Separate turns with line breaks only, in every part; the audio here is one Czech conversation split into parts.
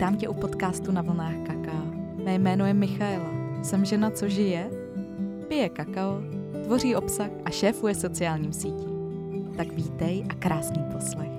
Vítám tě u podcastu Na vlnách kakaa. Mé jméno je Michaela. Jsem žena, co žije, pije kakao, tvoří obsah a šéfuje sociálním sítím. Tak vítej a krásný poslech.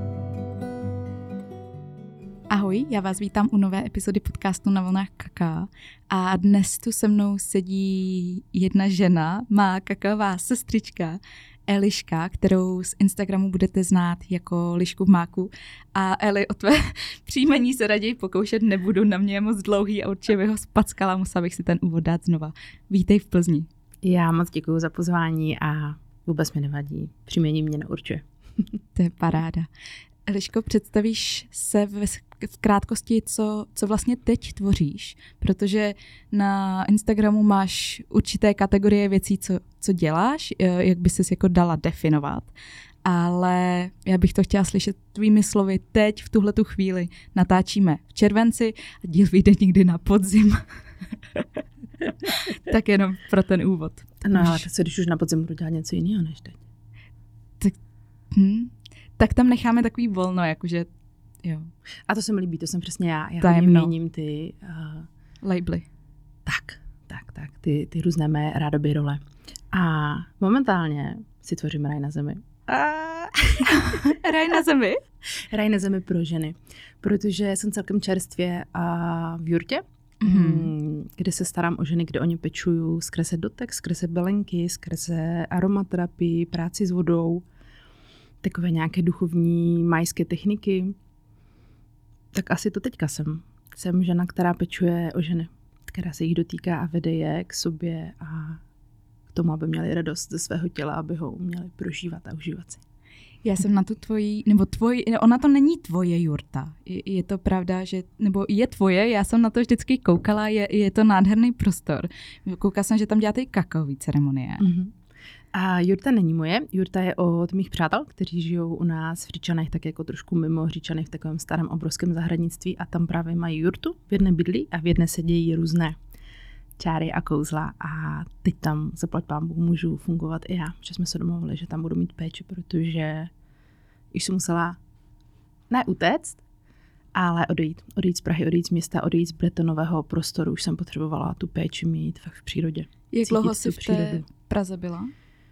Ahoj, já vás vítám u nové epizody podcastu Na vlnách kakaa. A dnes tu se mnou sedí jedna žena, má kakaová sestřička, Eliška, kterou z Instagramu budete znát jako Lišku v máku. A Eli, o tvé příjmení se raději pokoušet nebudu, na mě je moc dlouhý a určitě bych ho spackala, musela bych si ten úvod dát znova. Vítej v Plzni.
Já moc děkuju za pozvání a vůbec mi nevadí, příjmení mě neurčuje.
To je paráda. Eliško, představíš se v krátkosti, co vlastně teď tvoříš, protože na Instagramu máš určité kategorie věcí, co děláš, jak by ses jako dala definovat, ale já bych to chtěla slyšet tvými slovy teď, v tuhletu chvíli. Natáčíme v červenci a díl vyjde někdy na podzim. Tak jenom pro ten úvod.
No ale to se, když už na podzim budu dělat něco jiného než teď.
Tak tam necháme takový volno, jakože, jo.
A to se mi líbí, to jsem přesně já. Já hodně měním ty...
labely.
Tak, ty různé mé rádoby role. A momentálně si tvořím Raj na zemi.
Raj na zemi?
Raj na zemi pro ženy. Protože jsem celkem čerstvě v jurtě, kde se starám o ženy, kde o ně pečuju skrze dotek, skrze belenky, skrze aromaterapii, práci s vodou, takové nějaké duchovní majské techniky. Tak asi to teďka jsem. Jsem žena, která pečuje o ženy, která se jich dotýká a vede je k sobě a k tomu, aby měli radost ze svého těla, aby ho uměli prožívat a užívat si.
Já jsem na tu ona to není tvoje jurta. Je to pravda, nebo je tvoje, já jsem na to vždycky koukala, je to nádherný prostor. Koukala jsem, že tam děláte i kakaový ceremonie.
Mm-hmm. A jurta není moje, jurta je od mých přátel, kteří žijou u nás v Říčanech, tak jako trošku mimo Říčany v takovém starém obrovském zahradnictví a tam právě mají jurtu, v jedné bydlí a v jedné se dějí různé čáry a kouzla a teď tam zaplať pánbůh můžu fungovat i já, že jsme se domluvili, že tam budu mít péči, protože už jsem musela ne utéct, ale odejít z Prahy, odejít z města, odejít z betonového prostoru, už jsem potřebovala tu péči mít fakt v přírodě.
Jak dlouho jsi v té Praze byla?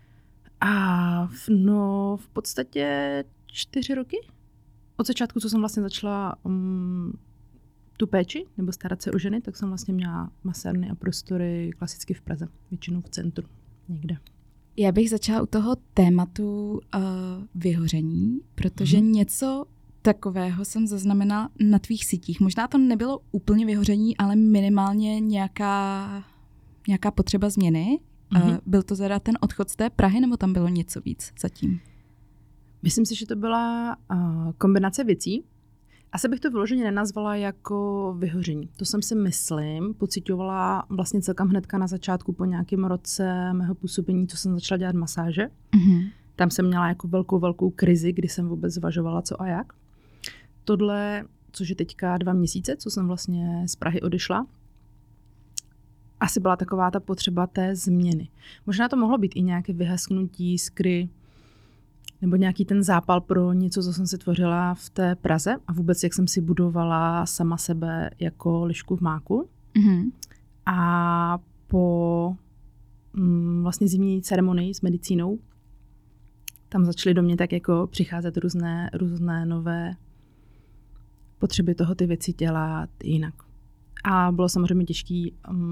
V podstatě 4 roky. Od začátku, co jsem vlastně začala tu péči, nebo starat se o ženy, tak jsem vlastně měla masárny a prostory klasicky v Praze, většinou v centru, někde.
Já bych začala u toho tématu vyhoření, protože něco takového jsem zaznamenala na tvých sítích. Možná to nebylo úplně vyhoření, ale minimálně nějaká potřeba změny. Byl to teda ten odchod z té Prahy, nebo tam bylo něco víc zatím?
Myslím si, že to byla kombinace věcí. Asi bych to vyloženě nenazvala jako vyhoření. To jsem si pociťovala vlastně celkem hnedka na začátku po nějakém roce mého působení, co jsem začala dělat masáže. Mm-hmm. Tam jsem měla jako velkou krizi, kdy jsem vůbec zvažovala co a jak. Tohle, což je teďka 2 měsíce, co jsem vlastně z Prahy odešla, asi byla taková ta potřeba té změny. Možná to mohlo být i nějaké vyhasknutí skry nebo nějaký ten zápal pro něco, co jsem si tvořila v té Praze a vůbec jak jsem si budovala sama sebe jako lišku v máku. Mm-hmm. A po vlastně zimní ceremonii s medicínou tam začaly do mě tak jako přicházet různé nové potřeby toho ty věci dělat jinak. A bylo samozřejmě těžké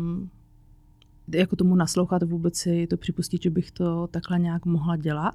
jako tomu naslouchat, vůbec si to připustit, že bych to takhle nějak mohla dělat.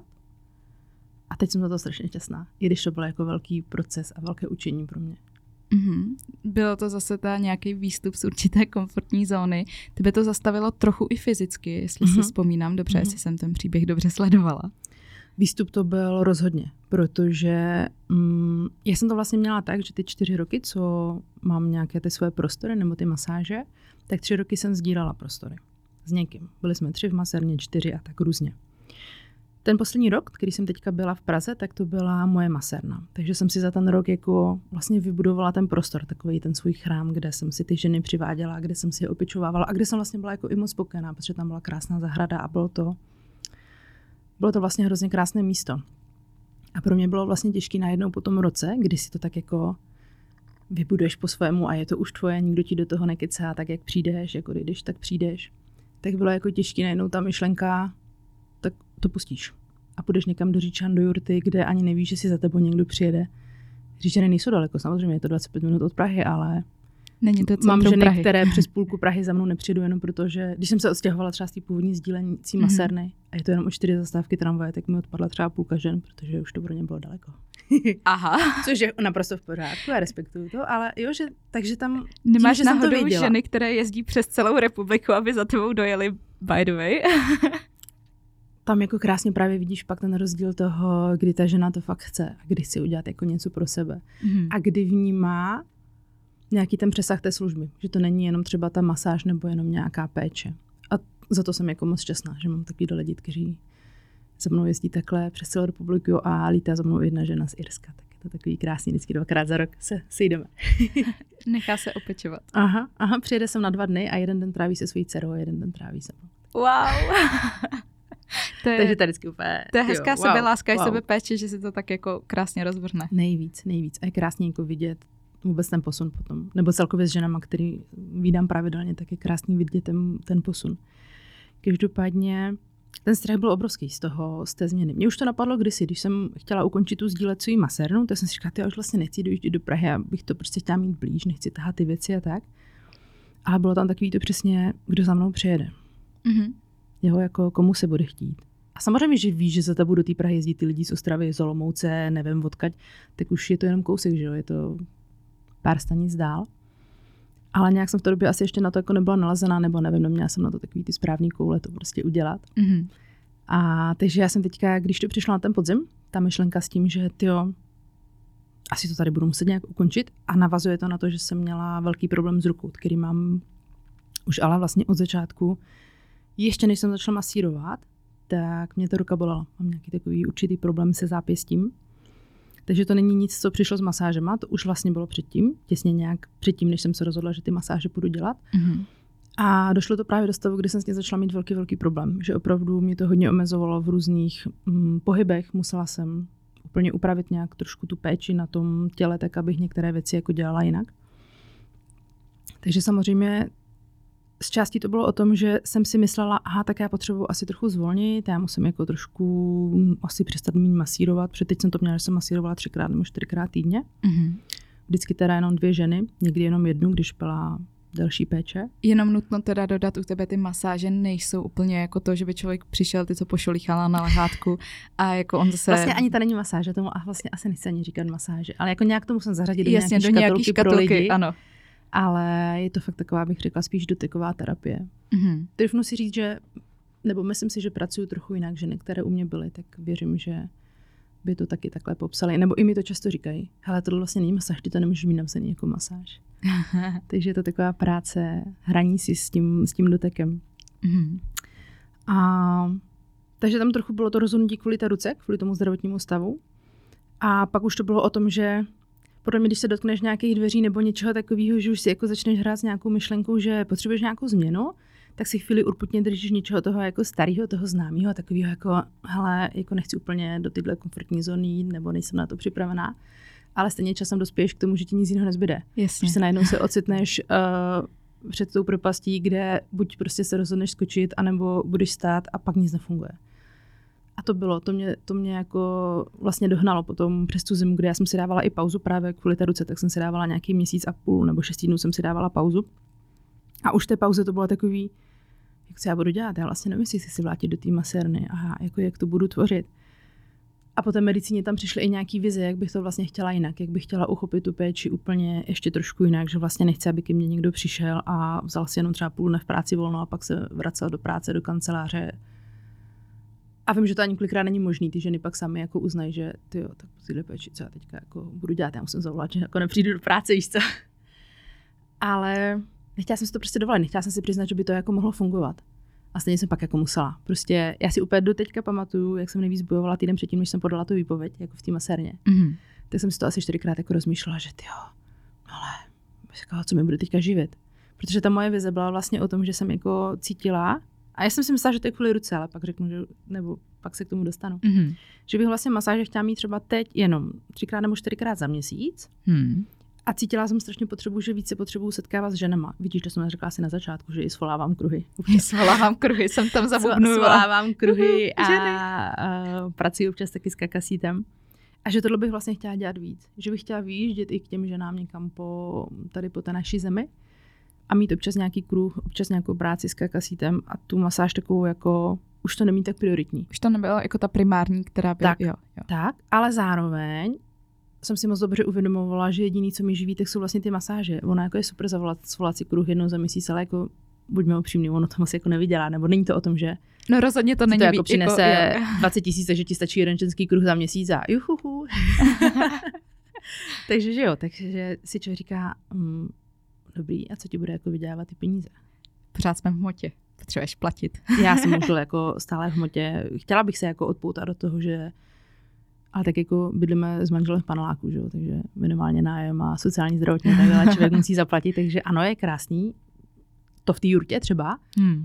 A teď jsem za to strašně šťastná, i když to byl jako velký proces a velké učení pro mě.
Mm-hmm. Bylo to zase nějaký výstup z určité komfortní zóny. Tebe to zastavilo trochu i fyzicky, jestli si vzpomínám dobře, jestli jsem ten příběh dobře sledovala.
Výstup to byl rozhodně, protože já jsem to vlastně měla tak, že ty 4 roky, co mám nějaké ty svoje prostory nebo ty masáže, tak 3 roky jsem sdílala prostory s někým. Byli jsme 3 v masérně, 4 a tak různě. Ten poslední rok, který jsem teďka byla v Praze, tak to byla moje masérna. Takže jsem si za ten rok jako vlastně vybudovala ten prostor, takový ten svůj chrám, kde jsem si ty ženy přiváděla, kde jsem si je opečovávala a kde jsem vlastně byla jako i moc spokojená, protože tam byla krásná zahrada a bylo to vlastně hrozně krásné místo. A pro mě bylo vlastně těžké najednou po tom roce, kdy si to tak jako vybuduješ po svému a je to už tvoje, nikdo ti do toho nekecá, tak jak přijdeš, jako když tak přijdeš. Tak bylo jako těžký najednou ta myšlenka, tak to pustíš. A půjdeš někam do Říčan, do jurty, kde ani nevíš, že si za tebou někdo přijede. Říčany nejsou daleko, samozřejmě je to 25 minut od Prahy, ale
není to
mám ženy,
Prahy,
které přes půlku Prahy za mnou nepřijedou jenom protože, když jsem se odstěhovala třeba z té původní sdílenící masérny a je to jenom o 4 zastávky tramvaje, tak mi odpadla třeba půlka žen, protože už to pro ně bylo daleko.
Aha.
Což je naprosto v pořádku, já respektuju to, ale jo, že takže tam
nemáš
tím, že
náhodou
jsem to věděla.
ženy, které jezdí přes celou republiku, aby za tebou dojeli, by the way?
Tam jako krásně právě vidíš pak ten rozdíl toho, kdy ta žena to fakt chce a kdy chce udělat jako něco pro sebe. A kdy vnímá nějaký ten přesah té služby, že to není jenom třeba ta masáž nebo jenom nějaká péče. A za to jsem jako moc šťastná, že mám takový lidi, kteří za mnou jezdí takhle přes celou republiku a lítá za mnou jedna žena z Irska. Tak je to takový krásný, vždycky 2krát za rok se sejdeme.
Nechá se opečovat.
Aha, přijede sem na 2 dny a jeden den tráví se svojí dcerou a jeden den tráví se mnou.
Wow.
Takže to je vždycky úplně...
To je hezká sebeláska i sebepéče, že si to tak jako krásně rozvrhne.
Nejvíc. A je krásně jako vidět vůbec ten posun potom. Nebo celkově s ženama, který vídám pravidelně, tak je krásný vidět ten posun. Každopádně ten strach byl obrovský z té změny. Mně už to napadlo kdysi, když jsem chtěla ukončit tu sdílecí masérnu, tak jsem si říkala, já už vlastně nechci dojíždět do Prahy, abych to prostě chtěla mít blíž, nechci tahat ty věci a tak. Ale bylo tam takový to přesně, kdo za mnou přijede. Jeho jako komu se bude chtít. A samozřejmě, že víš, že za tebou do té Prahy jezdí ty lidi z Ostravy, z Olomouce, nevím odkaď, tak už je to jenom kousek, že jo, je to pár stanic dál. Ale nějak jsem v té době asi ještě na to jako nebyla nalazená, nebo nevím, neměla jsem na to takový ty správný koule to prostě udělat. A takže já jsem teďka, když to přišla na ten podzim, ta myšlenka s tím, že tyjo, asi to tady budu muset nějak ukončit a navazuje to na to, že jsem měla velký problém s rukou, který mám už ale vlastně od začátku. Ještě než jsem začala masírovat, tak mě ta ruka bolela. Mám nějaký takový určitý problém se zápěstím. Takže to není nic, co přišlo s masážema, to už vlastně bylo předtím, těsně nějak předtím, než jsem se rozhodla, že ty masáže budu dělat. A došlo to právě do stavu, kdy jsem s tím začala mít velký problém, že opravdu mě to hodně omezovalo v různých pohybech, musela jsem úplně upravit nějak trošku tu péči na tom těle, tak abych některé věci jako dělala jinak. Takže samozřejmě z části to bylo o tom, že jsem si myslela, tak já potřebuji asi trochu zvolnit, já musím jako trošku asi přestat méně masírovat, protože teď jsem to měla, že jsem masírovala 3krát nebo 4krát týdně. Vždycky teda jenom 2 ženy, někdy jenom 1, když byla delší péče.
Jenom nutno teda dodat, u tebe ty masáže nejsou úplně jako to, že by člověk přišel, ty co pošolichala na lehátku a jako on zase...
Vlastně ani ta není masáže, tomu a vlastně asi nechci ani říkat masáže, ale jako nějak to musím zařadit do
nějaký škatulky pro lidi. Ano.
Ale je to fakt taková, bych řekla, spíš dotyková terapie. Trefnu si říct, že, nebo myslím si, že pracuju trochu jinak, že některé u mě byly, tak věřím, že by to taky takhle popsali. Nebo i mi to často říkají, hele, tohle vlastně není masáž, ty to nemůžeš mít napsaný jako masáž. Takže je to taková práce, hraní si s tím dotekem. Takže tam trochu bylo to rozhodnutí kvůli té ruce, kvůli tomu zdravotnímu stavu. A pak už to bylo o tom, že podle mě, když se dotkneš nějakých dveří nebo něčeho takového, že už si jako začneš hrát s nějakou myšlenkou, že potřebuješ nějakou změnu, tak si chvíli urputně držíš něčeho toho jako starého, toho známého, takového jako, hele, jako nechci úplně do téhle komfortní zóny jít, nebo nejsem na to připravená, ale stejně časem dospěješ k tomu, že ti nic jiného nezbyde.
Jasně.
Že se najednou se ocitneš před tou propastí, kde buď prostě se rozhodneš skočit, anebo budeš stát a pak nic nefunguje. A to mě jako vlastně dohnalo potom přes tu zimu, kde já jsem si dávala i pauzu právě kvůli té ruce, tak jsem si dávala nějaký 1,5 měsíce nebo 6 týdnů jsem si dávala pauzu. A už té pauze to bylo takový, jak co já budu dělat, já vlastně nevím, jestli si vrátit do té masérny a jako jak to budu tvořit. A po té medicíně tam přišly i nějaký vize, jak bych to vlastně chtěla jinak, jak bych chtěla uchopit tu péči úplně ještě trošku jinak, že vlastně nechci, aby ke mně někdo přišel a vzal si jenom třeba půl dne v práci volno a pak se vracel do práce, do kanceláře. A vím, že to ani kolikrát není možný, ty ženy pak sami jako uznají, že tyjo, tak po téhle péči, co já teďka jako budu dělat, já musím zavolat, že jako nepřijdu do práce, víš co. Ale nechtěla jsem si to prostě dovolit, nechtěla jsem si přiznat, že by to jako mohlo fungovat. A stejně jsem pak jako musela. Prostě já si úplně do teďka pamatuju, jak jsem nejvíc bojovala týden předtím, než jsem podala tu výpověď, jako v té masérně. Tak jsem si to asi 4krát jako rozmýšlela, že tyjo, ale co mi bude teďka živit. Protože ta moje vize byla vlastně o tom, že jsem jako cítila, a já jsem si myslela, že to je kvůli ruce, ale pak řeknu, že, nebo pak se k tomu dostanu. Že bych vlastně masáže chtěla mít třeba teď jenom 3krát nebo 4krát za měsíc. A cítila jsem strašně potřebu, že více potřebuju setkávat s ženama. Vidíš, to jsem řekla asi na začátku, že i svolávám kruhy.
Svolávám kruhy, jsem tam zabubnula.
Svolávám kruhy a pracuji občas taky s kakasítem. A že tohle bych vlastně chtěla dělat víc. Že bych chtěla vyjíždět i k těm ženám někam tady po té naší zemi a mít občas nějaký kruh, občas nějakou práci s kakasítem a tu masáž takovou jako, už to nemít tak prioritní.
Už to nebylo jako ta primární, která by...
Tak,
jo.
tak, ale zároveň jsem si moc dobře uvědomovala, že jediný, co mi živí, tak jsou vlastně ty masáže. Ona jako je super svolat si kruh jednou za měsíc, ale jako buďme upřímní, ono to moc jako nevydělá, nebo není to o tom, že
no rozhodně to není
to jako přinese
jako,
20 000, takže ti stačí jeden ženský kruh za měsíc a juhuhu. Takže že jo, takže si člověk říká, dobrý, a co ti bude jako vydělávat ty peníze?
Pořád jsme v hmotě, potřebuješ platit.
Já jsem už jako stále v hmotě, chtěla bych se jako odpoutat do toho, že ale tak jako bydlíme s manželem v paneláku, že jo, takže minimálně nájem a sociální zdravotní, tak člověk musí zaplatit, takže ano, je krásný, to v té jurtě třeba,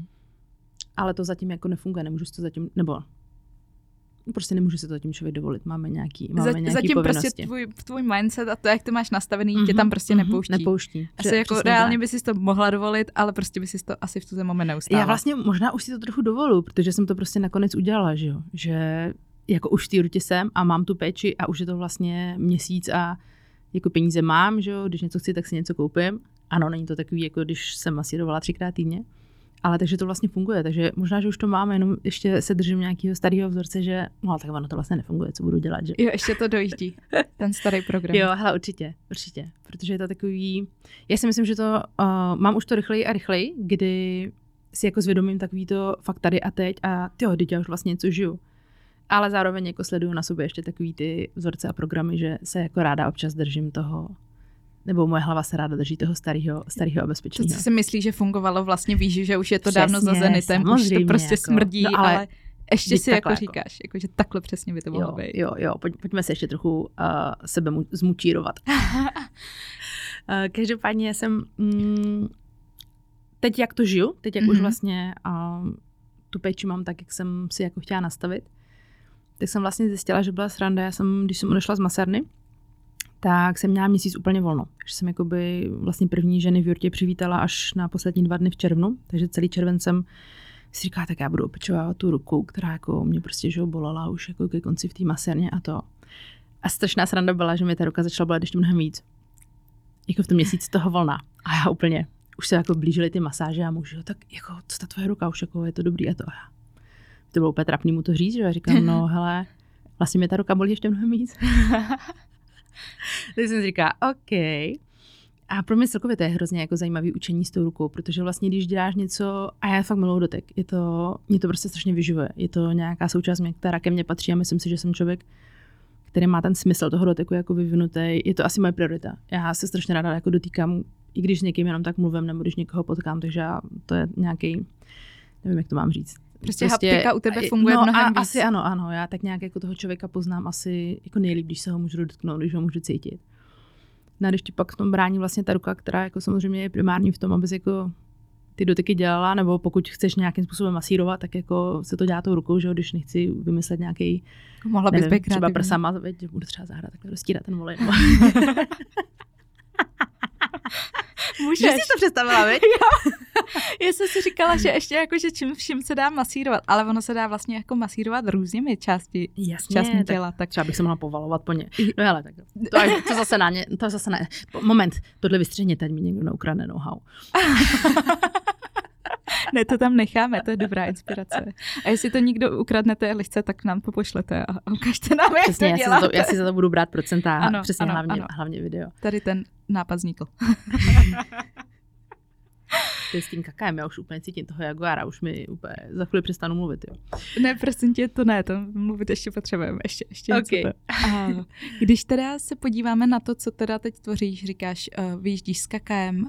ale to zatím jako nefunguje, nemůžu si to zatím, nebo prostě nemůžu si to zatím člověk dovolit, máme nějaký
zatím
povinnosti.
Prostě tvůj mindset a to, jak to máš nastavený, tě tam prostě nepouští. Asi jako reálně by si to mohla dovolit, ale prostě by si to asi v tu moment neustála.
Já vlastně možná už si to trochu dovolu, protože jsem to prostě nakonec udělala, že jo, že jako už v té jurtě jsem a mám tu péči a už je to vlastně měsíc a jako peníze mám, že jo, když něco chci, tak si něco koupím. Ano, není to takový, jako když jsem masírovala 3krát týdně, ale takže to vlastně funguje, takže možná, že už to máme, jenom ještě se držím nějakého starého vzorce, že no tak ono to vlastně nefunguje, co budu dělat, že?
Jo, ještě to dojíždí, ten starý program.
Jo, hele, určitě, protože je to takový, já si myslím, že to mám už to rychleji a rychleji, kdy si jako zvědomím takový to fakt tady a teď a tyjo, teď já už vlastně něco žiju. Ale zároveň jako sleduju na sobě ještě takový ty vzorce a programy, že se jako ráda občas držím toho, nebo moje hlava se ráda drží toho starého a bezpečného.
To, co si myslí, že fungovalo, vlastně víš, že už je to dávno za zenitem, už to prostě jako smrdí, no, ale ještě si jako říkáš, jako, že takhle přesně by to mohlo být.
Jo, pojďme se ještě trochu sebe zmučírovat. Každopádně já jsem teď jak to žiju, teď jak už vlastně tu péči mám tak, jak jsem si jako chtěla nastavit, tak jsem vlastně zjistila, že byla sranda. Když jsem odešla z masárny, tak jsem měla měsíc úplně volno. Že jsem jakoby vlastně první ženy v jurtě přivítala až na poslední 2 dny v červnu, takže celý červen jsem si říkala, tak já budu opečovávat tu ruku, která jako mě prostě že bolela už jako ke konci v té masárně a to. A strašná sranda byla, že mi ta ruka začala bolet ještě mnohem víc. Jako v tom měsíci toho volna. A já úplně, už se jako blížily ty masáže a muži, tak jako, co ta tvoje ruka, už jako je to dobrý a to. To bylo úplně trapný mu to říct, že já říkám, no hele, vlastně mě ta ruka bolí ještě mnohem víc. Tak jsem si říká, OK. A pro mě celkově to je hrozně jako zajímavý učení s tou rukou, protože vlastně když děláš něco, a já fakt miluji dotek, mě to prostě strašně vyživuje. Je to nějaká součást mě, která ke mně patří a myslím si, že jsem člověk, který má ten smysl toho doteku jako vyvinutý. Je to asi moje priorita. Já se strašně ráda jako dotýkám, i když s někým jenom tak mluvím, nebo když někoho potkám, takže to je nějaký, nevím, jak to mám říct.
Prostě haptika u tebe funguje mnohem víc.
Asi ano, já tak nějak jako toho člověka poznám asi jako nejlíp, když se ho můžu dotknout, když ho můžu cítit. No a když ti pak v tom brání vlastně ta ruka, která jako samozřejmě je primární v tom, abys jako ty dotyky dělala, nebo pokud chceš nějakým způsobem masírovat, tak jako se to dělá tou rukou, že jo, když nechci vymyslet nějaký,
mohla bys být
třeba prsama, budu třeba zahrát, takhle roztírat ten volej.
Můžeš.
Že jsi to představila, viď?
Já jsem si říkala, že ještě jako, že čím vším se dá masírovat, ale ono se dá vlastně jako masírovat různými částmi těla. Tak
třeba bych se mohla povalovat po ně. No hele, tak to zase ne. Moment, tohle vystřihněte, ať mi někdo neukradne know-how.
Ne, to tam necháme, to je dobrá inspirace. A jestli to někdo ukradnete lehce, tak nám to pošlete a ukažte nám, jak
přesně,
to děláte.
Já si za to budu brát procenta,
ano,
přesně
ano.
hlavně video.
Tady ten nápad vznikl.
To je s tím kakajem, já už úplně cítím toho jaguára, už mi úplně za chvíli přestanu mluvit, jo.
Ne, prosím tě, to ne, to mluvit ještě potřebujeme, ještě
okay.
něco. Když teda se podíváme na to, co teda teď tvoříš, říkáš, vyjíždíš s kakajem,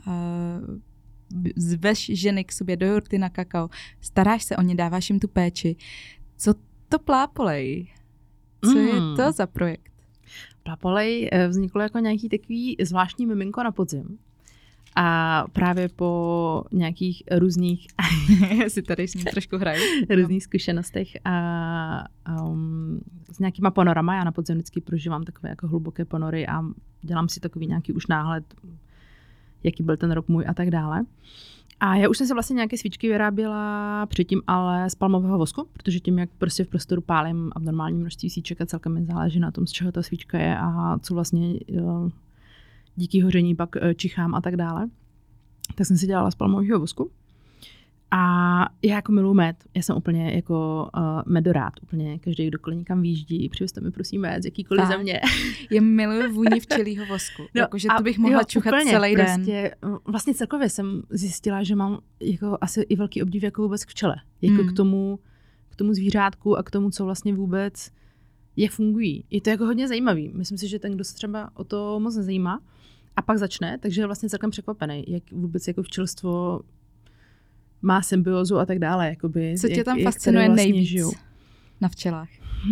zveš ženy k sobě do jurty na kakao, staráš se o ně, dáváš jim tu péči. Co to Plápolej? Co je to za projekt?
Plápolej vzniklo jako nějaký takový zvláštní miminko na podzim.
A právě po nějakých různých
si tady s ním trošku hraju.
různých zkušenostech a s nějakýma ponorama. Já na podzim vždycky prožívám takové jako hluboké ponory a dělám si takový nějaký už náhled, jaký byl ten rok můj a tak dále. A já už jsem se vlastně nějaké svíčky vyráběla předtím, ale z palmového vosku, protože tím, jak prostě v prostoru pálím abnormální množství svíček a celkem mi záleží na tom, z čeho ta svíčka je a co vlastně díky hoření pak čichám a tak dále, tak jsem si dělala z palmového vosku. A já jako miluji med, já jsem úplně jako medorát, úplně každý, kdokoliv někam výjíždí, přivezte mi prosím med z jakýkoliv země.
Já miluji vůni včelího vosku,
no,
jakože to bych mohla čuchat úplně, celý den.
Prostě, vlastně celkově jsem zjistila, že mám jako asi i velký obdiv jako vůbec k včele, jako k tomu zvířátku a k tomu, co vlastně vůbec jak fungují. Je to jako hodně zajímavý, myslím si, že ten, kdo se třeba o to moc nezajímá a pak začne, takže je vlastně celkem překvapený, jak vůbec jako včelstvo má symbiózu a tak dále. Jakoby,
co tě tam fascinuje vlastně nejvíc žijou na včelách?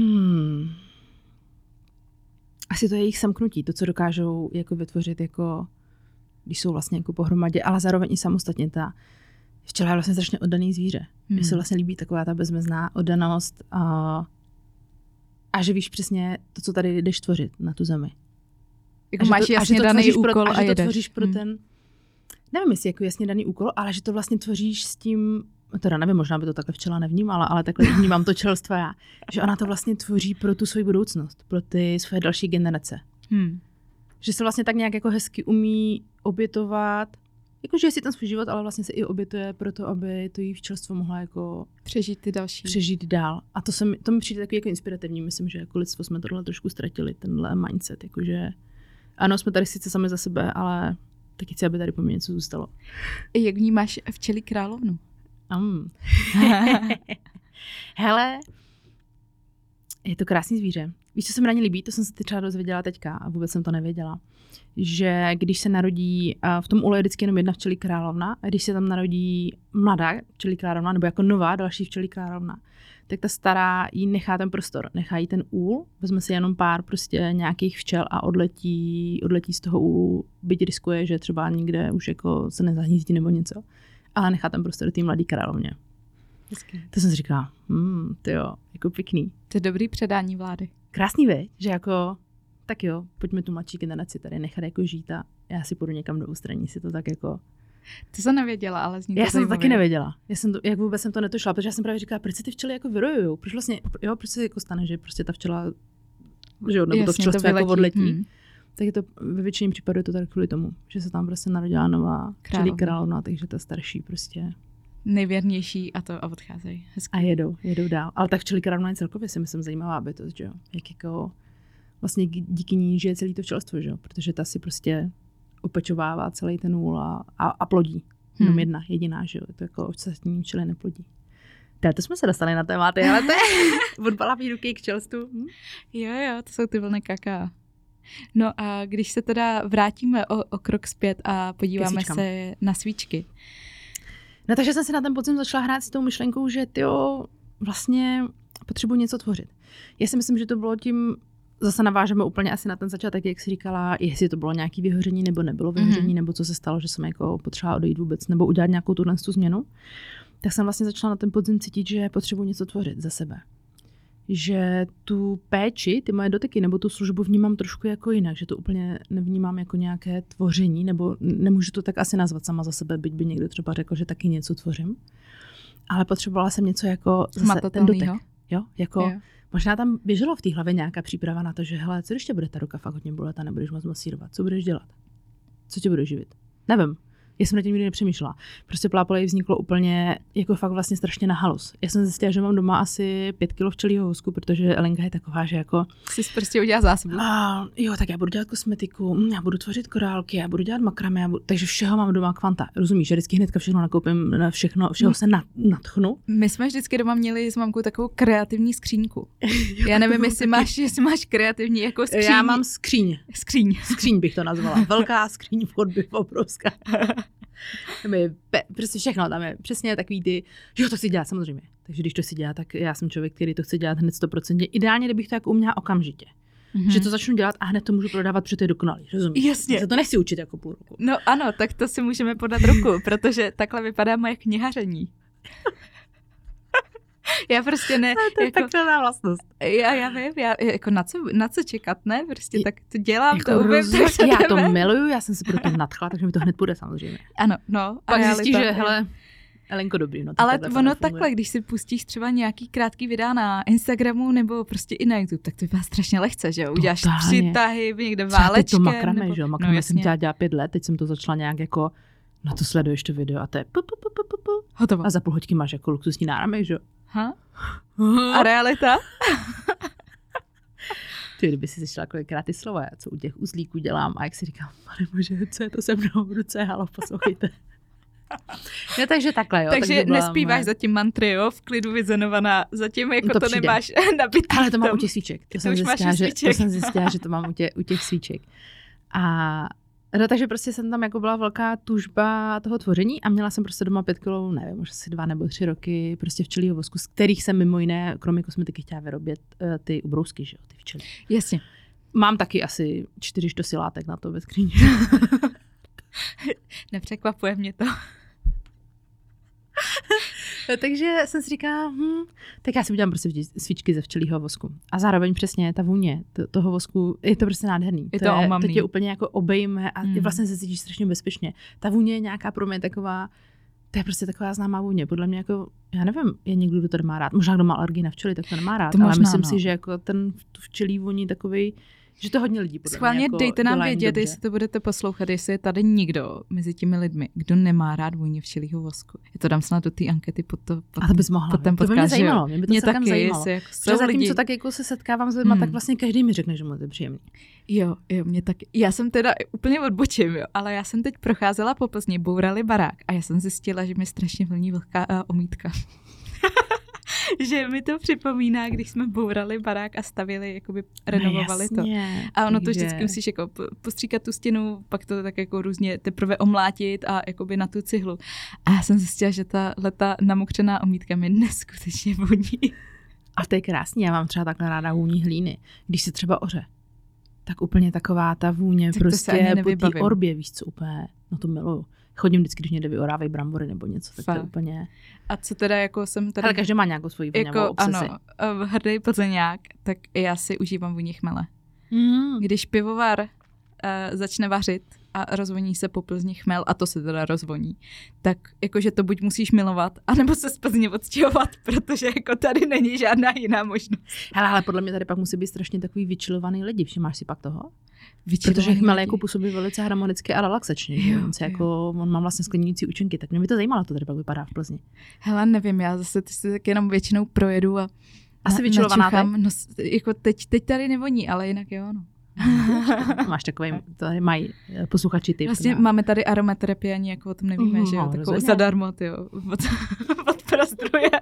Asi to je jejich semknutí, to, co dokážou jako vytvořit, jako, když jsou vlastně jako pohromadě, ale zároveň i samostatně. Ta včela je vlastně strašně oddaný zvíře. Mně se vlastně líbí taková ta bezmezná oddanost a že víš přesně to, co tady jdeš tvořit na tu zemi.
Jako máš jasně daný úkol a
že to tvoříš pro ten, nevím, jestli jako jasně daný úkol, ale že to vlastně tvoříš s tím, teda nevím, možná by to takhle včela nevnímala, ale takhle vnímám to čelstvo já, že ona to vlastně tvoří pro tu svoji budoucnost, pro ty svoje další generace. Že se vlastně tak nějak jako hezky umí obětovat, jakože je si ten svůj život, ale vlastně se i obětuje pro to, aby to jí včelstvo mohla jako přežít dál. A to mi přijde takový jako inspirativní, myslím, že jako lidstvo jsme tohle trošku ztratili, tenhle mindset, jakože ano, jsme tady sice sami za sebe, ale taky chci, aby tady po mně něco zůstalo.
Jak vnímáš včelí královnu?
Hele, je to krásný zvíře. Víš, co se mi na ně líbí? To jsem se třeba dozvěděla teďka a vůbec jsem to nevěděla. Že když se narodí, v tom úle je vždycky jenom jedna včelí královna, a když se tam narodí mladá včelí královna, nebo jako nová další včelí královna, tak ta stará jí nechá ten prostor, nechá jí ten úl, vezme si jenom pár prostě nějakých včel a odletí z toho úlu, byť riskuje, že třeba nikde už jako se nezahnízdí nebo něco, ale nechá ten prostor té mladé královně.
Hezky.
To jsem si říkala, tyjo, jako pěkný.
To je dobrý předání vlády.
Krásný, viď? Že jako, tak jo, pojďme tu mladší generaci tady nechat jako žít a já si půjdu někam do ústraní, si to tak jako...
To jsem nevěděla, ale zní to
Já jsem to taky nevěděla. Jak vůbec jsem to netušila, protože já jsem právě říkala, proč se ty včely jako vyrojujou? Proč se jako stane, že prostě ta včela, že jo, nebo to včelstvo jako odletí. Tak je to ve většině případů je to tak kvůli tomu, že se tam prostě narodila nová včelí královna, takže ta starší prostě
nejvěrnější a odcházejí. Hezky.
A jedou dál. Ale tak včelí královna je celkově si myslím zajímavá bytost, že jo. Jak jako vlastně díky ní žije celý to včelstvo, že jo, protože ta si prostě upečovává celý ten úl a plodí. Jenom jediná, že jo. Je to jako ostatní včely neplodí. To jsme se dostali na tématy, ale to je od balavý ruky k včelstvu.
Jo, to jsou ty vlny kaká. No a když se teda vrátíme o krok zpět a podíváme se na svíčky.
No takže jsem si na ten podzim začala hrát s tou myšlenkou, že tyjo, vlastně potřebuji něco tvořit. Já si myslím, že to bylo tím, zase navážeme úplně asi na ten začátek, jak jsi říkala, jestli to bylo nějaké vyhoření nebo nebylo vyhoření, nebo co se stalo, že jsem jako potřebovala odejít vůbec, nebo udělat nějakou tu změnu. Tak jsem vlastně začala na ten podzim cítit, že potřebuji něco tvořit za sebe. Že tu péči, ty moje doteky nebo tu službu vnímám trošku jako jinak, že to úplně nevnímám jako nějaké tvoření, nebo nemůžu to tak asi nazvat sama za sebe, byť by někdo třeba řekl, že taky něco tvořím. Ale potřebovala jsem něco jako zase ten dotek. Jo? Možná tam běželo v té hlavě nějaká příprava na to, že hele, co když tě bude ta ruka fakt hodně bolet a nebudeš moc masírovat, co budeš dělat? Co tě bude živit? Nevím. Já jsem na tím nikdy nepřemýšlela. Prostě plápolej vzniklo úplně jako fakt vlastně strašně na halus. Já jsem zjistila, že mám doma asi 5 kg včelího vosku, protože Elenka je taková, že jako...
Jsi prostě udělala zásobu.
Jo, tak já budu dělat kosmetiku, já budu tvořit korálky, já budu dělat makramy, takže všeho mám doma kvanta. Rozumíš, že vždycky hnedka všechno nakoupím, všeho se nadchnu.
My jsme vždycky doma měli s mamkou takovou kreativní skříňku. Já nevím, jestli máš kreativní jako skříň.
Já mám skříň. Skříň bych to nazvala. Velká skříň v chodbě, obrovská. Prostě všechno tam je přesně takový ty, že to chci dělat samozřejmě. Takže když to chci dělat, tak já jsem člověk, který to chce dělat hned 100%. Ideálně, kdybych to jako uměla okamžitě.
že to začnu dělat a hned to můžu prodávat, protože to je dokonalý, rozumíš?
Jasně.
Já to nechci učit jako půl roku.
No ano, tak to si můžeme podat ruku, protože takhle vypadá moje knihaření. Já prostě ne...
To je taková vlastnost.
Já vím, jako na co čekat, ne? Prostě tak to dělám,
jako
to umím, tak se
já
jdeme.
to miluju, já jsem se pro to nadchla, takže mi to hned půjde samozřejmě.
Ano, no.
Pak zjistíš, že hele, Elenko, dobrý. No,
ale ono takhle, když si pustíš třeba nějaký krátký videa na Instagramu nebo prostě i na YouTube, tak to vypadá strašně lehce, že jo? Uděláš přitahy, někde válečkem.
To makrame, nebo... že jo? Makrame jsem
jasně.
dělala 5 let, teď jsem to začala nějak jako, no to sleduješ to video a to je
hotovo.
A za půl hoďky máš jako luxusní náramek, že jo?
Ha? A realita?
Ty, kdyby si slyšela kolikrát ty slova, co u těch uzlíků dělám a jak si říkám, panebože, co je to se mnou v ruce, halo, poslouchejte. No takže takhle, jo.
Takže nespíváš zatím mantry, jo, v klidu vyzenovaná, zatím jako to nemáš nabitý.
Ale to mám u těch svíček. To jsem zjistila, že to mám u těch svíček. A no takže prostě jsem tam jako byla velká tužba toho tvoření a měla jsem prostě doma 5 kilo, nevím, možná asi 2 nebo 3 roky prostě včelího vosku, z kterých jsem mimo jiné, kromě kosmetiky, chtěla vyrobit ty ubrousky, že jo, ty včely.
Jasně.
Mám taky asi 4 štosy látek na to ve skříni.
Nepřekvapuje mě to.
Takže jsem si říkala, tak já si udělám prostě svíčky ze včelího vosku. A zároveň přesně ta vůně toho vosku, je to prostě nádherný. To tě úplně jako obejme a ty vlastně se cítíš strašně bezpečně. Ta vůně je nějaká pro mě taková, to je prostě taková známá vůně. Podle mě jako, já nevím, je někdo, kdo to nemá rád. Možná kdo má alergii na včely, tak to nemá rád. Ale myslím si, že jako tu včelí vůni takový, že to hodně lidí podle
schválně
mě jako
dejte nám vědět, jestli to budete poslouchat, jestli je tady nikdo mezi těmi lidmi, kdo nemá rád vůni včelího vosku. Já to dám snad do té ankety pod
to bys mohla.
Pod ten podcast,
to by mě zajímalo.
Mě taky,
zajímalo.
Jako
zatímco tak jako se setkávám s lidma, tak vlastně každý mi řekne, že mu to je příjemný.
Jo, mě taky. Já jsem teda úplně odbočím, jo, ale já jsem teď procházela po Plzni, bourali barák a já jsem zjistila, že mi strašně vlní vlhká omítka. Že mi to připomíná, když jsme bourali barák a stavili, jakoby renovovali to. A ono to vždycky musíš jako postříkat tu stěnu, pak to tak jako různě teprve omlátit a jakoby na tu cihlu. A já jsem zjistila, že ta namokřená omítka mi neskutečně voní.
A to je krásný, já mám třeba takhle ráda vůní hlíny. Když se třeba oře, tak úplně taková ta vůně tak prostě po té orbě, víš co, úplně, no to miluju. Chodím vždycky, když někde vyorávají brambory nebo něco, tak to je úplně...
A co teda jako jsem tady...
Ale každý má nějakou svoji voňavou
jako,
obsesi.
Ano, hrdý plzeňák, tak já si užívám vůni chmele. Když pivovar začne vařit a rozvoní se po Plzni chmel, a to se teda rozvoní, tak jakože to buď musíš milovat, anebo se z Plzně odstěhovat, protože jako tady není žádná jiná možnost.
Hele, ale podle mě tady pak musí být strašně takový vyčilovaný lidi, všimáš si pak toho? Protože chmel jako působí velice harmonicky a relaxačně. On má vlastně sklenící účinky, tak mě by to zajímalo, to tady pak vypadá v Plzni.
Hele, nevím, já zase ty si tak jenom většinou projedu a
asi vyčilovaná
no, jako teď tady nevoní, ale jinak jo, no.
Máš takový, tady mají posluchači typ.
Vlastně máme tady aromaterapii, ani jako o tom nevíme, že jo, takovou zadarmo, tyjo, od prozdroje.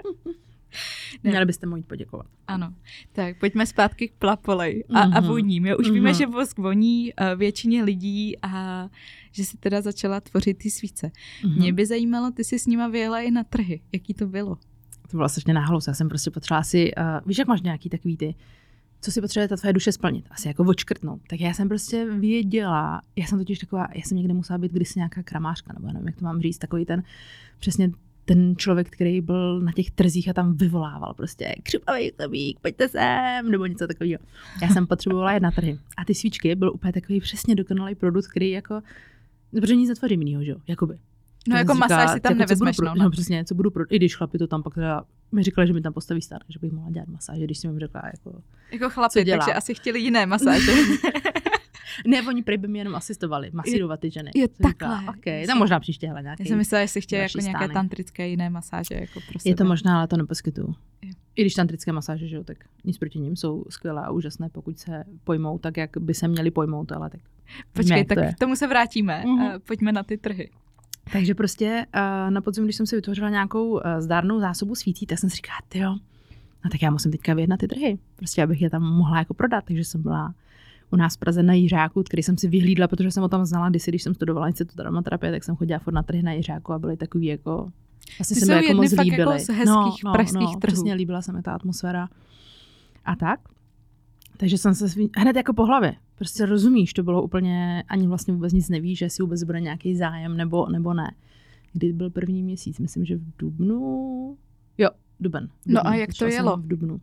Měli byste mu jít poděkovat.
Ano. Tak pojďme zpátky k plapolej a voním. Jo? Už víme, že vosk voní většině lidí a že si teda začala tvořit ty svíce. Mě by zajímalo, ty jsi s nima vyjela i na trhy. Jaký to bylo?
To bylo strašně náhlous. Já jsem prostě potřebovala si, víš, jak máš nějaký takový ty, co si potřebuje ta tvoje duše splnit, asi jako odškrtnout. Tak já jsem prostě věděla, já jsem totiž taková, já jsem někde musela být kdysi nějaká kramářka, nebo nevím, jak to mám říct, takový ten, přesně ten člověk, který byl na těch trzích a tam vyvolával prostě křupavý chlebík, pojďte sem, nebo něco takového. Já jsem potřebovala jet na trhy. A ty svíčky byl úplně takový přesně dokonalý produkt, který jako, protože nic netvořím jinýho, že jo, jakoby.
No jako masáž si tam jako nevezmeš,
no přesně, co budu i když chlapi to tam pak teda mi říkali, že mi tam postaví stan, že bych mohla dělat masáže, když jsem jim řekla
jako chlapi, takže asi chtěli jiné masáže.
Ne, oni prý by mi jenom asistovali, masírovat ty ženy.
Je takhle.
Okay, tam možná příště hele nějaký.
Já jsem myslela, jestli chtěli jako nějaké tantrické jiné masáže jako pro sebe.
Je to možná, ale to neposkytuju. I když tantrické masáže, že jo, tak nic proti nim jsou skvělé a úžasné, pokud se pojmou tak, jak by se měli pojmout, ale tak.
Počkej, tak k tomu se vrátíme. Pojďme na ty trhy.
Takže prostě na podzim, když jsem si vytvořila nějakou zdárnou zásobu svící, tak jsem si říkala, tyjo, no tak já musím teďka vyjet na ty trhy, prostě abych je tam mohla jako prodat, takže jsem byla u nás v Praze na Jiřáku, který jsem si vyhlídla, protože jsem o tom znala kdysi, když jsem studovala institut aromaterapie, tak jsem chodila furt na trhy na Jiřáku a byly takový jako, vlastně se mi jako moc líbily.
Jako z hezkých pražských trhů.
Přesně líbila se mi ta atmosféra a tak. Takže jsem se hned jako po hlavě. Prostě rozumíš, to bylo úplně, ani vlastně vůbec nic nevíš, že si vůbec bude nějaký zájem nebo ne. Kdy byl první měsíc, myslím, že v dubnu. Jo, duben.
No a jak to jelo?
V dubnu.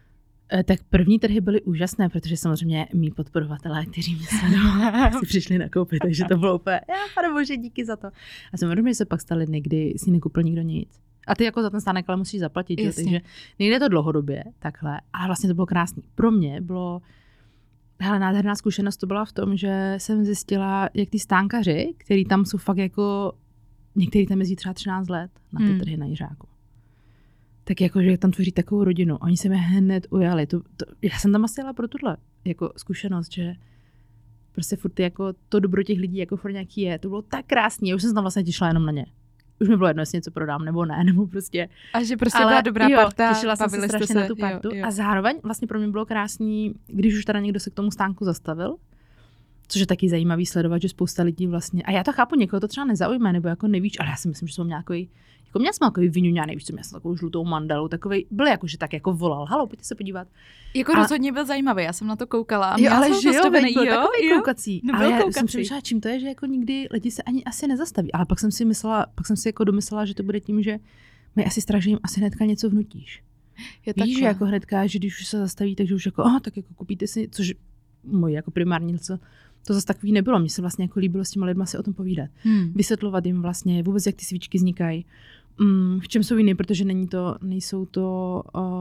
Tak první trhy byly úžasné, protože samozřejmě mý podporovatelé, kteří mě sledovali, si přišli nakoupit, takže to bylo úplně, panebože, díky za to. A samozřejmě se pak staly dny, kdy si nekoupil nikdo nic. A ty jako za ten stánek ale musíš zaplatit, jo? Takže nejde to dlouhodobě, takhle, ale vlastně to bylo krásný. Pro mě bylo, nádherná zkušenost to byla v tom, že jsem zjistila, jak ty stánkaři, který tam jsou fakt jako, některý tam jezdí třeba 13 let na ty trhy na Jiřáku. Tak jako, že tam tvoří takovou rodinu. Oni se mi hned ujali. Já jsem tam asi jela pro tuhle jako zkušenost, že prostě furt jako to dobro těch lidí jako furt nějaký je. To bylo tak krásný. Já už jsem tam vlastně těšila jenom na ně. Už mi bylo jedno, jestli něco prodám nebo ne, nebo prostě.
A že prostě byla dobrá parta.
Těšila jsem se strašně na tu partu. Jo. A zároveň vlastně pro mě bylo krásný, když už teda někdo se k tomu stánku zastavil, což je taky zajímavý sledovat, že spousta lidí vlastně, a já to chápu, někoho to třeba nezaujme, nebo jako nevíš, ale já si myslím, že jsem nějaký, jako měl jsem takový viňuňa, nevíš, co měl jsem takovou žlutou mandalu, takovej, byl jako, že tak jako volal, halo, pojďte se podívat.
Jako rozhodně byl zajímavý, já jsem na to koukala.
Jo, ale že jo, byl takový koukací.
No,
ale já jsem přemýšlela, čím to je, že jako nikdy lidi se ani asi nezastaví. Ale pak jsem si jako domyslela, že to bude tím, že mi asi strašně jim asi hnedka něco vnutíš. Víš, že jako hnedka, že když už se zastaví, takže už jako, tak jako kupíte si, což moje jako primární něco, to zase takový nebylo. Mně se vlastně jako líbilo s těma lidma si o tom povídat. Vysvětlovat jim vlastně vůbec, jak ty svíčky vznikají. V čem jsou jiný, protože nejsou to...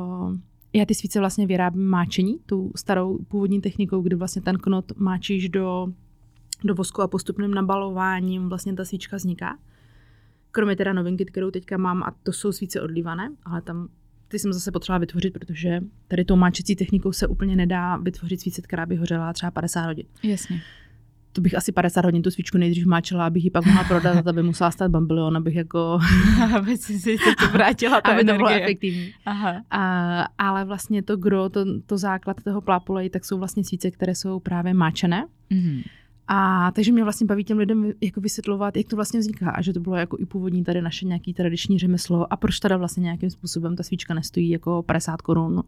Já ty svíce vlastně vyrábím máčení, tou starou původní technikou, kdy vlastně ten knot máčíš do vosku a postupným nabalováním vlastně ta svíčka vzniká. Kromě teda novinky, kterou teďka mám, a to jsou svíce odlívané, ale tam ty jsem zase potřebovala vytvořit, protože tady tou máčecí technikou se úplně nedá vytvořit svíce, která by hořela třeba 50 hodin.
Jasně.
To bych asi 50 hodin tu svíčku nejdřív máčela, abych ji pak mohla prodat, aby musela stát bambilion, abych jako...
aby si to vrátila ta
aby
energie.
To bylo efektivní.
Aha.
Ale vlastně to gro, to základ toho plápolej, tak jsou vlastně svíce, které jsou právě máčené. Mm-hmm. A takže mě vlastně baví těm lidem jako vysvětlovat, jak to vlastně vzniká a že to bylo jako i původní tady naše nějaký tradiční řemeslo a proč teda vlastně nějakým způsobem ta svíčka nestojí jako 50 korun.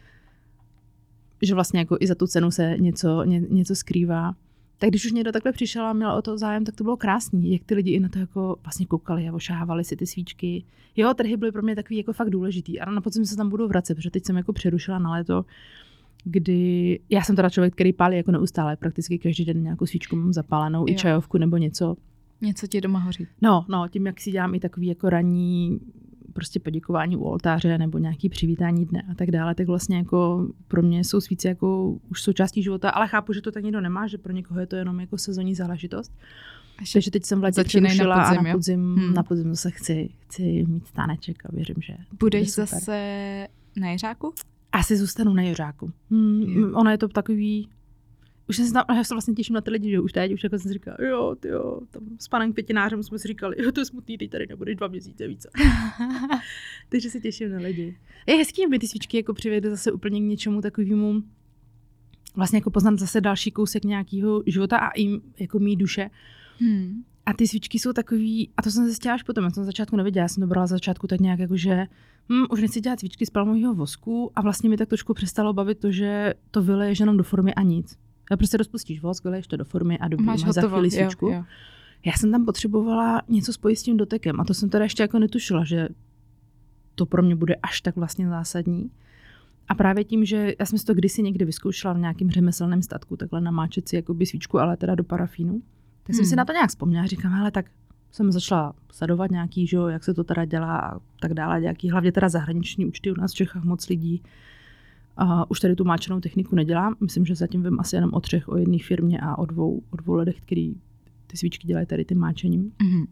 Že vlastně jako i za tu cenu se něco skrývá. Tak když už někdo takhle přišel a měl o to zájem, tak to bylo krásný, jak ty lidi i na to jako vlastně koukali a ošahávali si ty svíčky. Jo, trhy byly pro mě takový jako fakt důležitý a na podzim se tam budou vracet, protože teď jsem jako přerušila na léto, kdy já jsem teda člověk, který pálí jako neustále, prakticky každý den nějakou svíčku mám zapálenou, i čajovku nebo něco.
Něco ti doma hoří.
No, tím, jak si dělám i takový jako ranní prostě poděkování u oltáře nebo nějaký přivítání dne a tak dále, tak vlastně jako pro mě jsou svíce jako už součástí života, ale chápu, že to tak někdo nemá, že pro někoho je to jenom jako sezónní záležitost. Takže teď jsem v létě přerušila a na podzim zase chci mít stáneček a věřím, že
budeš zase na Jiřáku?
Asi zůstanu na Jiřáku. Ono je to takový... Už jsem se tam, já se vlastně těším na ty lidi, že už teď, už jako jsem si říkala, jo, tam s panem Květinářem jsme si říkali, to je smutný, teď tady nebudeš 2 měsíce více. Takže se těším na lidi. Je hezký, aby ty svíčky jako přivedly zase úplně k něčemu takovému, vlastně jako poznat zase další kousek nějakého života a jim jako mý duše. A ty svíčky jsou takový, a to jsem zjistila až potom, já jsem na začátku nevěděla, já jsem to brala za začátku tak nějak jako, že už nechci dělat svíčky z palmového vosku a vlastně mi tak trošku přestalo bavit to, že to vyleješ jenom do formy a nic. Já prostě rozpustíš vosk, vyleješ to do formy a máš za chvíli svíčku. Jo. Já jsem tam potřebovala něco spojit s tím dotekem a to jsem teda ještě jako netušila, že to pro mě bude až tak vlastně zásadní. A právě tím, že já jsem si to kdysi někdy vyzkoušela v nějakém řemeslném statku, takhle namáčet si jakoby svíčku, ale teda do parafínu, tak jsem si na to nějak vzpomněla. Říkám, ale tak jsem začala sledovat nějaký, že, jak se to teda dělá a tak dále, nějaký hlavně teda zahraniční účty u nás v Čechách moc lidí. Už tady tu máčenou techniku nedělám. Myslím, že zatím vím asi jenom o 3, o jedné firmě a o dvou lidech, který ty svíčky dělají tady tím máčením. Mm-hmm.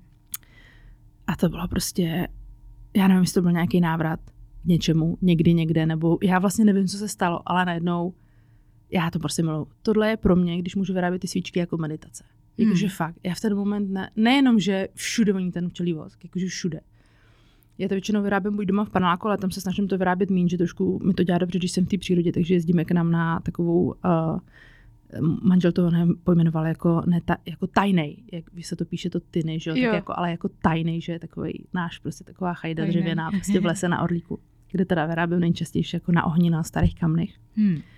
A to bylo prostě, já nevím, jestli to byl nějaký návrat k něčemu, někdy, někde, nebo já vlastně nevím, co se stalo, ale najednou já to prostě miluji. Tohle je pro mě, když můžu vyrábět ty svíčky jako meditace. Jakože fakt, já v ten moment nejenom, že všude voní ten včelí vosk, jakože všude. Já to většinou vyrábím buď doma v paneláku, ale tam se snažím to vyrábět míň, že trošku mi to dělá dobře, když jsem v té přírodě, takže jezdíme k nám na takovou, manžel toho pojmenoval jako tajnej, jak se to píše to tyny, že jo? Tak jako, ale jako tajnej, že je takový náš prostě taková chajda dřevěná prostě v lese na Orlíku, kde teda vyrábím nejčastěji jako na ohni na starých kamnech.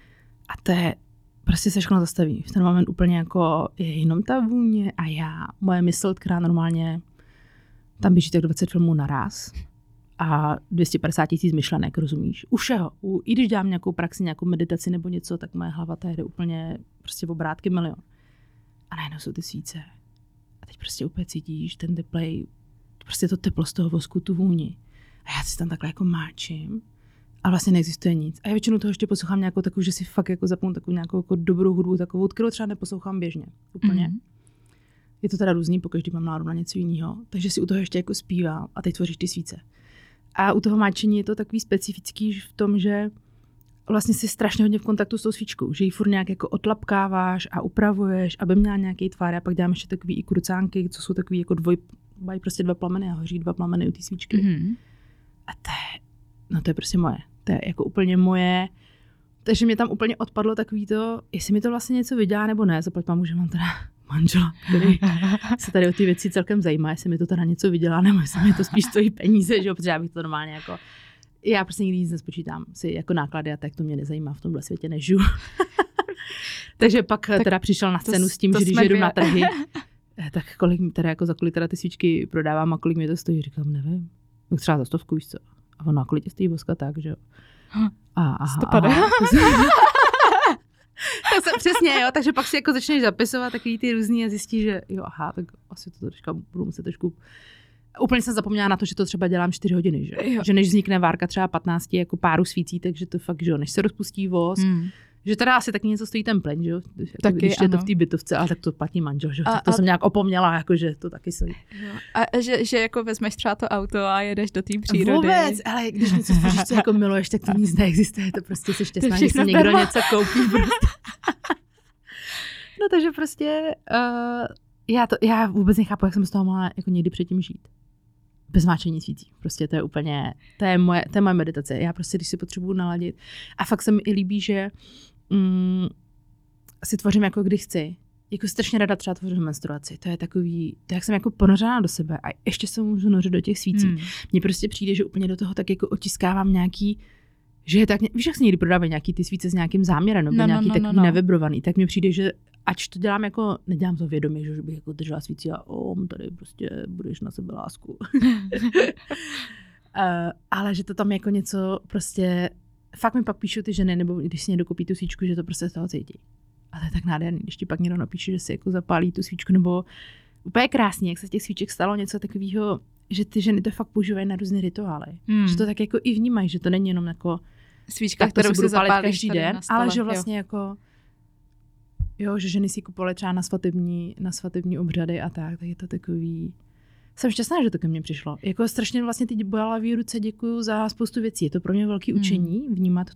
A to je, prostě se všechno zastaví. V ten moment úplně jako je jenom ta vůně a moje mysl, která normálně, tam běží tak 20 filmů naraz a 250 000 myšlenek, rozumíš? U všeho. I když dělám nějakou praxi, nějakou meditaci nebo něco, tak moje hlava ta jde úplně prostě v obrátky milion. A najednou jsou ty svíce. A teď prostě úplně cítíš ten teplej, prostě to teplo z toho vosku, tu vůni. A já si tam takhle jako máčím a vlastně neexistuje nic. A já většinou toho ještě poslouchám nějakou takovou, že si fakt jako zapnu takovou nějakou jako dobrou hudbu, takovou, kterou třeba neposlouchám běžně. Úplně. Mm-hmm. Je to teda různý, pokud mám náladu na něco jiného. Takže si u toho ještě jako zpívám a teď tvoříš ty svíce. A u toho máčení je to takový specifický v tom, že vlastně jsi strašně hodně v kontaktu s tou svíčkou, že ji furt nějak jako otlapkáváš a upravuješ, aby měla nějaký tvar. A pak dělám ještě takový i krucánky, co jsou takový jako mají prostě 2 plameny a hoří 2 plameny u té svíčky. Mm-hmm. A to je prostě moje. To je jako úplně moje. Takže mě tam úplně odpadlo takový to, jestli mi to vlastně něco vydělá nebo ne. Zaplať pámu, že mám teda manžela, který se tady o ty věci celkem zajímá, jestli mi to teda něco vydělá, nebo jestli mi to spíš stojí peníze, že jo, protože já bych to normálně jako, já prostě nikdy nic nespočítám si jako náklady a tak to mě nezajímá, v tomhle světě nežiju. Takže pak teda přišel na scénu s tím, že když jedu na trhy, tak za kolik teda ty svíčky prodávám a kolik mi to stojí, říkám, nevím, třeba za 100, víš co, a ono kolik tě stojí voska tak, že jo. Tak jsem přesně, jo, takže pak si jako začneš zapisovat takový ty různý a zjistíš, že jo, tak asi to trošku budu muset trošku. Úplně jsem zapomněla na to, že to třeba dělám 4 hodiny, že? Že než vznikne várka třeba 15 jako páru svící, takže to fakt, že jo, než se rozpustí vosk, že teda asi taky něco stojí ten plen, že jo, když je to v té bytovce, ale tak to platí manžel, že jo, tak to jsem nějak opomněla, jako že to taky stojí.
A že jako vezmeš třeba to auto a jedeš do té přírody.
Vůbec, ale když něco stvoříš, co jako miluješ, tak to nic neexistuje, to prostě jsi šťastná, že si někdo něco koupí. No takže prostě já vůbec nechápu, jak jsem z toho mohla jako někdy předtím žít. Bez máčení svící. Prostě to je úplně, to je moje meditace. Já prostě, když si potřebuju naladit. A fakt se mi i líbí, že si tvořím jako kdy chci. Jako strašně rada třeba tvořím menstruaci. To je takový, to jak jsem jako ponořená do sebe a ještě se můžu nořit do těch svící. Mně prostě přijde, že úplně do toho tak jako otiskávám nějaký, že je tak, víš, jak se někdy prodávají nějaký ty svíce s nějakým záměrem, nebo nějaký takový nevibrovaný, tak mně přijde, že ať to dělám jako, nedělám to vědomě, že bych jako držela svíci a tady prostě budeš na sebe lásku. Ale že to tam jako něco prostě, fakt mi pak píšou ty ženy, nebo když si někdo koupí tu svíčku, že to prostě z toho cítí. A to je tak nádherný, když ti pak někdo napíše, že si jako zapálí tu svíčku, nebo úplně krásně, jak se z těch svíček stalo něco takového, že ty ženy to fakt používají na různé rituály. Že to tak jako i vnímají, že to není jenom jako
svíčka, kterou si zapálíš každý den,
ale že vlastně jako jo, že ženy si kupovaly třeba na svatební obřady a tak je to takový. Jsem šťastná, že to ke mně přišlo. Jako strašně vlastně teď bolavý ruce děkuju za spoustu věcí. Je to pro mě velký učení vnímat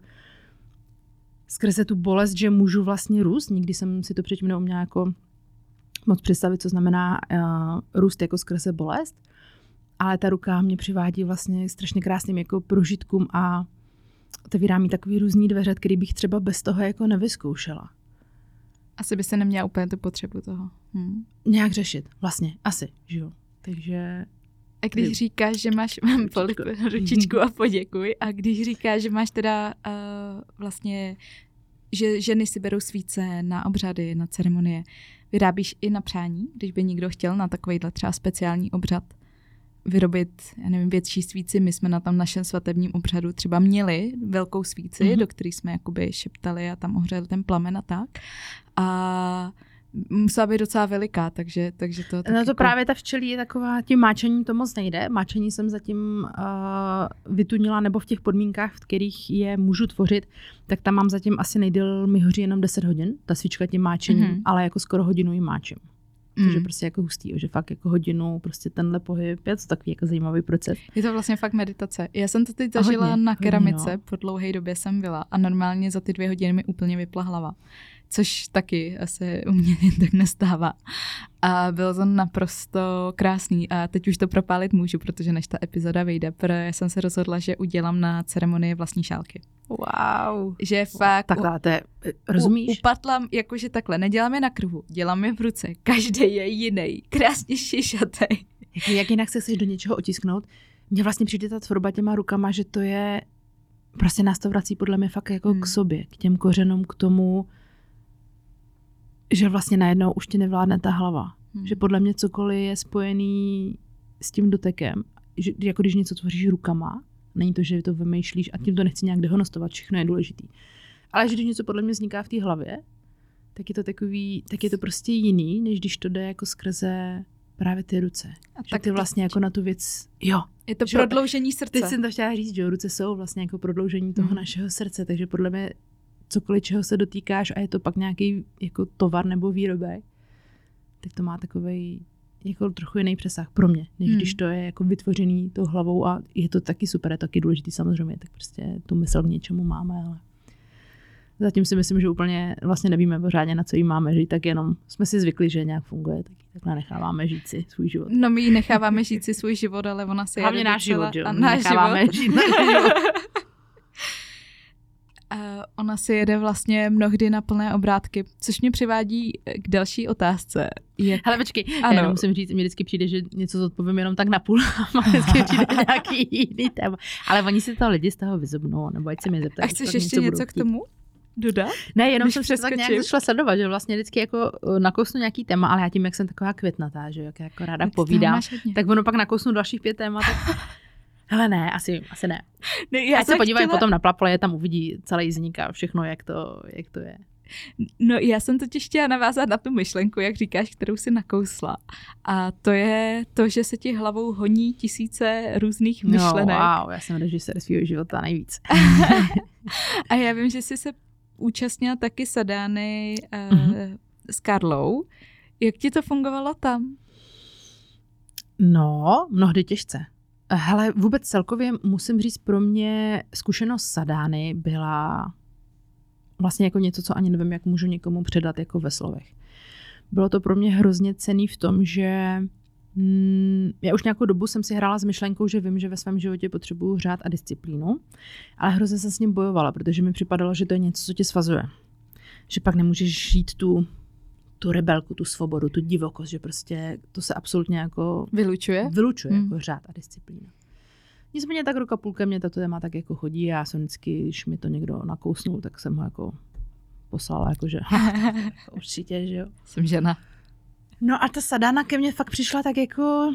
skrze tu bolest, že můžu vlastně růst. Nikdy jsem si to předtím neuměla jako moc představit, co znamená růst jako skrze bolest. Ale ta ruka mě přivádí vlastně strašně krásným jako prožitkům a otevírá mi takový různý dveře, který bych třeba bez toho jako nevyzkoušela.
Asi by se neměla úplně tu potřebu toho.
Nějak řešit, vlastně, asi, že jo. Takže.
A když říkáš, že máš ručičku a poděkuj, a když říkáš, že máš teda vlastně, že ženy si berou svíce na obřady, na ceremonie, vyrábíš i na přání, když by někdo chtěl na takovýhle třeba speciální obřad vyrobit, já nevím, větší svíci. My jsme na tom našem svatebním obřadu třeba měli velkou svíci, do které jsme jakoby šeptali a tam ohřeli ten plamen a tak. A musela být docela veliká, takže to...
No to jako právě ta včelí je taková, tím máčením to moc nejde. Máčení jsem zatím vytunila, nebo v těch podmínkách, v kterých je můžu tvořit, tak tam mám zatím asi nejdéle mi hoří jenom 10 hodin, ta svíčka tím máčením, ale jako skoro hodinu ji máčím. Což je prostě jako hustý, že fakt jako hodinu prostě tenhle pohyb, je to takový jako zajímavý proces.
Je to vlastně fakt meditace. Já jsem to teď zažila na keramice, po dlouhé době jsem byla a normálně za ty 2 hodiny mi úplně vypla hlava. Což taky asi u mě tak nestává. A bylo to naprosto krásný a teď už to propálit můžu, protože než ta epizoda vyjde, protože jsem se rozhodla, že udělám na ceremonii vlastní šálky.
Wow.
Že fakt
takhle, to je, rozumíš?
Upatlam, jakože takhle, nedělám je na kruhu, dělám je v ruce, každý je jiný, krásně šišatej.
Jak jinak se chceš do něčeho otisknout? Mně vlastně přijde ta tvorba těma rukama, že to je prostě nás to vrací podle mě fakt jako k sobě, k těm kořenům, k tomu, že vlastně najednou už ti nevládne ta hlava. Že podle mě cokoliv je spojený s tím dotekem, že jako když něco tvoříš rukama, není to, že to vymýšlíš a tím to nechci nějak dehonostovat, všechno je důležitý. Ale že když něco podle mě vzniká v té hlavě, tak je to takový, tak je to prostě jiný, než když to jde jako skrze právě ty ruce. A že tak ty vlastně jako na tu věc, jo.
Je to prodloužení srdce.
Teď jsem to chtěla říct, že ruce jsou vlastně jako prodloužení toho našeho srdce, takže podle mě cokoliv, čeho se dotýkáš a je to pak nějaký jako tovar nebo výrobek, tak to má takovej jako trochu jiný přesah pro mě, než když to je jako vytvořený tou hlavou a je to taky super, je to taky důležitý samozřejmě, tak prostě tu mysl k něčemu máme, ale zatím si myslím, že úplně vlastně nevíme pořádně, na co jí máme žít, tak jenom jsme si zvykli, že nějak funguje, tak takhle necháváme žít si svůj život.
No my ji necháváme žít si svůj život, ale ona si
hlavně náš život, jo.
Náš
necháváme
život.
žít náš život.
Ona si jede vlastně mnohdy na plné obrátky, což mě přivádí k další otázce.
Hele, počkej, já jenom musím říct, mně vždycky přijde, že něco zodpovím jenom tak na půl a vždycky přijde nějaký jiný téma. Ale oni si to lidi z toho vyzobnou, nebo ať se mě zeptají.
A chceš ještě něco k tomu dodat?
Ne, jenom jsem se tak nějak začala sledovat, že vlastně vždycky jako nakousnu nějaký téma, ale já tím, jak jsem taková květnatá, že jak jako ráda tak povídám, tak ono pak nakousnu dalších 5 témat. Tak... Hele ne, asi ne. Já se podívají potom na Plaplay, tam uvidí celý vznik a všechno, jak to je.
No já jsem totiž chtěla navázat na tu myšlenku, jak říkáš, kterou si nakousla. A to je to, že se ti hlavou honí tisíce různých myšlenek.
No wow, já jsem režisér svýho života nejvíc.
A já vím, že jsi se účastnila taky Sadány s Karlou. Jak ti to fungovalo tam?
No, mnohdy těžce. Hele, vůbec celkově musím říct, pro mě zkušenost Sadány byla vlastně jako něco, co ani nevím, jak můžu někomu předat jako ve slovech. Bylo to pro mě hrozně cenný v tom, že já už nějakou dobu jsem si hrála s myšlenkou, že vím, že ve svém životě potřebuju řád a disciplínu, ale hrozně jsem s ním bojovala, protože mi připadalo, že to je něco, co tě svazuje. Že pak nemůžeš žít tu rebelku, tu svobodu, tu divokost, že prostě to se absolutně jako vylučuje jako řád a disciplína. Nicméně tak roka půlka mě tato téma tak jako chodí a já jsem vždycky, když mi to někdo nakousnul, tak jsem ho jako poslala, jakože určitě, že jo.
Jsem žena.
No a ta Sadána ke mně fakt přišla tak jako,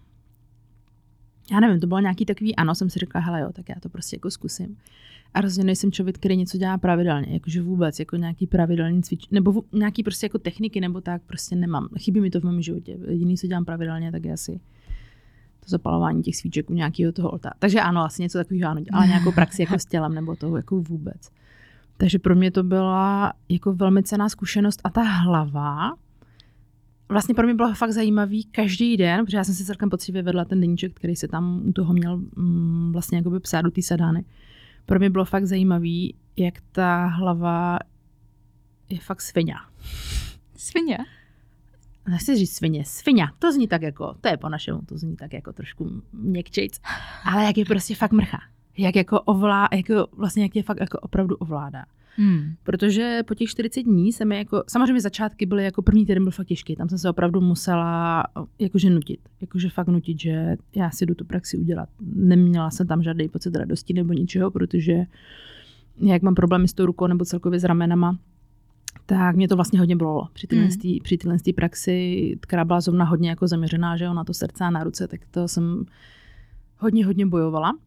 já nevím, to bylo nějaký takový, ano, jsem si řekla, hele jo, tak já to prostě jako zkusím. A rozhodně nejsem člověk, který něco dělá pravidelně, jakože vůbec, jako nějaký pravidelný cvičení, nebo nějaký prostě jako techniky, nebo tak prostě nemám. Chybí mi to v mém životě. Jediný, co dělám pravidelně, tak je asi to zapalování těch svíček u nějakého toho oltáře. Takže ano, asi něco takového, ano, ale nějakou praxi jako s tělem, nebo toho jako vůbec. Takže pro mě to byla jako velmi cenná zkušenost a ta hlava, vlastně pro mě bylo fakt zajímavý každý den, protože já jsem si celkem poctivě vedla ten deníček, který se tam u toho měl vlastně jakoby psát do té Sadány. Pro mě bylo fakt zajímavý, jak ta hlava je fakt svině.
Svině?
Nechci říct svině. To zní tak jako, to je po našemu, to zní tak jako trošku měkčejc, ale jak je prostě fakt mrcha. Jak jako vlastně jak je fakt jako opravdu ovládá. Protože po těch 40 dní jsem jako, samozřejmě začátky byly jako první týden byl fakt těžký, tam jsem se opravdu musela jakože nutit, že já si jdu tu praxi udělat. Neměla jsem tam žádný pocit radosti nebo ničeho, protože jak mám problémy s tou rukou nebo celkově s ramenama, tak mě to vlastně hodně bolelo. Při téhle praxi, která byla zrovna hodně jako zaměřená, že jo, na to srdce a na ruce, tak to jsem hodně bojovala.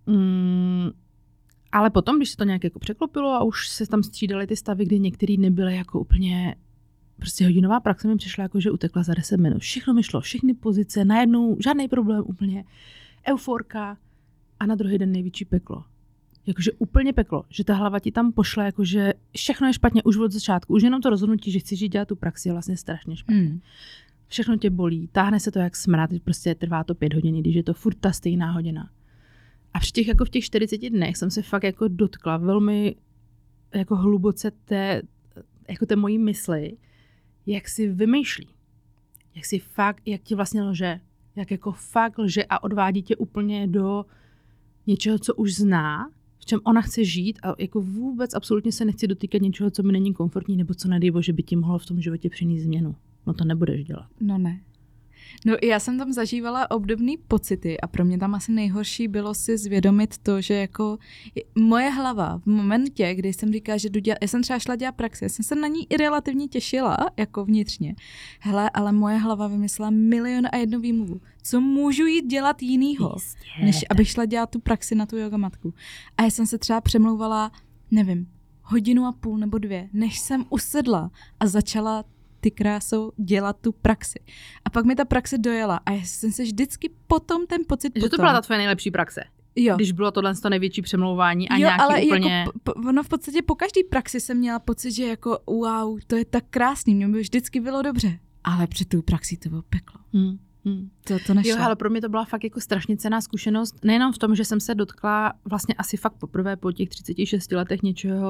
Ale potom, když se to nějak jako překlopilo a už se tam střídaly ty stavy, kdy některý dny byly jako úplně, prostě hodinová praxe mi přišla jako, že utekla za 10 minut. Všechno mi šlo, všechny pozice, najednou žádný problém, úplně euforka a na druhý den největší peklo. Jakože úplně peklo, že ta hlava ti tam pošle, jakože všechno je špatně už od začátku. Už jenom to rozhodnutí, že chceš dělat tu praxi, je vlastně strašně špatně. Všechno tě bolí, táhne se to jak smrad, prostě trvá to 5 hodin, když je to furt ta stejná hodina. A v těch 40 dnech jsem se fakt jako dotkla velmi jako hluboce té mojí mysli, jak si vymýšlí. Jak ti vlastně lže. Jak jako fakt lže a odvádí tě úplně do něčeho, co už zná, v čem ona chce žít a jako vůbec absolutně se nechci dotýkat něčeho, co mi není komfortní nebo co nedej bože by ti mohlo v tom životě přinést změnu. No to nebudeš dělat.
No ne. No já jsem tam zažívala obdobný pocity a pro mě tam asi nejhorší bylo si zvědomit to, že jako moje hlava v momentě, kdy jsem říkala, že já jsem třeba šla dělat praxi, já jsem se na ní i relativně těšila, jako vnitřně. Hele, ale moje hlava vymyslela 1,001,000 výmluvu. Co můžu jít dělat jinýho, než abych šla dělat tu praxi na tu jogamatku. A já jsem se třeba přemlouvala, nevím, 1,5 hodiny nebo 2, než jsem usedla a začala ty krásou dělat tu praxi. A pak mi ta praxe dojela a já jsem se vždycky potom ten pocit
že to byla ta tvoje nejlepší praxe.
Jo.
Když bylo tohle to největší přemlouvání a
jo,
nějaký
ale
úplně...
Jako ono v podstatě po každý praxi jsem měla pocit, že jako wow, to je tak krásný, mě by vždycky bylo dobře. Ale před tou praxí to bylo peklo. To nešlo.
Jo, ale pro mě to byla fakt jako strašně cenná zkušenost. Nejenom v tom, že jsem se dotkla vlastně asi fakt poprvé po těch 36 letech něčeho,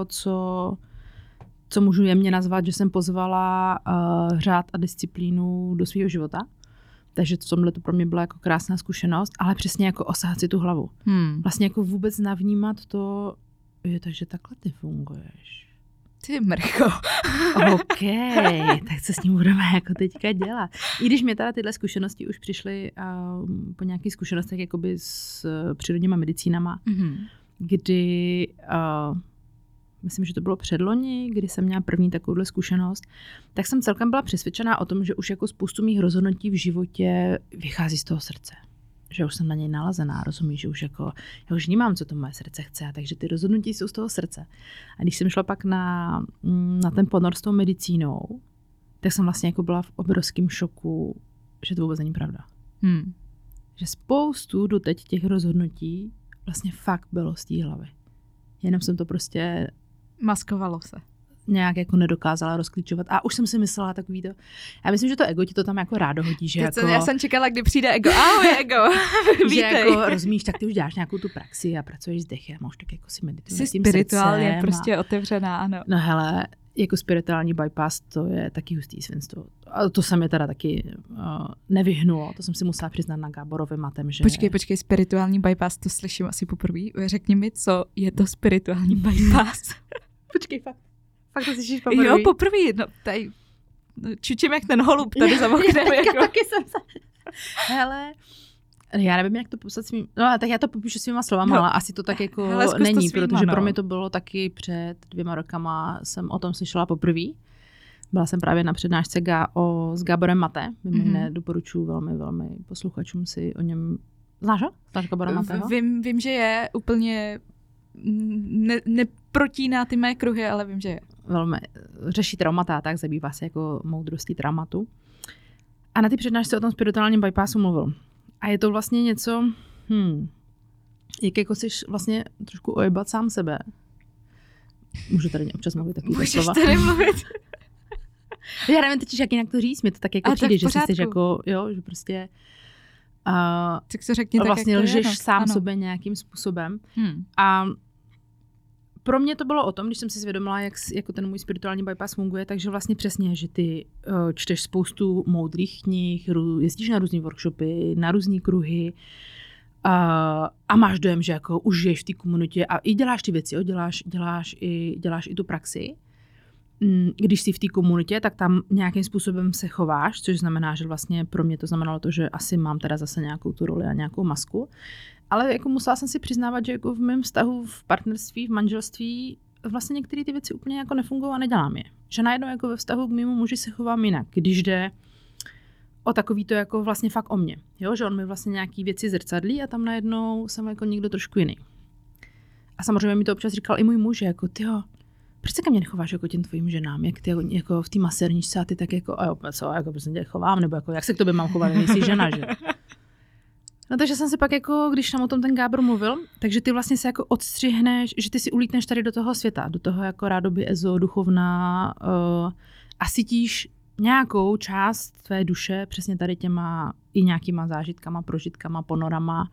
co můžu jemně nazvat, že jsem pozvala řád a disciplínu do svého života. Takže v tomhle to pro mě byla jako krásná zkušenost, ale přesně jako osahat si tu hlavu. Vlastně jako vůbec navnímat to, takže takhle ty funguješ.
Ty mrcho.
OK, tak co s ním budeme jako teďka dělat? I když mě teda tyhle zkušenosti už přišly po nějakých zkušenostech jakoby s přírodníma medicínama, kdy myslím, že to bylo předloni, kdy jsem měla první takovouhle zkušenost, tak jsem celkem byla přesvědčená o tom, že už jako spoustu mých rozhodnutí v životě vychází z toho srdce. Že už jsem na něj nalazená, rozumíš, že už jako, já už vnímám, co to moje srdce chce, takže ty rozhodnutí jsou z toho srdce. A když jsem šla pak na ten ponor s tou medicínou, tak jsem vlastně jako byla v obrovském šoku, že to vůbec není pravda. Že spoustu doteď těch rozhodnutí vlastně fakt bylo z té hlavy. Jenom jsem to prostě...
Maskovalo se.
Nějak jako nedokázala rozklíčovat. A už jsem si myslela takový to... Já myslím, že to ego ti to tam jako rádo hodí, že jako...
Já jsem čekala, kdy přijde ego. Ahoj, ego.
Že jako, rozumíš, tak ty už děláš nějakou tu praxi a pracuješ s dechem a už tak jako si medituješ
jsi
tím
spirituálně
srdcem
prostě otevřená, ano.
No hele, jako spirituální bypass, to je taky hustý svinstvo. A to se mi teda taky nevyhnulo. To jsem si musela přiznat na Gáborově matem, že...
Počkej, spirituální bypass, to slyším asi poprvé. Řekni mi, co je to spirituální bypass.
Počkej, fakt to slyšíš poprvé?
Jo, poprvé, no tady čučím jak ten holub tady za oknem. Jako.
Taky jsem se... Hele, já nevím, jak to popsat svým... No, tak já to popíšu svýma slovama, ale asi to tak jako není, protože pro mě to bylo taky před 2 rokama, jsem o tom slyšela poprvé. Byla jsem právě na přednášce s Gáborem Mate. Mimo jiné doporučuji velmi, velmi posluchačům si o něm... Znáš ho? Znáš Gábora Mateho?
Vím, že je úplně... Neprotíná ty mé kruhy, ale vím, že je.
Velmi řeší traumata, tak zabývá se jako moudrostí traumatu. A na ty přednášce o tom spirituálním bypassu mluvil. A je to vlastně něco, jak jako jsi vlastně trošku ojebat sám sebe. Můžu tady občas mluvit takový slova.
Můžeš tady mluvit.
Já nevím teď, jak jinak to říct, mi to tak jako přijde, že jsi jako, jo, že prostě
tak to řekni
vlastně
tak,
lžeš sám sobě nějakým způsobem. A pro mě to bylo o tom, když jsem si zvědomila, jak jako ten můj spirituální bypass funguje, takže vlastně přesně, že ty čteš spoustu moudrých knih, jezdíš na různý workshopy, na různý kruhy a máš dojem, že jako už žiješ v té komunitě a i děláš ty věci, děláš i tu praxi. Když jsi v té komunitě, tak tam nějakým způsobem se chováš, což znamená, že vlastně pro mě to znamenalo to, že asi mám teda zase nějakou tu roli a nějakou masku. Ale jako musela jsem si přiznávat, že jako v mém vztahu, v partnerství, v manželství vlastně některé ty věci úplně jako nefungují a nedělám je. Že najednou jako ve vztahu k mému muži se chovám jinak, když jde o takový to jako vlastně fakt o mě. Jo? Že on mi vlastně nějaký věci zrcadlí a tam najednou jsem jako někdo trošku jiný. A samozřejmě mi to občas říkal i můj muž, jako tyjo, proč se ke mně nechováš jako těm tvojím ženám, jak ty jako v té masérničce a ty tak jako, co, jako prostě tě chovám, nebo jako jak se k tobě mám chovat, nejsi žena, že? No takže jsem si pak jako, když tam o tom ten Gábor mluvil, takže ty vlastně se jako odstřihneš, že ty si ulítneš tady do toho světa, do toho jako rádoby ezo, duchovna a cítíš nějakou část tvé duše přesně tady těma i nějakýma zážitkama, prožitkama, ponorama,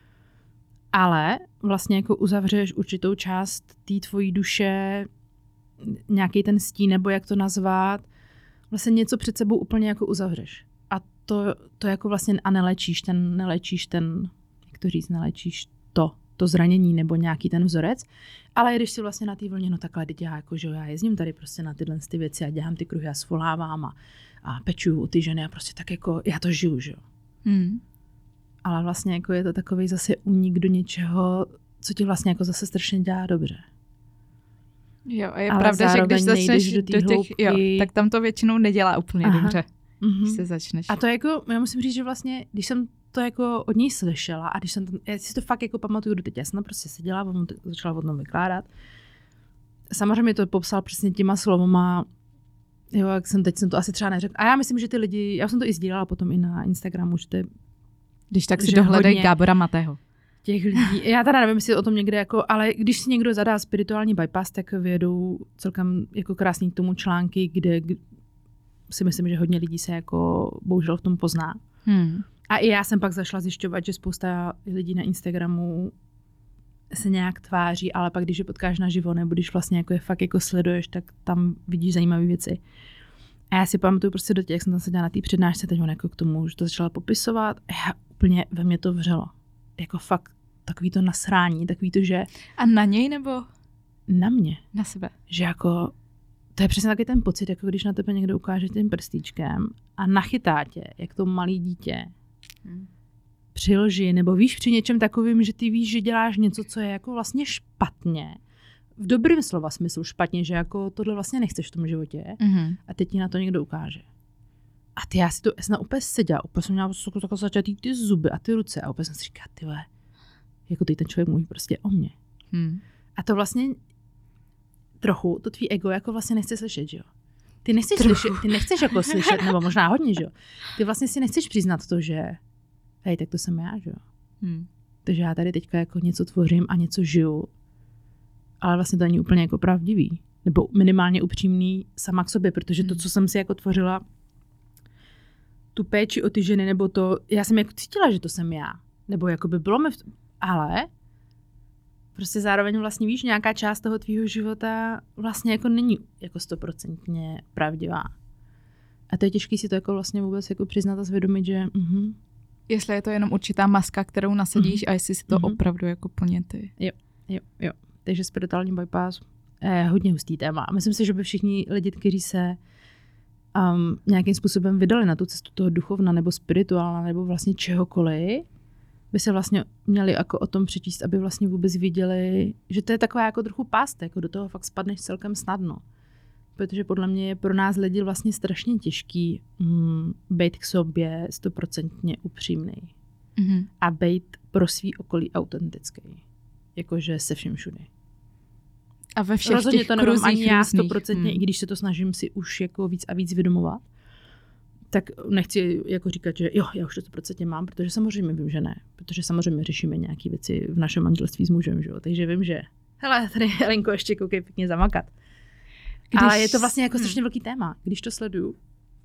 ale vlastně jako uzavřeš určitou část té tvojí duše, nějaký ten stín, nebo jak to nazvat, vlastně něco před sebou úplně jako uzavřeš. A to jako vlastně a nelečíš ten, jak to říct, nelečíš to, to zranění nebo nějaký ten vzorec, ale když si vlastně na té vlně, no takhle, teď já jezdím tady prostě na tyhle ty věci a dělám ty kruhy a svolávám a pečuju u ty ženy a prostě tak jako já to žiju, že jo. Ale vlastně jako je to takový zase únik do něčeho, co ti vlastně jako zase strašně dělá dobře.
Jo, a je ale pravda, že když začneš do těch, tak tam to většinou nedělá úplně dobře, když se začneš.
A to jako, já musím říct, že vlastně, když jsem to jako od něj slyšela a když jsem to, já si to fakt jako pamatuju doteď, já jsem prostě seděla, začala o tom vykládat. Samozřejmě to popsal přesně těma slovama, jo, jak teď jsem to asi třeba neřekla. A já myslím, že ty lidi, já jsem to i sdílela potom i na Instagramu, že to je,
když tak si dohledají Gábora Matého.
Těch lidí, já teda nevím, jestli o tom někde jako, ale když si někdo zadá spirituální bypass, tak vyjedou celkem jako krásný k tomu články, kde si myslím, že hodně lidí se jako bohužel v tom pozná. A i já jsem pak zašla zjišťovat, že spousta lidí na Instagramu se nějak tváří, ale pak když je potkáš naživo, nebo když vlastně jako je fakt jako sleduješ, tak tam vidíš zajímavé věci. A já si pamatuju prostě do těch, jak jsem tam seděla na té přednášce, teď on jako k tomu, že to začala popisovat a já úplně ve mně to vřelo. Jako fakt takový to nasrání, takový to, že...
A na něj nebo?
Na mě.
Na sebe.
Že jako, to je přesně takový ten pocit, jako když na tebe někdo ukáže tím prstíčkem a nachytá tě, jak to malý dítě při lži, nebo víš při něčem takovým, že ty víš, že děláš něco, co je jako vlastně špatně. V dobrým slova smyslu špatně, že jako tohle vlastně nechceš v tom životě a teď ti na to někdo ukáže. A ty já jsem úplně seděla, úplně jsem měla takhle začátý ty zuby a ty ruce a úplně jsem si říkala, ty vole, jako ty ten člověk mluví prostě o mně. A to vlastně trochu, to tvý ego jako vlastně nechce slyšet, že jo? Ty nechceš jako slyšet, nebo možná hodně, že jo? Ty vlastně si nechceš přiznat to, že hej, tak to jsem já, že jo? Takže já tady teďka jako něco tvořím a něco žiju, ale vlastně to není úplně jako pravdivý. Nebo minimálně upřímný sama k sobě, protože to, co jsem si jako tvořila, tu péči o ty ženy, nebo to, já jsem jako cítila, že to jsem já. Nebo jako by bylo mi, ale prostě zároveň vlastně víš, nějaká část toho tvýho života vlastně jako není jako 100% pravdivá. A to je těžké si to jako vlastně vůbec jako přiznat a zvědomit, že
jestli je to jenom určitá maska, kterou nasadíš a jestli si to opravdu jako plně ty.
Jo. Takže spirituální bypass je hodně hustý téma. A myslím si, že by všichni lidi, kteří se nějakým způsobem vydali na tu cestu toho duchovna nebo spirituálna nebo vlastně čehokoliv, by se vlastně měli jako o tom přečíst, aby vlastně vůbec viděli, že to je taková jako trochu pást, jako do toho fakt spadneš celkem snadno. Protože podle mě je pro nás lidi vlastně strašně těžký být k sobě 100% upřímnej. A být pro svý okolí autentický. Jakože se vším všudy.
A ve všech
rozhodně
těch
to nevím ani já 100%, i když se to snažím si už jako víc a víc vědomovat, tak nechci jako říkat, že jo, já už to 100% mám, protože samozřejmě vím, že ne. Protože samozřejmě řešíme nějaké věci v našem manželství s mužem, že jo. Takže vím, že hele, tady Helenko, ještě koukej pěkně zamakat. Ale je to vlastně jako strašně velký téma, když to sleduju.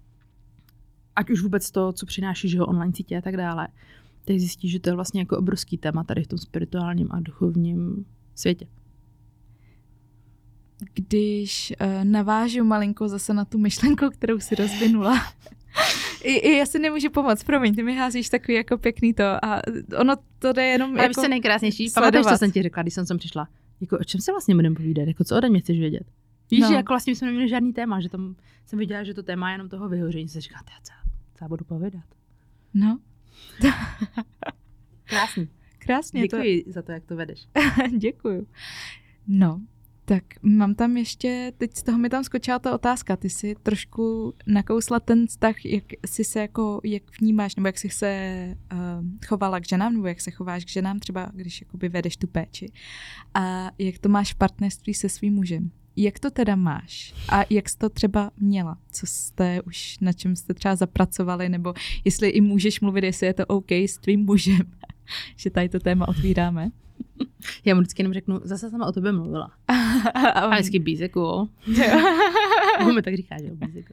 Ať už vůbec to, co přináší, že jo, online sítě a tak dále, tak zjistíš, že to je vlastně jako obrovský téma tady v tom spirituálním a duchovním světě.
Když navážu malinko zase na tu myšlenku, kterou si rozvinula. I já si nemůžu pomoct, promiň, ty mi házíš takový jako pěkný to a ono to jde jenom
ale jako nejkrásnější, pamatuješ, co jsem ti řekla, když jsem sem přišla? Jako, o čem se vlastně budeme povídat? Jako, co ode mě chceš vědět? Víš, že jako vlastně jsme neměli žádný téma, že tam jsem viděla, že to téma je jenom toho vyhoření. Jsem říkala, co já budu povídat?
No.
Krásně. Děkuji za to, jak to vedeš.
Děkuju. No, tak mám tam ještě, teď z toho mi tam skočila ta otázka. Ty jsi trošku nakousla ten vztah, jak jsi se jako, jak vnímáš, nebo jak jsi se chovala k ženám, nebo jak se chováš k ženám, třeba když jakoby vedeš tu péči. A jak to máš v partnerství se svým mužem. Jak to teda máš? A jak jsi to třeba měla? Co jste už, na čem jste třeba zapracovali? Nebo jestli i můžeš mluvit, jestli je to OK s tvým mužem, že tady to téma otvíráme?
Já mu vždycky jenom řeknu, zase sama o tobě mluvila. A vždycky bízeku. On mi tak říká, že bízeku.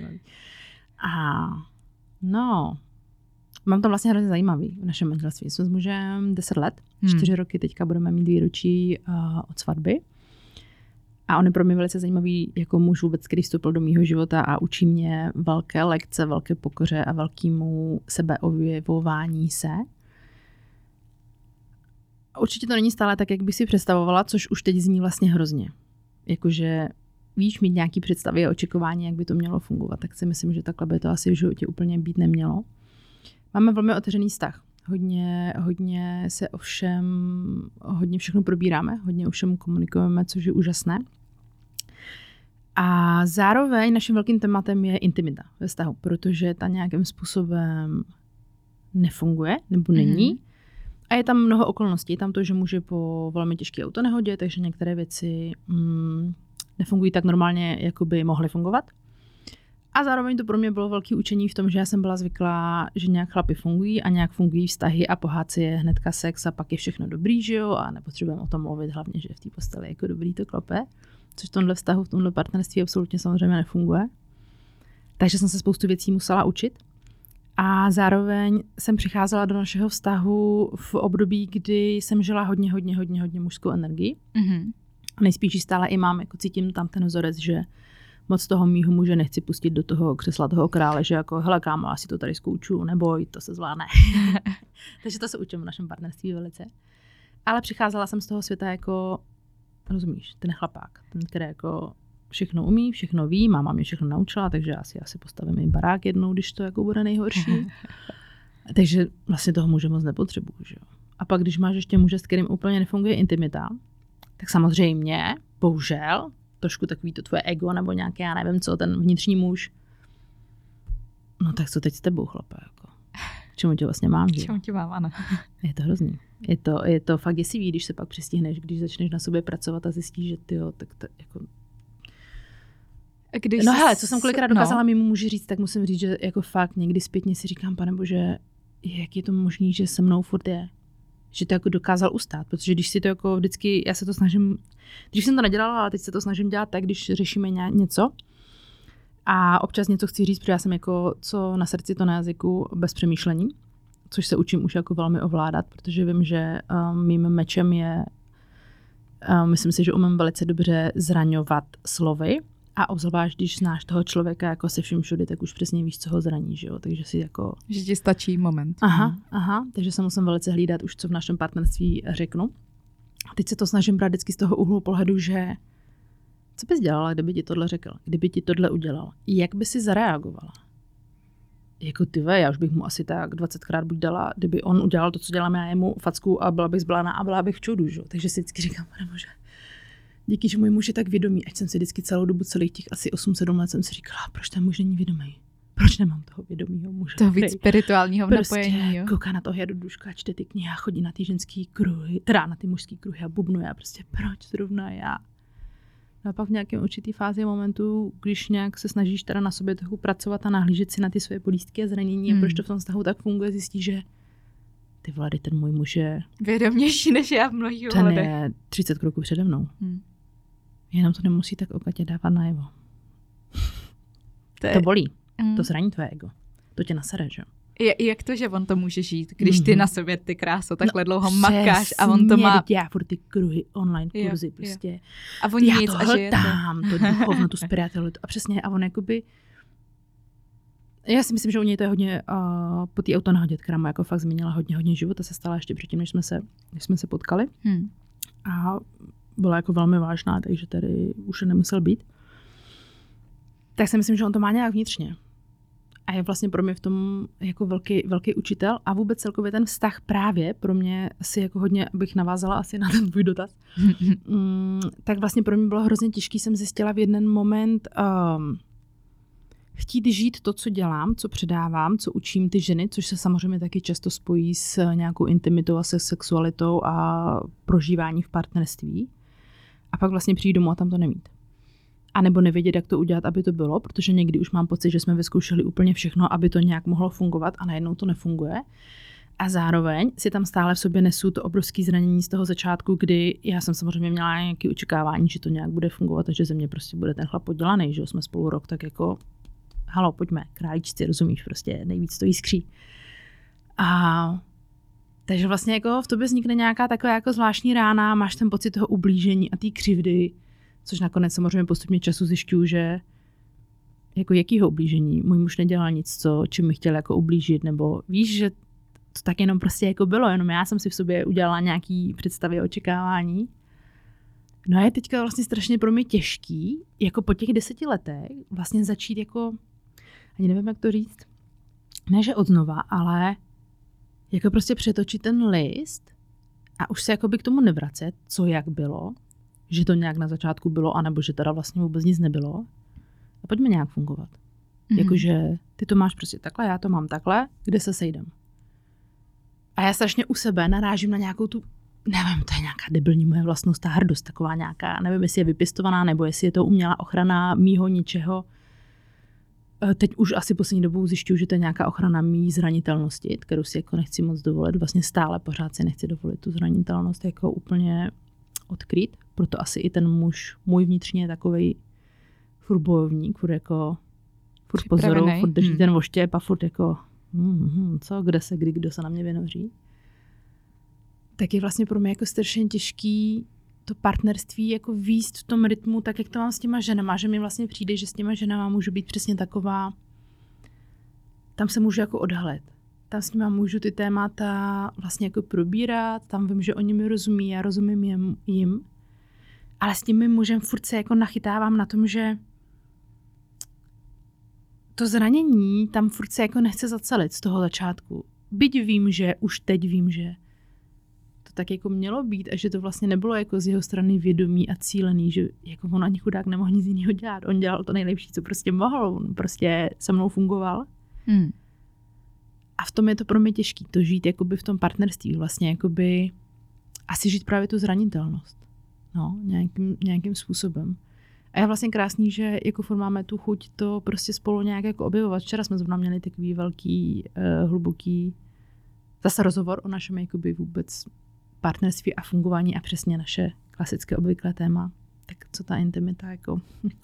No, mám to vlastně hrozně zajímavý v našem manželství. Jsme s mužem 10 let, 4 roky teďka budeme mít výročí od svatby. A on je pro mě velice zajímavý jako muž vůbec, který vstoupil do mýho života a učí mě velké lekce, velké pokoře a velkému sebeobjevování se. Určitě to není stále tak, jak bych si představovala, což už teď zní vlastně hrozně. Jakože víš, mít nějaký představy a očekování, jak by to mělo fungovat, tak si myslím, že takhle by to asi v životě úplně být nemělo. Máme velmi otevřený vztah. Hodně se hodně všechno probíráme, hodně o všem komunikujeme, což je úžasné. A zároveň naším velkým tématem je intimita ve vztahu, protože ta nějakým způsobem nefunguje nebo není. A je tam mnoho okolností. Je tam to, že může po velmi těžké autonehodě, takže některé věci nefungují tak normálně, jako by mohly fungovat. A zároveň to pro mě bylo velké učení v tom, že já jsem byla zvyklá, že nějak chlapi fungují a nějak fungují vztahy a pohádce je hnedka sex a pak je všechno dobrý, že jo, a nepotřebujeme o tom mluvit, hlavně, že v té posteli jako dobrý to klope, což v tomhle vztahu, v tomhle partnerství absolutně samozřejmě nefunguje. Takže jsem se spoustu věcí musela učit. A zároveň jsem přicházela do našeho vztahu v období, kdy jsem žila hodně mužskou energii. Mm-hmm. A nejspíš stále i mám, jako cítím tam ten vzorec, že moc toho mýho muže nechci pustit do toho křesla toho krále, že jako hele kámo, já si to tady zkouču, neboj, to se zvládne. Takže to se učím v našem partnerství velice. Ale přicházela jsem z toho světa jako, rozumíš, ten chlapák, ten, který jako všechno umí, všechno ví, máma mě všechno naučila, takže já si asi postavím i barák jednou, když to jako bude nejhorší. Takže vlastně toho muže moc nepotřebuju, že jo. A pak, když máš ještě muže, s kterým úplně nefunguje intimita, tak samozřejmě, bohužel, trošku takový to tvoje ego, nebo nějaké, já nevím co, ten vnitřní muž. No tak co teď s tebou, chlape, jako. K čemu tě vlastně mám, že?
K čemu tě mám, ano.
Je to hrozný. Je to fakt děsivý, když se pak přistihneš, když začneš na sobě pracovat a zjistíš, že tyjo, tak to jako... No hele, co jsem kolikrát dokázala mému muži říct, tak musím říct, že jako fakt někdy zpětně si říkám, panebože, jak je to možný, že se mnou furt je. Že to jako dokázal ustát, protože když si to jako vždycky, já se to snažím, když jsem to nedělala, ale teď se to snažím dělat tak, když řešíme něco a občas něco chci říct, protože já jsem jako co na srdci, to na jazyku bez přemýšlení, což se učím už jako velmi ovládat, protože vím, že mým mečem je, myslím si, že umím velice dobře zraňovat slovy a obzvlášť, když znáš toho člověka jako se vším všudy, tak už přesně víš, co ho zraní, že jo, takže si jako...
Že ti stačí moment.
Aha, takže se musím velice hlídat už, co v našem partnerství řeknu. A teď se to snažím brát vždycky z toho úhlu pohledu, že co bys dělala, kdyby ti tohle řekl, kdyby ti tohle udělal, jak by si zareagovala? Jako já už bych mu asi tak 20krát buď dala, kdyby on udělal to, co dělám já jemu, facku a byla bych zblána a byla bych v čudu, že? Takže si vždycky říkám, panebože, díky, že můj muž je tak vědomý, ať jsem si vždycky celou dobu, celých těch asi 8-7 let jsem si říkala, proč ten muž není vědomý? Proč nemám toho vědomýho muže?
To víc spirituálního napojení,
prostě
jo?
Kouká na toho jaduduška, čte ty knihy a chodí na ty ženský kruhy, teda na ty mužský kruhy a bubnuje a prostě proč zrovna já? No a pak v nějakém určitý fázi momentu, když nějak se snažíš teda na sobě trochu pracovat a nahlížet si na ty svoje bolístky a zranění a proč to v tom vztahu tak funguje, zjistíš, že ty vlady, ten můj muž je
vědomější než já v mnohých ohledech.
Ten je 30 kroků přede mnou. Jenom to nemusí tak okatě dávat najevo. To bolí. To zraní tvé ego. To tě nasere, že?
Jak to, že on to může žít, když ty na sobě, ty kráso, takhle dlouho makáš a on to má...
Já furt ty kruhy, online kurzy, prostě.
Jo. A on
já
nic
to
a žije
hltám, to duchovno, tu spiritualitu. A přesně, a on jakoby... Já si myslím, že u něj to je hodně po té autonehodě, která mu jako fakt změnila hodně života, se stala ještě předtím, než jsme se potkali. A byla jako velmi vážná, takže tady už nemusel být. Tak si myslím, že on to má nějak vnitřně. A je vlastně pro mě v tom jako velký učitel a vůbec celkově ten vztah právě pro mě si jako hodně, abych navázala asi na ten tvůj dotaz, tak vlastně pro mě bylo hrozně těžký, jsem zjistila v jeden moment chtít žít to, co dělám, co předávám, co učím ty ženy, což se samozřejmě taky často spojí s nějakou intimitou a se sexualitou a prožívání v partnerství. A pak vlastně přijít domů a tam to nemít. A nebo nevědět, jak to udělat, aby to bylo, protože někdy už mám pocit, že jsme vyzkoušeli úplně všechno, aby to nějak mohlo fungovat a najednou to nefunguje. A zároveň si tam stále v sobě nesu to obrovské zranění z toho začátku, kdy já jsem samozřejmě měla nějaké očekávání, že to nějak bude fungovat a že ze mě prostě bude ten chlap podělaný, že jsme spolu rok, tak jako halo, pojďme, králíčci, rozumíš, prostě nejvíc to jiskří. A takže vlastně jako v tobě vznikne nějaká taková jako zvláštní rána, máš ten pocit toho ublížení a té křivdy, což nakonec samozřejmě postupně času zjišťuju, že jako jakýho ublížení? Můj muž nedělal nic, čím mi chtěl jako ublížit, nebo víš, že to tak jenom prostě jako bylo, jenom já jsem si v sobě udělala nějaký představy, očekávání. No a je teďka vlastně strašně pro mě těžký, jako po těch 10 letech vlastně začít jako, ani nevím, jak to říct, ne, že odznova, ale jako prostě přetočit ten list a už se jakoby k tomu nevracet, co jak bylo, že to nějak na začátku bylo, anebo že teda vlastně vůbec nic nebylo. A pojďme nějak fungovat. Jakože ty to máš prostě takhle, já to mám takhle, kde se sejdem. A já strašně u sebe narážím na nějakou tu, nevím, to je nějaká debilní moje vlastnost, ta hrdost taková nějaká, nevím, jestli je vypěstovaná, nebo jestli je to umělá ochrana mýho něčeho. Teď už asi poslední dobou zjišťuju, že to je nějaká ochrana mý zranitelnosti, kterou si jako nechci moc dovolit. Vlastně stále pořád si nechci dovolit tu zranitelnost jako úplně odkrýt. Proto asi i ten muž, můj vnitřní je takovej furt bojovník, furt pozoru, furt drží ten voštěp a furt jako co, kde se, kdo se na mě vynoří. Tak je vlastně pro mě jako strašně těžký to partnerství jako víst v tom rytmu, tak jak to mám s těma ženama, že mi vlastně přijde, že s těma ženama můžu být přesně taková, tam se můžu jako odhalet. Tam s nima můžu ty témata vlastně jako probírat, tam vím, že oni mi rozumí, já rozumím jim, ale s tím mým mužem furt se jako nachytávám na tom, že to zranění tam furt se jako nechce zacelit z toho začátku. Byť vím, že už teď vím, že to tak jako mělo být a že to vlastně nebylo jako z jeho strany vědomí a cílený, že jako on ani chudák nemohl nic jiného dělat. On dělal to nejlepší, co prostě mohl. On prostě se mnou fungoval. A v tom je to pro mě těžký, to žít jakoby v tom partnerství, vlastně jakoby asi žít právě tu zranitelnost. No, nějakým způsobem. A je vlastně krásný, že jako furt máme tu chuť to prostě spolu nějak jako objevovat. Včera jsme zrovna měli takový velký, hluboký zase rozhovor o našem jakoby vůbec partnerství a fungování a přesně naše klasické obvyklé téma. Tak co ta intimita jako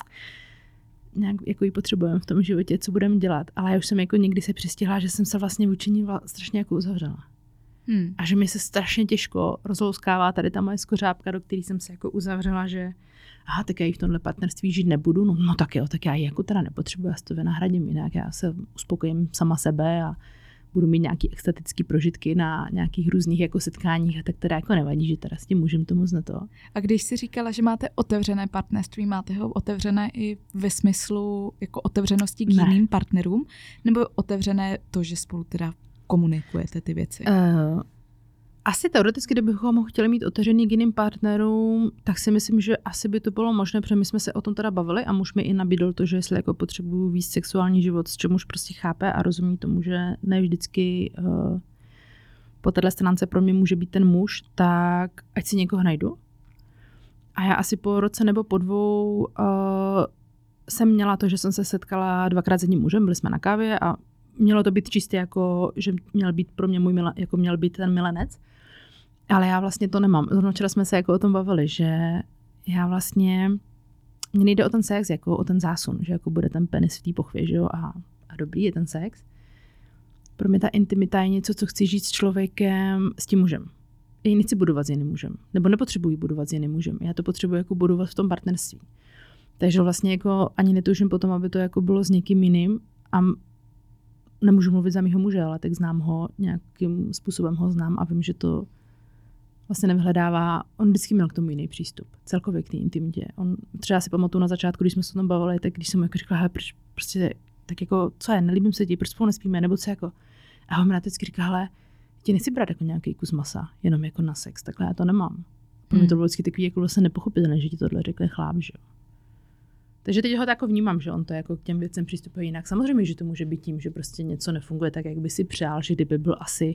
nějak jako ji potřebujeme v tom životě, co budeme dělat. Ale já už jsem jako někdy se přistihla, že jsem se vlastně vůči ní strašně jako uzavřela. A že mi se strašně těžko rozlouskává tady ta moje skořápka, do které jsem se jako uzavřela, že tak já ji v tomhle partnerství žít nebudu, no tak jo, tak já ji jako teda nepotřebuji, já si to vynahradím jinak, já se uspokojím sama sebe a budu mít nějaký extatický prožitky na nějakých různých jako setkáních a tak teda jako nevadí, že teda s tím mužem to moc to.
A když jsi říkala, že máte otevřené partnerství, máte ho otevřené i ve smyslu jako otevřenosti k jiným partnerům, nebo otevřené to, že spolu teda komunikujete ty věci?
Asi teoreticky, kdybychom ho chtěli mít otevřený k jiným partnerům, tak si myslím, že asi by to bylo možné, protože my jsme se o tom teda bavili a muž mi i nabídl to, že jestli jako potřebuju víc sexuální život, s čím muž prostě chápe a rozumí tomu, že ne vždycky po téhle stránce pro mě může být ten muž, tak ať si někoho najdu. A já asi po roce nebo po 2 jsem měla to, že jsem se setkala 2krát s jedním mužem, byli jsme na kávě a mělo to být čistě jako, že měl být pro mě jako měl být ten milenec. Ale já vlastně to nemám. Zrovna včera jsme se jako o tom bavili, že já vlastně, mně nejde o ten sex, jako o ten zásun, že jako bude ten penis v té pochvě, že jo, a dobrý je ten sex. Pro mě ta intimita je něco, co chci žít s člověkem, s tím mužem. Já ji nechci budovat s jiným mužem. Nebo nepotřebuji budovat s jiným mužem. Já to potřebuji jako budovat v tom partnerství. Takže vlastně jako ani netuším potom, aby to jako bylo s někým jiným a nemůžu mluvit za mýho muže, ale tak znám ho, nějakým způsobem ho znám a vím, že to vlastně nevyhledává. On vždycky měl k tomu jiný přístup, celkově k té intimitě. On třeba si pamatuju na začátku, když jsme se o tom bavili, tak když jsem mu jako říkala, proč prostě, tak jako, co je, nelíbím se ti, proč spolu nespíme, nebo co jako. A on mi vždycky říká, hele, ti nechci brát jako nějaký kus masa, jenom jako na sex, takhle já to nemám. Pro mě to bylo vždycky takový jako vlastně nepochopitelné, že ti tohle řekne chlap, že jo. Takže teď ho tak jako vnímám, že on to jako k těm věcem přistupuje jinak. Samozřejmě, že to může být tím, že prostě něco nefunguje tak, jak by si přál, že kdyby byl asi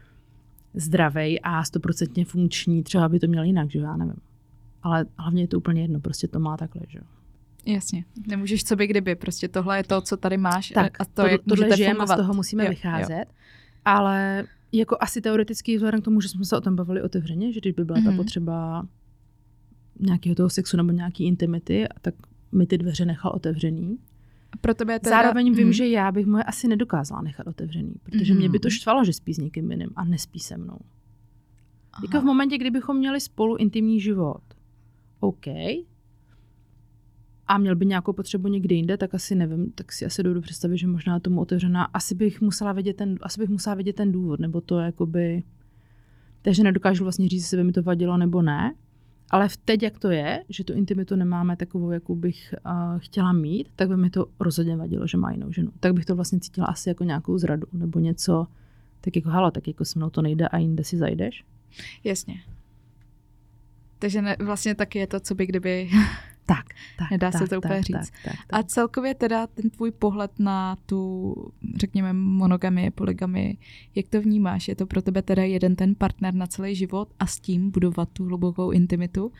zdravej a 100% funkční, třeba by to měl jinak, že já nevím. Ale hlavně je to úplně jedno, prostě to má takhle, že jo.
Jasně, nemůžeš co by kdyby, prostě tohle je to, co tady máš
tak,
a to jak
tohle žijeme
fungovat.
A z toho musíme vycházet, ale jako asi teoreticky vzhledem k tomu, že jsme se o tom bavili otevřeně, že když by byla ta potřeba nějakého toho sexu nebo nějaký intimity, tak mi ty dveře nechal otevřený.
Pro tebe je to
zároveň vím, že já bych moje asi nedokázala nechat otevřený, protože mě by to štvalo, že spí s někým jiným a nespí se mnou. Jako v momentě, kdybychom měli spolu intimní život, OK, a měl by nějakou potřebu někde jinde, tak asi nevím, tak si asi dovedu představit, že možná tomu otevřená, asi bych musela vědět ten důvod, nebo to jakoby, takže nedokážu vlastně říct, jestli by mi to vadilo nebo ne, ale teď, jak to je, že tu intimitu nemáme takovou, jakou bych chtěla mít, tak by mi to rozhodně vadilo, že má jinou ženu. Tak bych to vlastně cítila asi jako nějakou zradu, nebo něco, tak jako halo, tak jako se mnou to nejde a jinde si zajdeš.
Jasně. Takže vlastně taky je to, co by kdyby...
Tak,
nedá se to úplně říct.
Tak.
A celkově teda ten tvůj pohled na tu, řekněme, monogamii, poligamii, jak to vnímáš? Je to pro tebe teda jeden ten partner na celý život a s tím budovat tu hlubokou intimitu?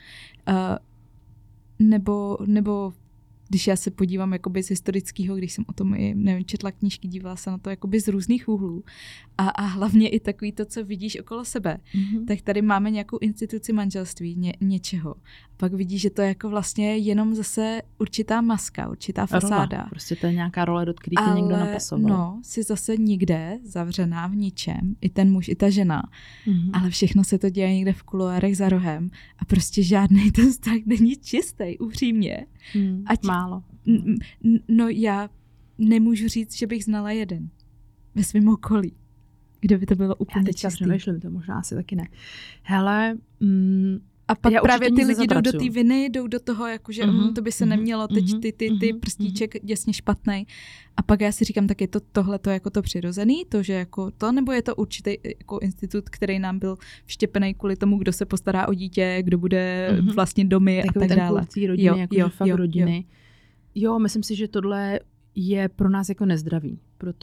Nebo když já se podívám jakoby z historického, když jsem o tom i, nevím, četla knížky, dívala se na to jakoby z různých úhlů a hlavně i takový to, co vidíš okolo sebe, tak tady máme nějakou instituci manželství, něčeho. Pak vidíš, že to je jako vlastně jenom zase určitá maska, určitá fasáda.
Rola. Prostě to je nějaká role, do které tě někdo napasoval.
No, jsi zase nikde zavřená v ničem, i ten muž, i ta žena, ale všechno se to děje někde v kuloárech za rohem a prostě žádný ten vztah není čistý, upřímně.
Málo.
No já nemůžu říct, že bych znala jeden ve svém okolí, kde by to bylo úplně čistý.
Já teď přemýšlím, to možná asi taky ne. Hele,
a pak právě ty lidi jdou do té viny, jdou do toho, jakože to by se nemělo, teď ty prstíček děsně špatnej. A pak já si říkám, tak je to tohleto jako to přirozený, to, že jako to, nebo je to určitý jako institut, který nám byl vštěpený kvůli tomu, kdo se postará o dítě, kdo bude vlastnit domy
takový
a tak dále.
Takový ten rodiny, jakože fakt rodiny. Jo, myslím si, že tohle je pro nás jako nezdravý.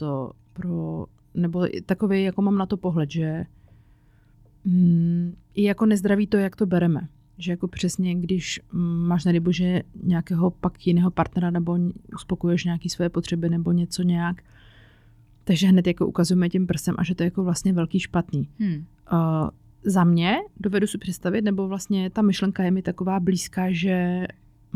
Nebo takový, jako mám na to pohled, že je jako nezdravý to, jak to bereme. Že jako přesně, když máš nedejbože nějakého pak jiného partnera nebo uspokojuješ nějaké své potřeby nebo něco nějak, takže hned jako ukazujeme tím prstem a že to je jako vlastně velký špatný. Za mě dovedu si představit, nebo vlastně ta myšlenka je mi taková blízká, že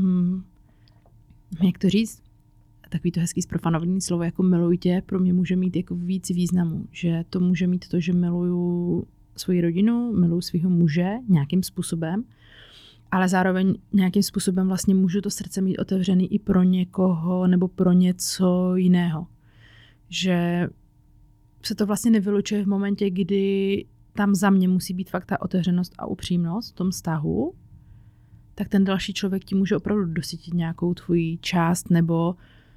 jak to říct, takový to hezký zprofanovaný slovo jako miluji tě, pro mě může mít jako víc významu. Že to může mít to, že miluju svoji rodinu, miluju svého muže nějakým způsobem, ale zároveň nějakým způsobem vlastně můžu to srdce mít otevřený i pro někoho nebo pro něco jiného. Že se to vlastně nevylučuje v momentě, kdy tam za mě musí být fakt ta otevřenost a upřímnost v tom vztahu, tak ten další člověk ti může opravdu dosytit nějakou tvoji část, nebo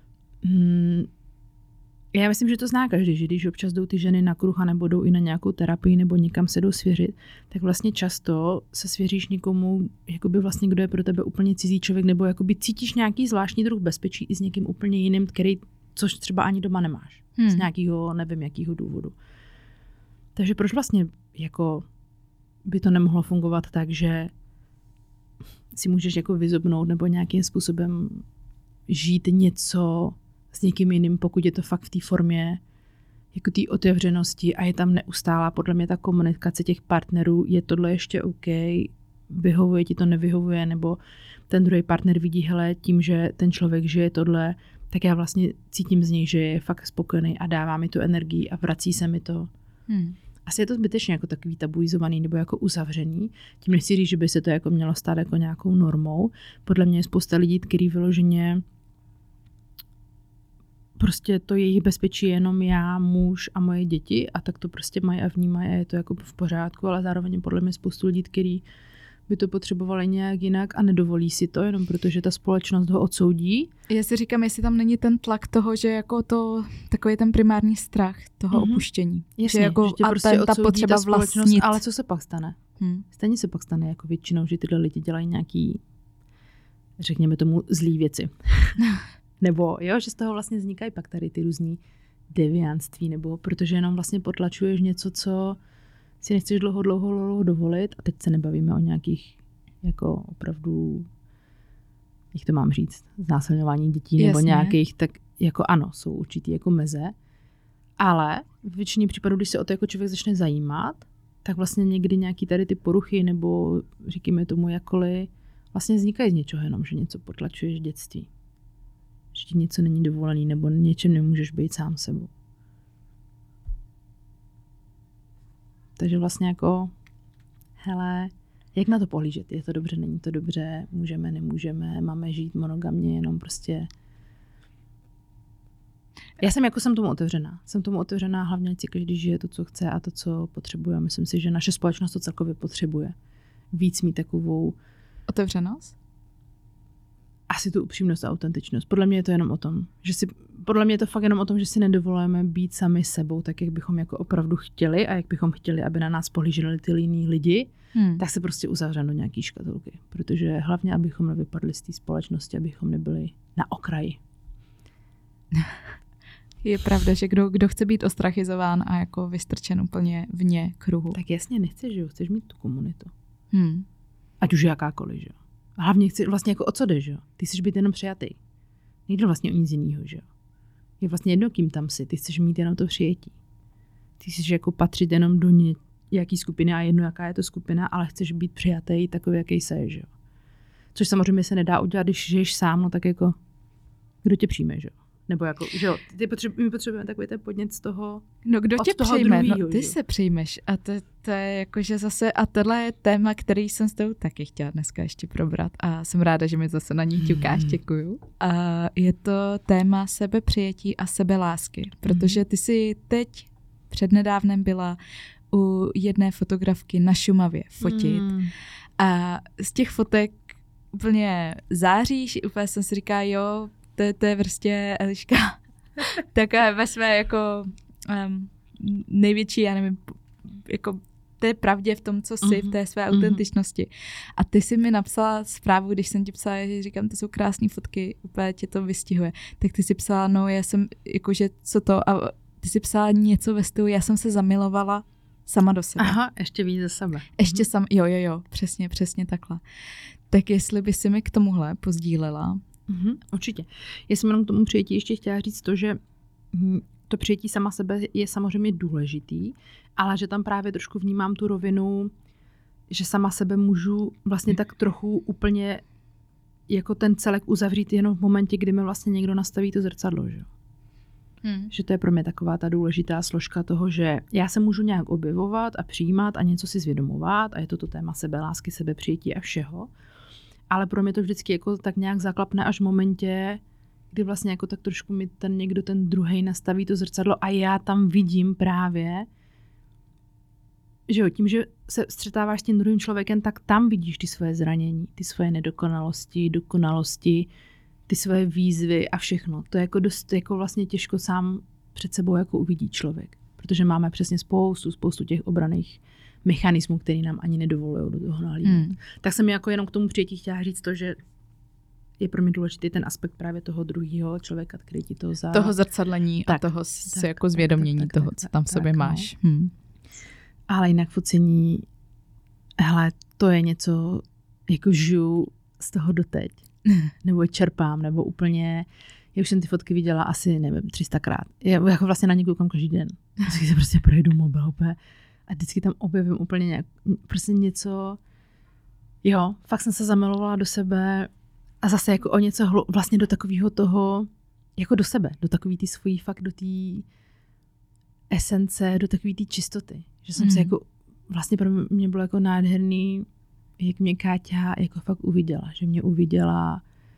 já myslím, že to zná každý, že když občas jdou ty ženy na kruh a nebo jdou i na nějakou terapii nebo někam se jdou svěřit, tak vlastně často se svěříš někomu, jakoby vlastně kdo je pro tebe úplně cizí člověk, nebo jakoby cítíš nějaký zvláštní druh bezpečí i s někým úplně jiným, což třeba ani doma nemáš. Z nějakého, nevím jakého důvodu. Takže proč vlastně jako by to nemohlo fungovat tak, že si můžeš jako vyzobnout nebo nějakým způsobem žít něco s někým jiným, pokud je to fakt v té formě jako té otevřenosti a je tam neustálá podle mě ta komunikace těch partnerů, je tohle ještě OK, vyhovuje ti to, nevyhovuje, nebo ten druhý partner vidí, hele, tím, že ten člověk žije tohle, tak já vlastně cítím z něj, že je fakt spokojený a dává mi tu energii a vrací se mi to. Asi je to zbytečně jako takový tabuizovaný nebo jako uzavřený. Tím nechci říct, že by se to jako mělo stát jako nějakou normou. Podle mě je spousta lidí, který vyloženě prostě to jejich bezpečí jenom já, muž a moje děti a tak to prostě mají a vnímají a je to jako v pořádku, ale zároveň podle mě spoustu lidí, který by to potřebovali nějak jinak a nedovolí si to, jenom protože ta společnost ho odsoudí.
Já si říkám, jestli tam není ten tlak toho, že jako to, takový ten primární strach toho opuštění.
Jasně,
že jako,
že tě prostě
ta potřeba vlastnit.
Ale co se pak stane? Stejně se pak stane jako většinou, že tyhle lidi dělají nějaký, řekněme tomu, zlý věci. Nebo jo, že z toho vlastně vznikají pak tady ty různý deviantství, nebo protože jenom vlastně potlačuješ něco, co si nechceš dlouho dovolit a teď se nebavíme o nějakých jako opravdu, jak to mám říct, znásilňování dětí nebo nějakých, tak jako ano, jsou určitý jako meze, ale v většině případů, když se o to jako člověk začne zajímat, tak vlastně někdy nějaký tady ty poruchy nebo říkáme tomu jakkoliv, vlastně vznikají z něčeho jenom, že něco potlačuješ v dětství. Že ti něco není dovolený nebo něčem nemůžeš být sám sebou. Takže vlastně jako, hele, Jak na to pohlížet? Je to dobře, není to dobře, můžeme, nemůžeme, máme žít monogamně, jenom prostě... Já jsem tomu otevřená. Jsem tomu otevřená hlavně, ať si každý žije to, co chce a to, co potřebuje. Myslím si, že naše společnost to celkově potřebuje. Víc mít takovou...
Otevřenost?
Asi tu upřímnost a autentičnost. Podle mě je to jenom o tom, podle mě je to fakt jenom o tom, že si nedovolujeme být sami sebou, tak jak bychom jako opravdu chtěli a jak bychom chtěli, aby na nás pohlíželi ty jiní lidi, tak se prostě uzavřeme do nějaký škatulky. Protože hlavně, abychom nevypadli z té společnosti, abychom nebyli na okraji.
Je pravda, že kdo chce být ostrachizován a jako vystrčen úplně vně kruhu.
Tak jasně nechceš, že jo? Chceš mít tu komunitu. Ať už jakákoliv, že jo? Hlavně chci vlastně jako o co jde, že jo? Ty chceš být jenom přijatý. Nejde vlastně o nic jiného, že jo? Je vlastně jedno, kým tam jsi. Ty chceš mít jenom to přijetí. Ty chceš jako patřit jenom do nějaký skupiny a jedno, jaká je to skupina, ale chceš být přijatý takový, jaký jsi, že jo? Což samozřejmě se nedá udělat, když žiješ sám, no tak jako kdo tě přijme, že jo? Nebo jako, že jo, my potřebujeme takový ten podnět z toho.
No kdo tě přijme? Druhýho, no ty se přijmeš. A to je jakože zase, a tohle je téma, který jsem s tou taky chtěla dneska ještě probrat. A jsem ráda, že mi zase na ní ťukáš, děkuju. A je to téma sebepřijetí a sebelásky. Protože ty si teď přednedávnem byla u jedné fotografky na Šumavě fotit. A z těch fotek úplně záříš, úplně jsem si říká, jo, to je prostě Eliška taková ve své jako největší, já nevím, jako to je pravdě v tom, co jsi, v té své autentičnosti. A ty jsi mi napsala zprávu, když jsem ti psala, že říkám, to jsou krásné fotky, úplně tě to vystihuje. Tak ty si psala, no já jsem, jakože co to, a ty si psala něco ve stylu, já jsem se zamilovala sama do sebe.
Aha, ještě víc ze sebe.
Ještě jo, přesně takhle. Tak jestli by si mi k tomuhle pozdílela.
Určitě. Já jsem jenom k tomu přijetí ještě chtěla říct to, že to přijetí sama sebe je samozřejmě důležitý, ale že tam právě trošku vnímám tu rovinu, že sama sebe můžu vlastně tak trochu úplně jako ten celek uzavřít jenom v momentě, kdy mi vlastně někdo nastaví to zrcadlo, že? Že to je pro mě taková ta důležitá složka toho, že já se můžu nějak objevovat a přijímat a něco si zvědomovat a je to téma sebelásky, sebepřijetí a všeho. Ale pro mě to vždycky jako tak nějak zaklapne až v momentě, kdy vlastně jako tak trošku mi ten druhej nastaví to zrcadlo a já tam vidím právě, že jo, tím, že se střetáváš s tím druhým člověkem, tak tam vidíš ty svoje zranění, ty svoje nedokonalosti, dokonalosti, ty svoje výzvy a všechno. To je jako dost jako vlastně těžko sám před sebou jako uvidí člověk, protože máme přesně spoustu těch obranných mechanismů, který nám ani nedovolují do toho nahlídnout. Tak jsem jako jenom k tomu přijetí chtěla říct to, že je pro mě důležitý ten aspekt právě toho druhého člověka, který ti to
toho zrcadlení tak, a toho jako zvědomění toho, co tam v sobě máš.
Ale jinak focení, hele, to je něco, jako žiju z toho doteď. Nebo čerpám, nebo úplně, já už jsem ty fotky viděla asi, nevím, 300krát. Já jako vlastně na ně koukám každý den. Vždycky se prostě projdu mobil úplně a vždycky tam objevím úplně nějak, prostě něco, jo, fakt jsem se zamilovala do sebe a zase jako o něco vlastně do takového toho, jako do sebe, do takový ty svojí fakt, do té esence, do takové té čistoty. Že jsem se jako, vlastně pro mě bylo jako nádherný, jak mě Káťa jako fakt uviděla, že mě uviděla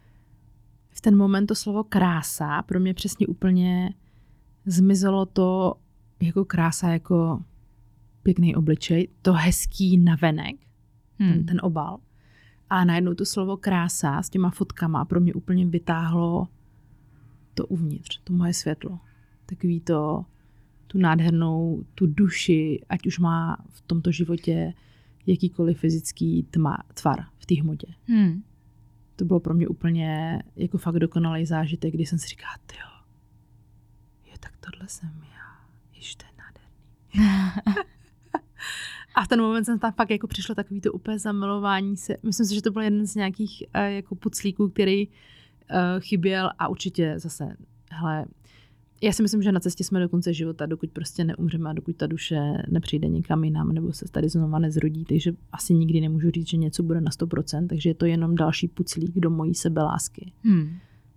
v ten moment to slovo krása, pro mě přesně úplně zmizelo to jako krása, jako pěkný obličej, to hezký navenek, ten obal. A najednou to slovo krása s těma fotkama pro mě úplně vytáhlo to uvnitř, to moje světlo. Takový to, tu nádhernou, tu duši, ať už má v tomto životě jakýkoliv fyzický tvar v té hmotě. To bylo pro mě úplně jako fakt dokonalý zážitek, kdy jsem si říkala, tyjo, tak tohle jsem já. Ježiš, to je nádherný. A v ten moment jsem tam fakt jako přišlo takový to úplně zamilování se. Myslím si, že to byl jeden z nějakých jako puclíků, který chyběl a určitě zase, hele, já si myslím, že na cestě jsme do konce života, dokud prostě neumřeme a dokud ta duše nepřijde někam jinam nebo se tady znova nezrodí, takže asi nikdy nemůžu říct, že něco bude na 100%, takže je to jenom další puclík do mojí sebelásky.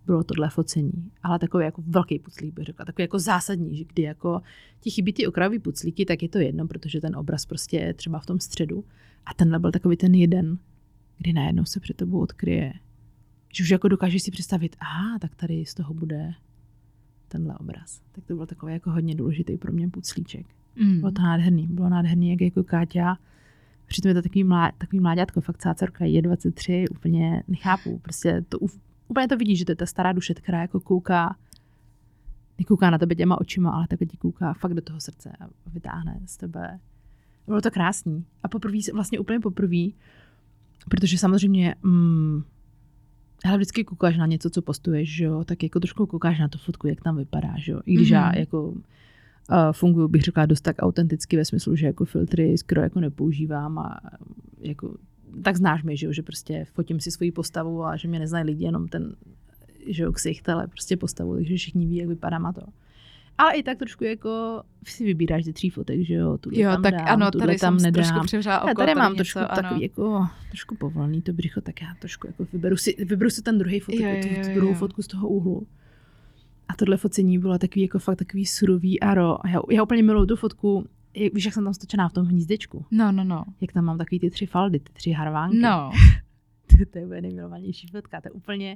bylo tohle focení, ale takový jako velký puclík bych řekla, takový jako zásadní, že kdy jako ti chybí ty okrajový puclíky, tak je to jedno, protože ten obraz prostě je třeba v tom středu a tenhle byl takový ten jeden, kdy najednou se před tebou odkryje, že už jako dokážeš si představit, tak tady z toho bude tenhle obraz. Tak to byl takový jako hodně důležitý pro mě puclíček. Bylo to nádherný, jak jako Káťa. Přitom je to takový mláďátko, fakt cácerka, je 23, úplně nechápu. Prostě to úplně to vidíš, že to je ta stará duše, která jako nekouká na tebe těma očima, ale takhle ti kouká fakt do toho srdce a vytáhne z tebe. Bylo to krásný. A úplně poprvé, protože samozřejmě ale vždycky koukáš na něco, co postuješ, že jo, tak jako trošku koukáš na tu fotku, jak tam vypadá, že jo. I když já jako funguju, bych řekla, dost tak autenticky ve smyslu, že jako filtry skoro jako nepoužívám a jako tak znáš mě, že jo, že prostě fotím si svoji postavu a že mě neznají lidi, jenom ten, že jo, ksicht, ale prostě postavu, takže všichni ví, jak vypadám a to. Ale i tak trošku jako si vybíráš ze 3 fotek, že jo, tuhle tam
tak
dám,
ano,
tuhle
tady
tam
jsem
nedám.
Trošku převřela oko,
tady mám
něco,
trošku takový jako, trošku povolený to břicho, tak já trošku jako vyberu si ten druhý fotek, tu druhou fotku z toho úhlu. A tohle focení bylo takový jako fakt takový surový a já úplně miluju tu fotku, víš, jak jsem tam stočená v tom hnízdečku.
No.
Jak tam mám takový ty 3 faldy, ty 3 harvánky.
No.
To je nejmilovanější fotka, to je úplně,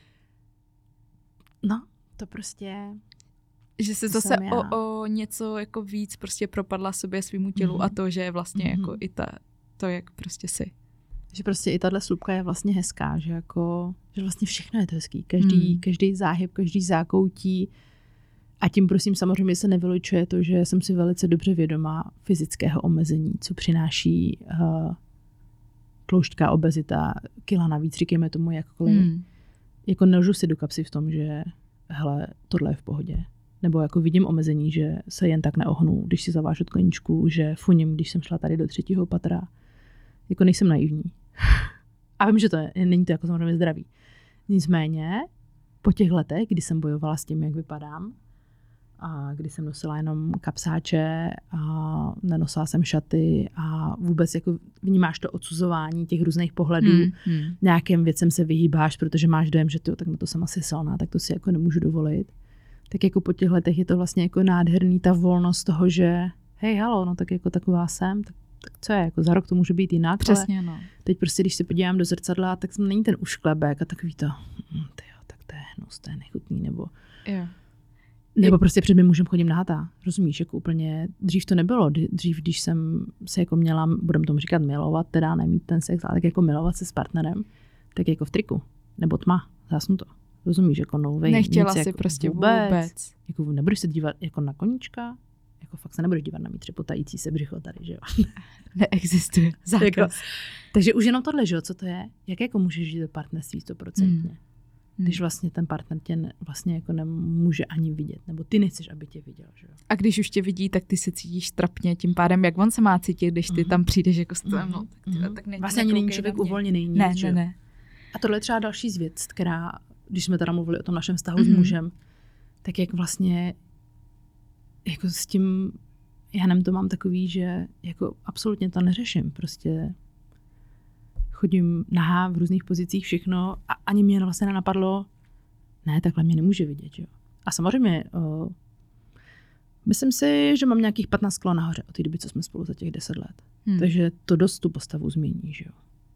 to prostě...
Že se zase o něco jako víc prostě propadla sobě svýmu tělu a to, že je vlastně jako i to, jak prostě si.
Že prostě i tahle slupka je vlastně hezká, že vlastně všechno je to hezký. Každý záhyb, každý zákoutí. A tím prosím samozřejmě se nevylučuje to, že jsem si velice dobře vědomá fyzického omezení, co přináší tloušťka, obezita, kila navíc, říkejme tomu jakkoliv. Jako nelžu si do kapsy v tom, že hele, tohle je v pohodě. Nebo jako vidím omezení, že se jen tak neohnu, když si zavážu koníčku, že funím, když jsem šla tady do 3. patra. Jako nejsem naivní. A vím, že není to jako samozřejmě zdravý. Nicméně, po těch letech, kdy jsem bojovala s tím, jak vypadám, a kdy jsem nosila jenom kapsáče a nenosila jsem šaty a vůbec jako vnímáš to odsuzování těch různých pohledů, nějakým věcem se vyhýbáš, protože máš dojem, že tak na to jsem asi silná, tak to si jako nemůžu dovolit. Tak jako po těch letech je to vlastně jako nádherný ta volnost toho, že hej, halo, no tak jako taková jsem, tak co je, jako za rok to může být jinak.
Přesně,
ale teď prostě, když se podívám do zrcadla, tak není ten ušklebek a takový to, tak to je hnus, to je nechutný, nebo prostě před mým mužem chodím nahatá, rozumíš, jako úplně, dřív to nebylo, dřív, když jsem se jako měla, budem tomu říkat milovat, teda nemít ten sex, ale tak jako milovat se s partnerem, tak jako v triku, nebo tma, zásnu to. Rozumíš, jako novej.
Nechtěla si
jako
prostě vůbec.
Jako nebudeš se dívat jako na koníčka, jako fakt se nebudeš dívat na mý třepotající se břicho tady, že jo.
Neexistuje zákaz.
Jako, takže už jenom tohle, že jo, co to je? Jak jako můžeš žít do partnerství 100%? Když vlastně ten partner tě vlastně jako nemůže ani vidět, nebo ty nechceš, aby tě viděl, že jo.
A když už tě vidí, tak ty se cítíš trapně, tím pádem, jak on se má cítit, když ty tam přijdeš jako s tak
vlastně ani není člověk uvolněný.
Ne.
A tohle je třeba další z věc, která, když jsme teda mluvili o tom našem vztahu s mužem, tak jak vlastně jako s tím Janem to mám takový, že jako absolutně to neřeším. Prostě chodím nahá v různých pozicích, všechno a ani mě vlastně nenapadlo, ne, takhle mě nemůže vidět, jo. A samozřejmě myslím si, že mám nějakých 15 kg nahoře od té doby, co jsme spolu za těch 10 let. Takže to dost tu postavu změní, že jo.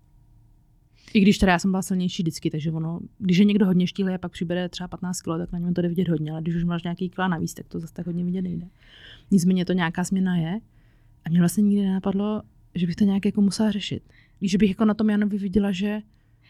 I když teda já jsem byla silnější vždycky, takže ono, když je někdo hodně štíhlý a pak přibere třeba 15 kg, tak na něm to jde vidět hodně, ale když už máš nějaký kila navíc, tak to zase tak hodně vidět nejde. Nicméně to nějaká změna je a mě vlastně nikdy nenapadlo, že bych to nějak jako musela řešit. Víš, že bych jako na tom Janovi viděla, že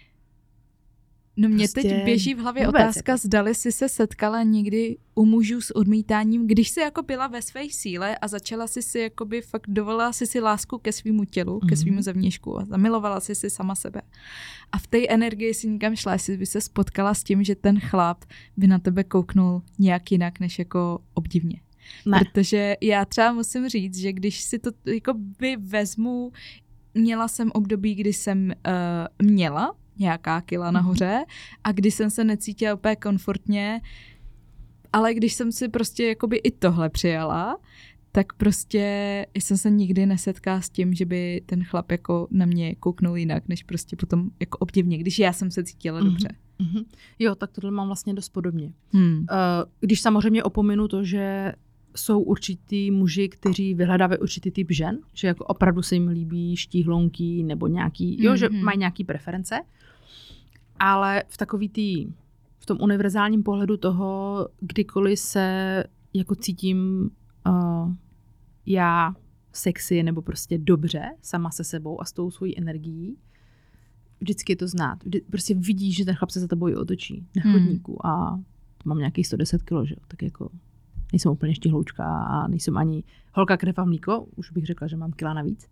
no mě prostě teď běží v hlavě otázka, zdali jsi se setkala někdy u mužů s odmítáním, když jsi jako byla ve své síle a začala si jakoby fakt dovolila si lásku ke svýmu tělu, ke svýmu zevnějšku a zamilovala si sama sebe. A v té energii si nikam šla, jestli by se spotkala s tím, že ten chlap by na tebe kouknul nějak jinak, než jako obdivně. Ne. Protože já třeba musím říct, že když si to jako by vezmu, měla jsem období, kdy jsem měla nějaká kila nahoře a kdy jsem se necítila úplně komfortně, ale když jsem si prostě jakoby i tohle přijala, tak prostě jsem se nikdy nesetkala s tím, že by ten chlap jako na mě kouknul jinak, než prostě potom jako obdivně, když já jsem se cítila dobře.
Mm-hmm. Jo, tak tohle mám vlastně dost podobně. Když samozřejmě opominu to, že jsou určitý muži, kteří vyhledávají určitý typ žen, že jako opravdu se jim líbí štíhlonký nebo nějaký, že mají nějaký preference, ale v tom univerzálním pohledu toho, kdykoliv se jako cítím já sexy nebo prostě dobře sama se sebou a s tou svojí energií, vždycky je to znát. Prostě vidíš, že ten chlap se za tebou otočí na chodníku a mám nějakých 110 kilo, že jo, tak jako nejsem úplně štihloučka a nejsem ani holka krev a mlíko, už bych řekla, že mám kila navíc.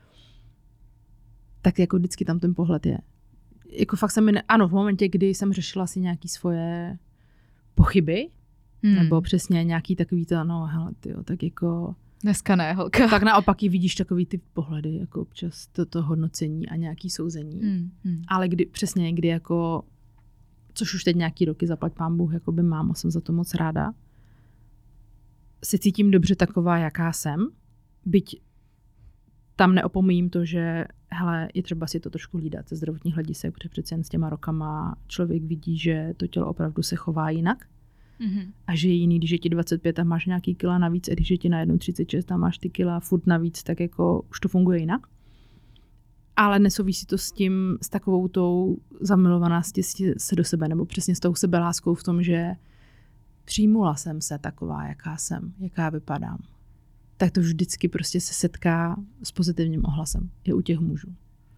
Tak jako vždycky tam ten pohled je. Jako fakt se mi, ano, v momentě, kdy jsem řešila si nějaký svoje pochyby, nebo přesně nějaký takový to, no hele, tyjo, tak jako...
Dneska ne, holka.
Tak naopak i vidíš takový ty pohledy, jako občas toto hodnocení a nějaký souzení. Ale kdy jako, což už teď nějaký roky, zaplať pán Bůh, jako by mám a jsem za to moc ráda, se cítím dobře taková, jaká jsem, byť tam neopomíjím to, že hele, je třeba si to trošku hlídat ze zdravotních hledisek, protože přece jen s těma rokama člověk vidí, že to tělo opravdu se chová jinak. A že je jiný, když je ti 25 a máš nějaký kila navíc a když je ti najednou 36 a máš ty kila furt navíc, tak jako už to funguje jinak. Ale nesouvisí to s tím, s takovou tou zamilovaností se do sebe, nebo přesně s tou sebeláskou v tom, že přijmula jsem se taková, jaká jsem, jaká vypadám. Tak to vždycky prostě se setká s pozitivním ohlasem. Je u těch mužů.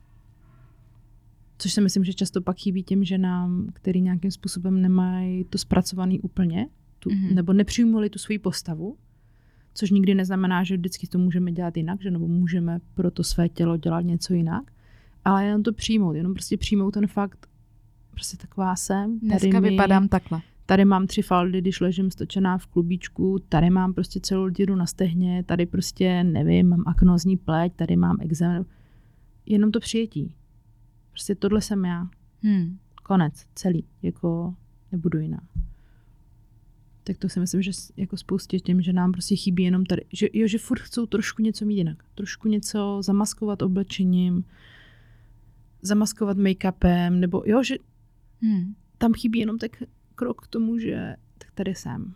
Což si myslím, že často pak chybí těm ženám, který nějakým způsobem nemají to zpracovaný úplně, nebo nepřijmuli tu svoji postavu, což nikdy neznamená, že vždycky to můžeme dělat jinak, že nebo můžeme pro to své tělo dělat něco jinak, ale jenom to přijmout, jenom prostě přijmout ten fakt, prostě taková jsem.
Dneska vypadám takhle.
Tady mám 3 faldy, když ležím stočená v klubíčku, tady mám prostě celou díru na stehně, tady prostě, nevím, mám aknózní pleť, tady mám exém. Jenom to přijetí. Prostě tohle jsem já. Konec, celý. Jako nebudu jiná. Tak to si myslím, že jako spoustě těm, že nám prostě chybí jenom tady, že furt chcou trošku něco mít jinak. Trošku něco zamaskovat oblečením, zamaskovat make-upem, nebo že tam chybí jenom tak krok k tomu, že tak tady jsem.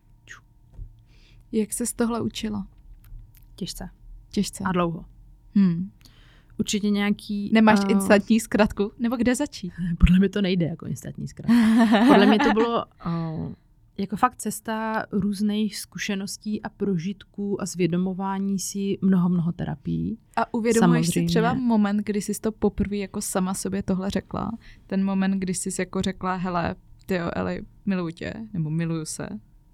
Jak se z tohle učila?
Těžce.
A
dlouho. Určitě nějaký...
Nemáš instantní zkratku? Nebo kde začít?
Podle mě to nejde jako instantní zkratka. Podle mě to bylo jako fakt cesta různých zkušeností a prožitků a zvědomování si mnoho terapií.
A uvědomuješ si třeba moment, kdy jsi to poprvé jako sama sobě tohle řekla? Ten moment, kdy jsi jako řekla, hele, tyjo, Eli, miluju tě, nebo miluju se?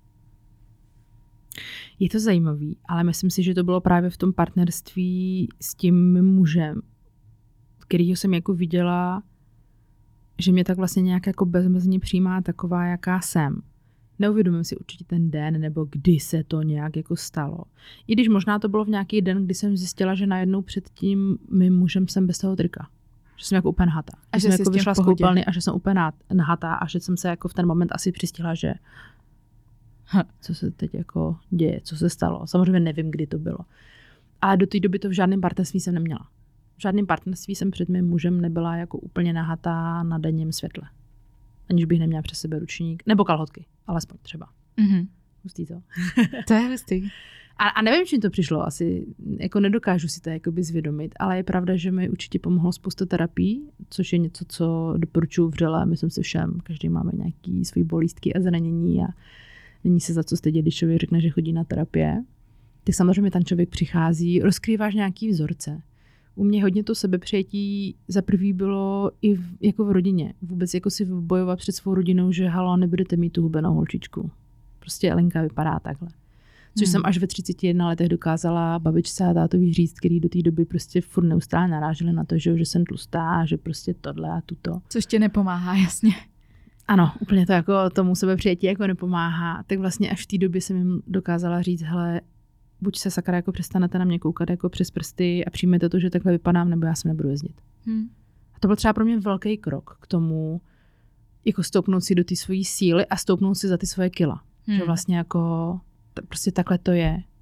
Je to zajímavý, ale myslím si, že to bylo právě v tom partnerství s tím mužem, kterýho jsem jako viděla, že mě tak vlastně nějak jako bezmezně přijímá taková, jaká jsem. Neuvědomím si určitě ten den, nebo kdy se to nějak jako stalo. I když možná to bylo v nějaký den, kdy jsem zjistila, že najednou před tím mým mužem jsem bez toho trika. Že jsem jako úplně nahatá.
A že
jsem
jsi
jako vyšla
v
z koupelny a že jsem úplně nahatá a že jsem se jako v ten moment asi přistihla, že co se teď jako děje, co se stalo. Samozřejmě nevím, kdy to bylo. Ale do té doby to v žádném partnerství jsem neměla. V žádném partnerství jsem před mým mužem nebyla jako úplně nahatá na denním světle. Aniž bych neměla přes sebe ručník. Nebo kalhotky. Alespoň třeba. Hustý to.
To je hustý.
A nevím, čím to přišlo. Asi jako nedokážu si to jakoby zvědomit. Ale je pravda, že mi určitě pomohlo spoustu terapií, což je něco, co doporučuji vřele. Myslím si všem. Každý máme nějaký svý bolístky a zranění a není se za co stydět, když člověk řekne, že chodí na terapie. Tak samozřejmě tam člověk přichází, rozkrýváš nějaký vzorce. U mě hodně to sebepřijetí za prvý bylo i jako v rodině. Vůbec jako si bojovat před svou rodinou, že halo, nebudete mít tu hubenou holčičku. Prostě Elenka vypadá takhle. Což jsem až ve 31 letech dokázala babičce a tátovi říct, který do té doby prostě furt neustále naráželi na to, že jsem tlustá, že prostě tohle a tuto.
Což tě nepomáhá, jasně.
Ano, úplně to jako tomu sebepřijetí jako nepomáhá. Tak vlastně až v té době jsem jim dokázala říct, hele, buď se sakra jako přestanete na mě koukat jako přes prsty a přijmete to, že takhle vypadám, nebo já se nebudu jezdit. A to byl třeba pro mě velký krok k tomu, jako stoupnout si do té svojí síly a stoupnout si za ty svoje kila. Že vlastně jako prostě takhle to je.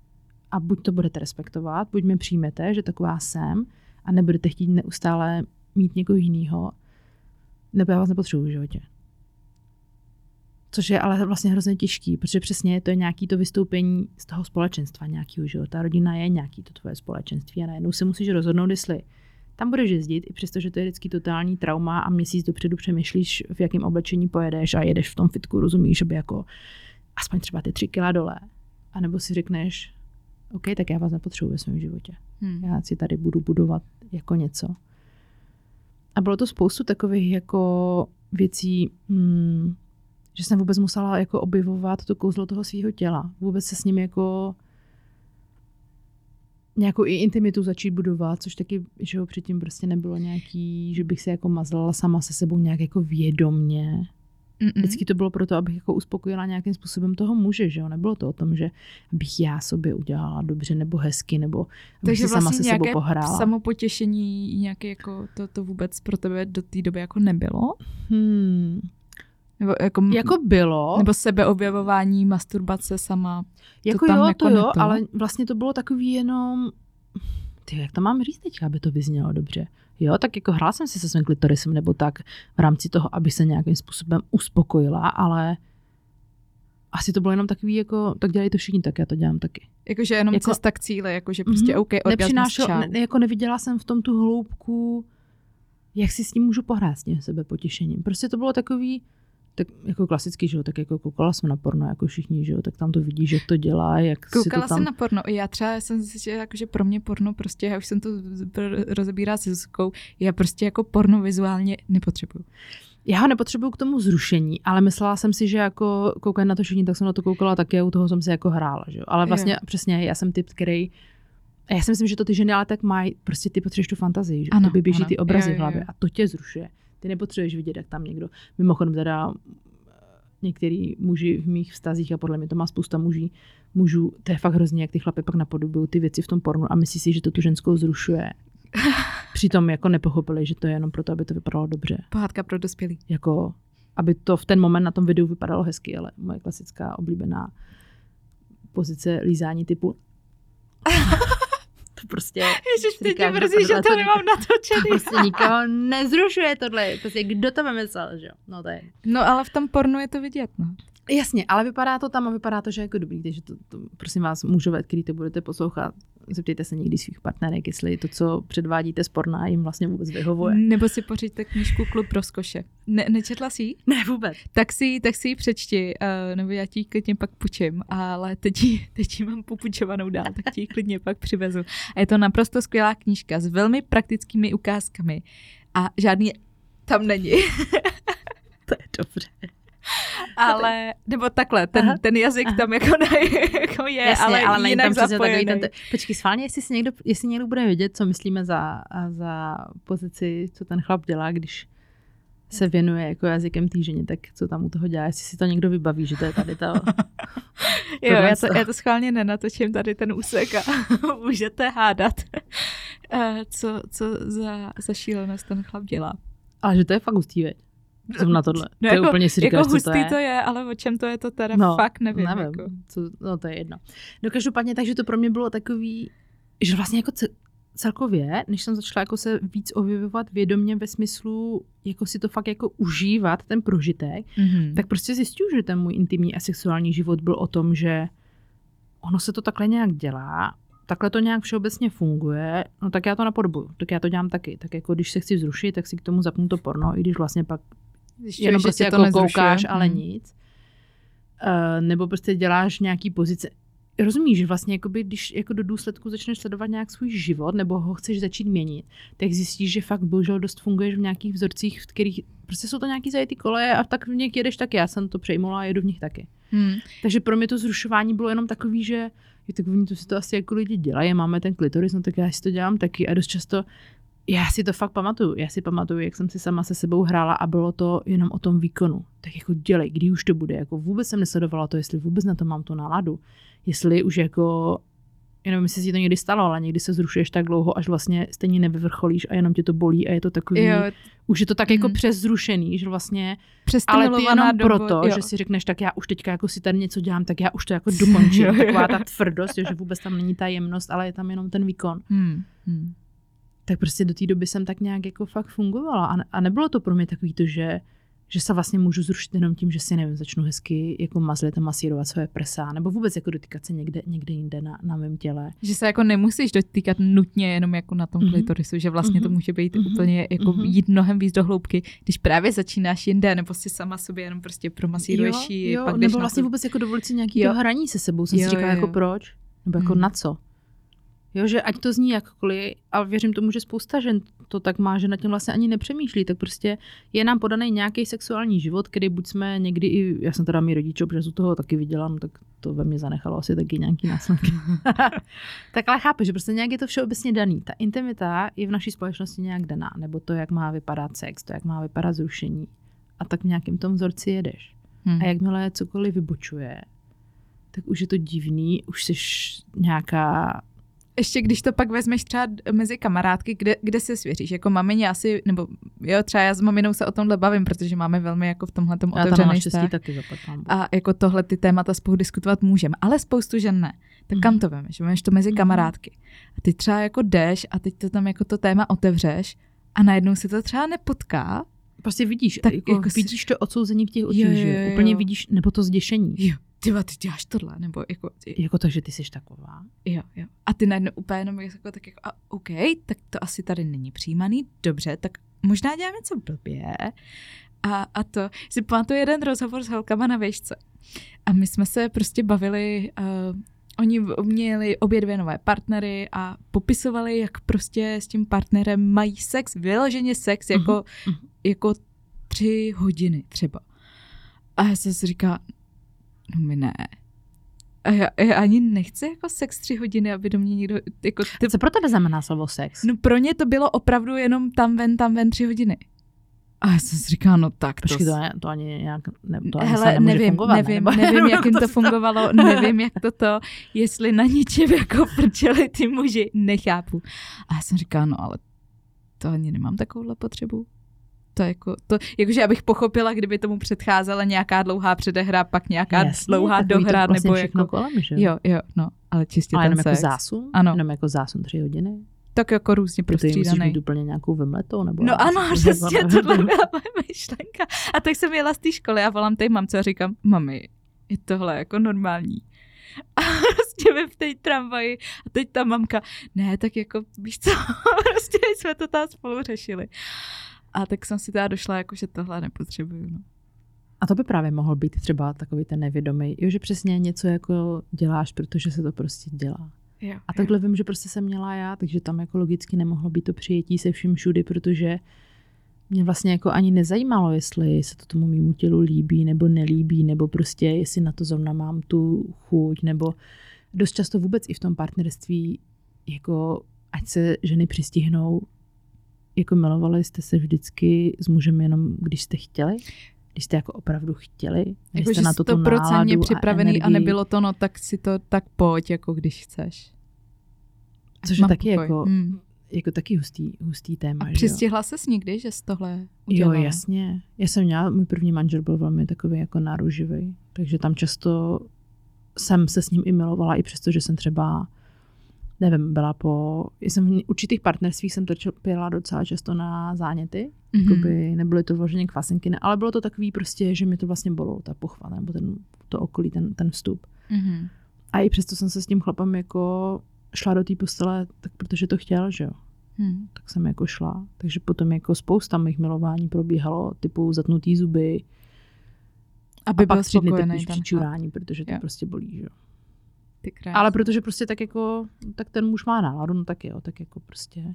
a buď to budete respektovat, buď mě přijmete, že taková jsem a nebudete chtít neustále mít někoho jinýho, nebo já vás nepotřebuji v životě. Což je ale vlastně hrozně těžký, protože přesně to je nějaký to vystoupení z toho společenstva nějakého života. Rodina je nějaký to tvoje společenství a najednou se musíš rozhodnout, jestli tam budeš jezdit, i přesto, že to je vždycky totální trauma a měsíc dopředu přemýšlíš, v jakém oblečení pojedeš a jedeš v tom fitku, rozumíš, aby jako aspoň třeba ty 3 kila dole. A nebo si řekneš, OK, tak já vás nepotřebuji ve svém životě. Já si tady budu budovat jako něco. A bylo to spoustu takových jako věcí, že jsem vůbec musela jako objevovat to kouzlo toho svého těla. Vůbec se s ním jako nějakou i intimitu začít budovat, což taky, že ho předtím prostě nebylo nějaký, že bych se jako mazlala sama se sebou nějak jako vědomně. Vždycky to bylo proto, abych jako uspokojila nějakým způsobem toho muže, že jo? Nebylo to o tom, že bych já sobě udělala dobře nebo hezky, nebo abych si sama se sebou pohrála.
Takže samopotěšení nějaké jako to vůbec pro tebe do té doby jako nebylo? Nebo jako bylo. Nebo sebeobjevování, masturbace sama.
Jako
to tam
jo,
jako
to jo,
neto.
ale vlastně to bylo takový jenom, jak to mám říct teďka, aby to vyznělo dobře. Jo, tak jako hrála jsem si se svým klitorisem nebo tak v rámci toho, aby se nějakým způsobem uspokojila, ale asi to bylo jenom takový jako, tak dělají to všichni, tak já to dělám taky.
Jakože jenom jako, cesta k cíli, jakože prostě OK, orgasmus, čau.
Jako neviděla jsem v tom tu hloubku, jak si s tím můžu pohrát s tím sebepotěšením. Prostě to bylo takový, tak jako klasický, že jo, tak jako koukala jsem na porno, jako všichni, že jo, tak tam to vidíš, jak to dělá, jak
koukala
si to tam...
jsem na porno, já třeba jsem si říkala, jakože pro mě porno prostě, já už jsem to rozebírala se Zuzkou, já prostě jako porno vizuálně nepotřebuju.
Já ho nepotřebuju k tomu zrušení, ale myslela jsem si, že jako koukají na to všichni, tak jsem na to koukala taky, u toho jsem si jako hrála, že jo. Ale vlastně přesně, já jsem typ, který... A já si myslím, že to ty ženy ale tak mají, prostě ty potřebuješ tu fantazii, že tobě běží ty obrazy v hlavě a to tě zrušuje. Ty nepotřebuješ vidět, jak tam někdo, mimochodem teda některý muži v mých vztazích a podle mě to má spousta mužů, to je fakt hrozně, jak ty chlapy pak napodobují ty věci v tom pornu a myslí si, že to tu ženskou zrušuje. Přitom jako nepochopili, že to je jenom proto, aby to vypadalo dobře.
Pohádka pro dospělí.
Jako, aby to v ten moment na tom videu vypadalo hezky, ale moje klasická oblíbená pozice lízání typu to prostě...
Ježiš, teď mě mrzí, že to nemám natočený.
To prostě nikoho nezrušuje tohle. Prostě kdo to vymyslel, že jo? No to je.
No ale v tom pornu je to vidět, no.
Jasně, ale vypadá to tam a vypadá to, že je jako dobrý, takže to prosím vás, mužové, který to budete poslouchat, zeptejte se někdy svých partnerek, jestli to, co předvádíte z porna, jim vlastně vůbec vyhovuje. Nebo
si pořiďte knížku Klub rozkoše. Nečetla jsi ji?
Ne, vůbec.
Tak si ji přečti, nebo já ti ji klidně pak půjčím, ale teď ji mám popůjčovanou dál, tak ti ji klidně pak přivezu. A je to naprosto skvělá knížka s velmi praktickými ukázkami a žádný tam není.
To je dobře.
Ale, nebo takhle, ten jazyk tam jako je,
jasně,
ale jinak zapojený.
Počkej, schválně, jestli někdo bude vědět, co myslíme za pozici, co ten chlap dělá, když se věnuje jako jazykem té ženě, tak co tam u toho dělá, jestli si to někdo vybaví, že to je tady to.
Jo, já to schválně nenatočím tady ten úsek a můžete hádat, co za šílenost ten chlap dělá.
Ale že to je fakt hustý, veď? Jsem na tohle.
No
to
jako,
úplně si říkáš,
jako hustý
co to je.
To je, ale o čem to je, to teda fakt nevím. Jako.
No to je jedno. No každopádně, takže to pro mě bylo takový, že vlastně jako celkově, než jsem začala jako se víc objevovat vědomě ve smyslu, jako si to fakt jako užívat, ten prožitek, tak prostě zjišťuju, že ten můj intimní a sexuální život byl o tom, že ono se to takhle nějak dělá, takhle to nějak všeobecně funguje, no tak já to napodobuju, tak já to dělám taky. Tak jako když se chci vzrušit, tak si k tomu zapnu to porno, i když vlastně pak jenom prostě jako koukáš, ale nic. Nebo prostě děláš nějaký pozice. Rozumíš, že vlastně jakoby, když jako do důsledku začneš sledovat nějak svůj život, nebo ho chceš začít měnit, tak zjistíš, že fakt bohužel dost funguješ v nějakých vzorcích, v kterých prostě jsou to nějaký zajetý koleje a tak v nich jedeš taky. Já jsem to přejmula a jedu v nich taky. Takže pro mě to zrušování bylo jenom takový, že tak oni to si to asi jako lidi dělají, máme ten klitoris, no tak já si to dělám taky a dost často já si to fakt pamatuju. Já si pamatuju, jak jsem si sama se sebou hrála a bylo to jenom o tom výkonu. Tak jako dělej, kdy už to bude. Jako vůbec jsem nesledovala to, jestli vůbec na to mám tu náladu. Jestli už jako já nevím, jestli si to někdy stalo, ale někdy se zrušuješ tak dlouho, až vlastně stejně nevyvrcholíš a jenom tě to bolí a je to takový, už je to tak jako přes zrušený, že vlastně, ale ty jenom proto, že si řekneš, tak já už teďka jako si tady něco dělám, tak já už to jako dokončím. Taková ta tvrdost, že vůbec tam není ta jemnost, ale je tam jenom ten výkon. Tak prostě do té doby jsem tak nějak jako fakt fungovala a nebylo to pro mě takový to, že se vlastně můžu zrušit jenom tím, že si, nevím, začnu hezky jako mazlit a masírovat své prsa, nebo vůbec jako dotýkat se někde jinde na mém těle.
Že se jako nemusíš dotýkat nutně jenom jako na tom klitorisu, že vlastně to může být úplně jako jít mnohem víc do hloubky, když právě začínáš jinde, nebo si sama sobě jenom prostě promasíruješ ji.
Jo, nebo vlastně vůbec jako dovolit si nějaký to hraní se sebou. Jsem si říkala jako proč, nebo jako na co. Jo, že ať to zní jakkoliv, ale věřím tomu, že spousta žen to tak má, že nad tím vlastně ani nepřemýšlí, tak prostě je nám podaný nějaký sexuální život, který buď jsme někdy i, já jsem teda mý rodiče, protože u toho taky viděla, no, tak to ve mně zanechalo asi taky nějaký následky. Tak ale chápu, že prostě nějak je to všeobecně daný. Ta intimita je v naší společnosti nějak daná, nebo to, jak má vypadat sex, to, jak má vypadat zrušení. A tak v nějakém tom vzorci jedeš. A jakmile cokoliv vybočuje, tak už je to divný, už jsi nějaká...
Ještě když to pak vezmeš třeba mezi kamarádky, kde se svěříš, jako mamině asi, nebo jo, třeba já s maminou se o tomhle bavím, protože máme velmi jako v tomhletom otevřený vztah. A jako tohle ty témata spolu diskutovat můžeme, ale spoustu žen ne. Tak kam to vemeš? Vemeš to mezi kamarádky. A ty třeba jako jdeš a teď to tam jako to téma otevřeš a najednou se to třeba nepotká.
Prostě vidíš, jako vidíš to odsouzení v těch očích, že úplně vidíš, nebo to zděšení.
Jo. Ty děláš tohle, nebo jako...
Jako to, že ty jsi taková.
Jo. A ty najednou úplně jenom jako tak jako, OK, tak to asi tady není přijímaný, dobře, tak možná dělám něco blbě. A to, si pamatuju jeden rozhovor s holkama na výšce. A my jsme se prostě bavili, oni měli obě dvě nové partnery a popisovali, jak prostě s tím partnerem mají sex, vyloženě sex, jako 3 hodiny třeba. A já jsem si říkala, no mi ne. A já ani nechci jako sex 3 hodiny, aby do mě někdo... Jako
Co pro tebe znamená slovo sex?
No pro ně to bylo opravdu jenom tam ven 3 hodiny. A já jsem si říkala, no tak
Počkej, to ani nějak... To ani
hele, nevím, jak jim to fungovalo, nevím, jak to, jestli na ničem jako frčeli ty muži, nechápu. A já jsem říkala, no ale to ani nemám takovouhle potřebu. Jakože abych pochopila, kdyby tomu předcházela nějaká dlouhá předehra, pak nějaká dlouhá dohra,
vlastně
nebo jako...
kolem, že?
Jo, no, ale čistě
ale
ten sex.
Ale jenom jako zásun?
Ano.
Jenom jako zásun 3 hodiny?
Tak jako různě prostřídanej.
Ty musíš mít úplně nějakou vymletou, nebo...
No ano, přesně, tohle byla moje myšlenka. A tak jsem jela z té školy a volám té mamce a říkám, mami, je tohle jako normální? A prostě my v té tramvaji a teď ta mamka, ne, tak jako, víš co, prostě jsme to tam spolu řešili. A tak jsem si teda došla, jako, že tohle nepotřebuju. No.
A to by právě mohl být třeba takový ten nevědomý, jo, že přesně něco jako děláš, protože se to prostě dělá.
Jo,
a takhle vím, že prostě jsem měla já, takže tam jako logicky nemohlo být to přijetí se vším všudy, protože mě vlastně jako ani nezajímalo, jestli se to tomu mému tělu líbí nebo nelíbí, nebo prostě jestli na to zrovna mám tu chuť, nebo dost často vůbec i v tom partnerství, jako ať se ženy přistihnou, jako milovali jste se vždycky s mužem jenom, když jste chtěli? Když jste jako opravdu chtěli?
Jako, jste na to 100% připravený a nebylo to, no tak si to tak pojď, jako když chceš.
Což je taky jako taky hustý téma.
A přistihla ses někdy, že jsi tohle udělala?
Jo, jasně. Já jsem měla, můj první manžel byl velmi takový jako náruživý, takže tam často jsem se s ním i milovala, i přesto, že jsem třeba nevím, jsem v určitých partnerstvích jsem trpěla docela často na záněty, jakoby nebyly to vloženě kvasinky, ale bylo to takový prostě, že mi to vlastně bolelo, ta pochva, nebo to okolí, ten vstup. A i přesto jsem se s tím chlapem jako šla do té postele, tak protože to chtěl, že jo. Tak jsem jako šla. Takže potom jako spousta mých milování probíhalo, typu zatnutý zuby,
aby
a pak 3 dny trpíš přičurání, protože to prostě bolí, že jo. Ale protože prostě tak jako, tak ten muž má náladu, no tak jo, tak jako prostě.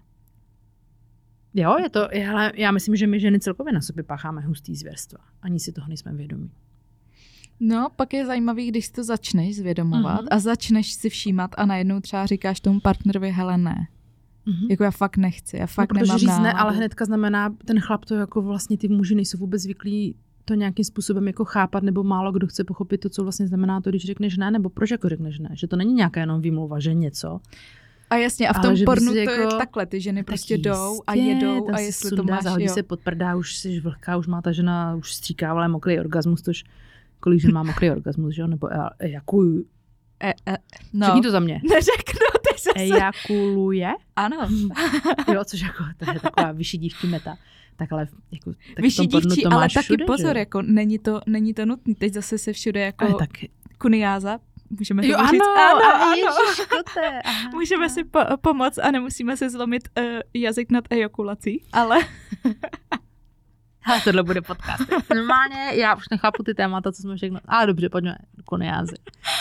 Jo, je to, já myslím, že my ženy celkově na sobě pácháme hustý zvěrstva. Ani si toho nejsme vědomí.
No, pak je zajímavý, když to začneš zvědomovat a začneš si všímat a najednou třeba říkáš tomu partnerovi, hele ne. Jako já fakt nechci, já fakt nemám náladu.
Ne, ale hnedka znamená, ten chlap to jako vlastně ty muži nejsou vůbec zvyklí to nějakým způsobem jako chápat, nebo málo kdo chce pochopit to, co vlastně znamená to, když řekneš ne, nebo proč jako řekneš ne, že to není nějaká jenom výmluva, že něco.
A jasně, a v tom pornu to
jako,
je takhle, ty ženy prostě jdou a jedou a jestli to máš,
zahodí se pod prdá, už jsi vlhká, už má ta žena, už stříkávala mokrý orgasmus, tož kolik žen má mokrý orgasmus, že jo, nebo ejakuju.
No.
Řekni to za mě.
Neřeknu, ty zase.
Ejakuluje?
Ano.
Jo, což jako, to je taková vyšší dívčí meta. Tak ale jako, tak
vyšší dívčí, ale taky
všude,
pozor, jako není to nutný. Teď zase se všude jako
tak...
kuniáza, můžeme to říct.
Ano. Ježiškote.
Můžeme si pomoct a nemusíme se zlomit jazyk nad ejakulací, ale...
Ale tohle bude podcast. Normálně, já už nechápu ty témata, co jsme všechno... Ale dobře, pojďme, kuniázy.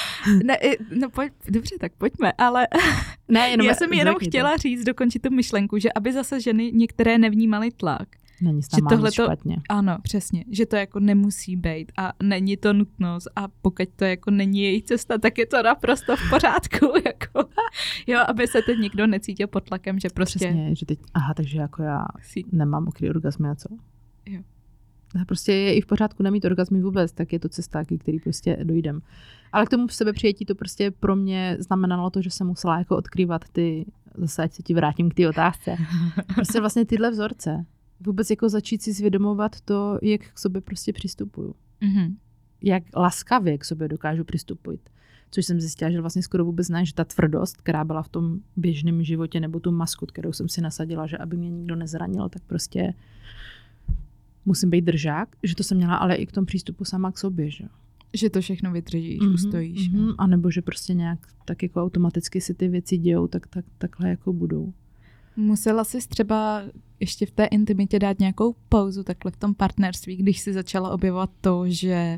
Dobře, tak pojďme, ale
ne,
já jsem jenom chtěla říct, dokončit tu myšlenku, že aby zase ženy některé nevnímaly tlak.
Není tam nic špatně.
Ano, přesně, že to jako nemusí být a není to nutnost a pokud to jako není její cesta, tak je to naprosto v pořádku, jako. Jo, aby se teď nikdo necítil pod tlakem, že prostě...
Přesně, že teď, takže jako já nemám mokrý orgasmy a co?
Jo.
Prostě je i v pořádku nemít orgasmy vůbec, tak je to cesta, k který prostě dojdem. Ale k tomu v sebepřijetí to prostě pro mě znamenalo to, že jsem musela jako odkrývat ty, zase ať se ti vrátím k té otázce, prostě vlastně tyhle vzorce. Vůbec jako začít si zvědomovat to, jak k sobě prostě přistupuju. Mm-hmm. Jak laskavě k sobě dokážu přistupovat. Což jsem zjistila, že vlastně skoro vůbec ne, že ta tvrdost, která byla v tom běžném životě, nebo tu masku, kterou jsem si nasadila, že aby mě nikdo nezranil, tak prostě musím být držák, že to jsem měla ale i k tomu přístupu sama k sobě, že?
Že to všechno vydržíš, ustojíš.
A nebo že prostě nějak tak jako automaticky si ty věci dějou, takhle jako budou.
Musela jsi třeba ještě v té intimitě dát nějakou pauzu takhle v tom partnerství, když jsi začala objevovat to, že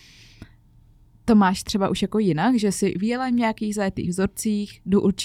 to máš třeba už jako jinak, že si vyjela v nějakých zajetých vzorcích,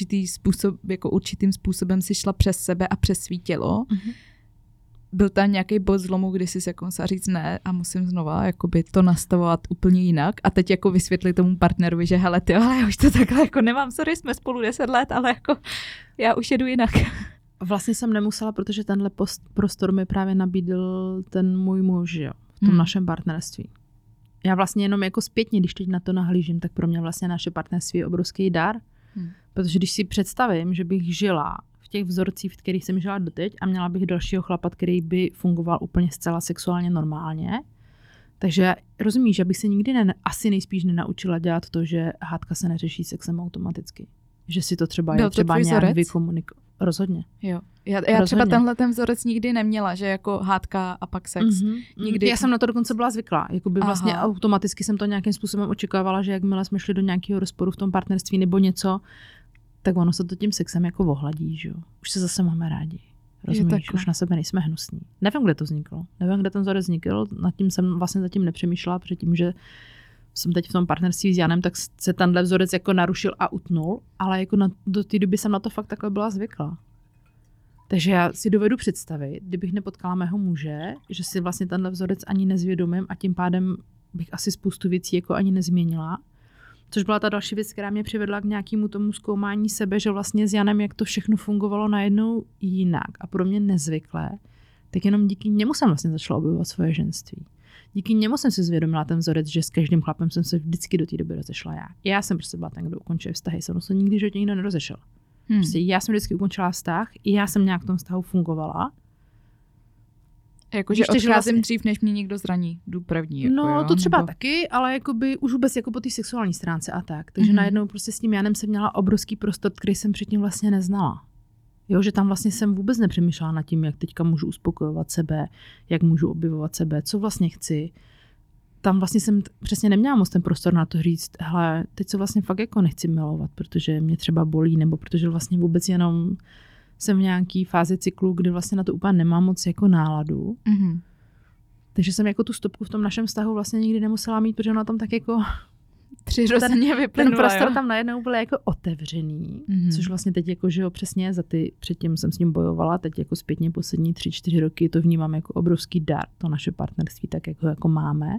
určitým způsobem si šla přes sebe a přes svý tělo. Mm-hmm. Byl tam nějaký bod zlomu, kdy jsi jako musela říct ne a musím znova jakoby to nastavovat úplně jinak a teď jako vysvětlit tomu partnerovi, že hele ty, ale já už to takhle jako nemám, sorry, jsme spolu 10 let, ale jako já už jedu jinak.
Vlastně jsem nemusela, protože tenhle prostor mi právě nabídl ten můj muž, jo, v tom našem partnerství. Já vlastně jenom jako zpětně, když teď na to nahlížím, tak pro mě vlastně naše partnerství je obrovský dar, protože když si představím, že bych žila v těch vzorcích, v kterých jsem žila doteď a měla bych dalšího chlapa, který by fungoval úplně zcela sexuálně normálně, takže rozumíš, že bych se nikdy asi nejspíš nenaučila dělat to, že hádka se neřeší sexem automaticky. Že si to třeba
Byl
je třeba nějak vykomunikovat. Rozhodně.
Jo. Já třeba tenhle ten vzorec nikdy neměla, že jako hádka a pak sex. Nikdy.
Já jsem na to dokonce byla zvyklá. Jakoby vlastně automaticky jsem to nějakým způsobem očekávala, že jakmile jsme šli do nějakého rozporu v tom partnerství nebo něco, tak ono se to tím sexem jako ohladí, že jo. Už se zase máme rádi. Rozumíš? Už na sebe nejsme hnusní. Nevím, kde to vzniklo. Nevím, kde ten vzorec vznikl. Nad tím jsem vlastně zatím nepřemýšlela, protože tím, že jsem teď v tom partnerství s Janem, tak se tenhle vzorec jako narušil a utnul, ale jako do té doby jsem na to fakt takhle byla zvyklá. Takže já si dovedu představit, kdybych nepotkala mého muže, že si vlastně tenhle vzorec ani nezvědomím a tím pádem bych asi spoustu věcí jako ani nezměnila. Což byla ta další věc, která mě přivedla k nějakému tomu zkoumání sebe, že vlastně s Janem, jak to všechno fungovalo najednou jinak a pro mě nezvyklé, tak jenom díky němu jsem vlastně začala objevovat svoje ženství. Díky němu jsem si zvědomila ten vzorec, že s každým chlapem jsem se vždycky do té doby rozešla já. Já jsem prostě byla ten, kdo ukončil vztahy, jsem se nikdy životě nikdo nerozešel. Prostě já jsem vždycky ukončila vztah, i já jsem nějak v tom vztahu fungovala.
Jakože odcházím vlastně dřív, než mě někdo zraní, jdu první. Jako,
no, to třeba taky, ale jakoby už vůbec jako po té sexuální stránce a tak. Takže najednou prostě s tím Janem jsem měla obrovský prostor, který jsem předtím vlastně neznala. Jo, že tam vlastně jsem vůbec nepřemýšlela nad tím, jak teďka můžu uspokojovat sebe, jak můžu objevovat sebe, co vlastně chci. Tam vlastně jsem přesně neměla moc ten prostor na to říct, hele, teď se vlastně fakt jako nechci milovat, protože mě třeba bolí, nebo protože vlastně vůbec jenom jsem v nějaký fázi cyklu, kdy vlastně na to úplně nemám moc jako náladu. Mm-hmm. Takže jsem jako tu stopku v tom našem vztahu vlastně nikdy nemusela mít, protože ona tam tak jako
přirozeně vyplynula.
Ten prostor tam najednou byl jako otevřený, což vlastně teď jako, že jo, přesně předtím jsem s ním bojovala, teď jako zpětně poslední 3-4 roky to vnímám jako obrovský dar, to naše partnerství, tak jak ho jako máme.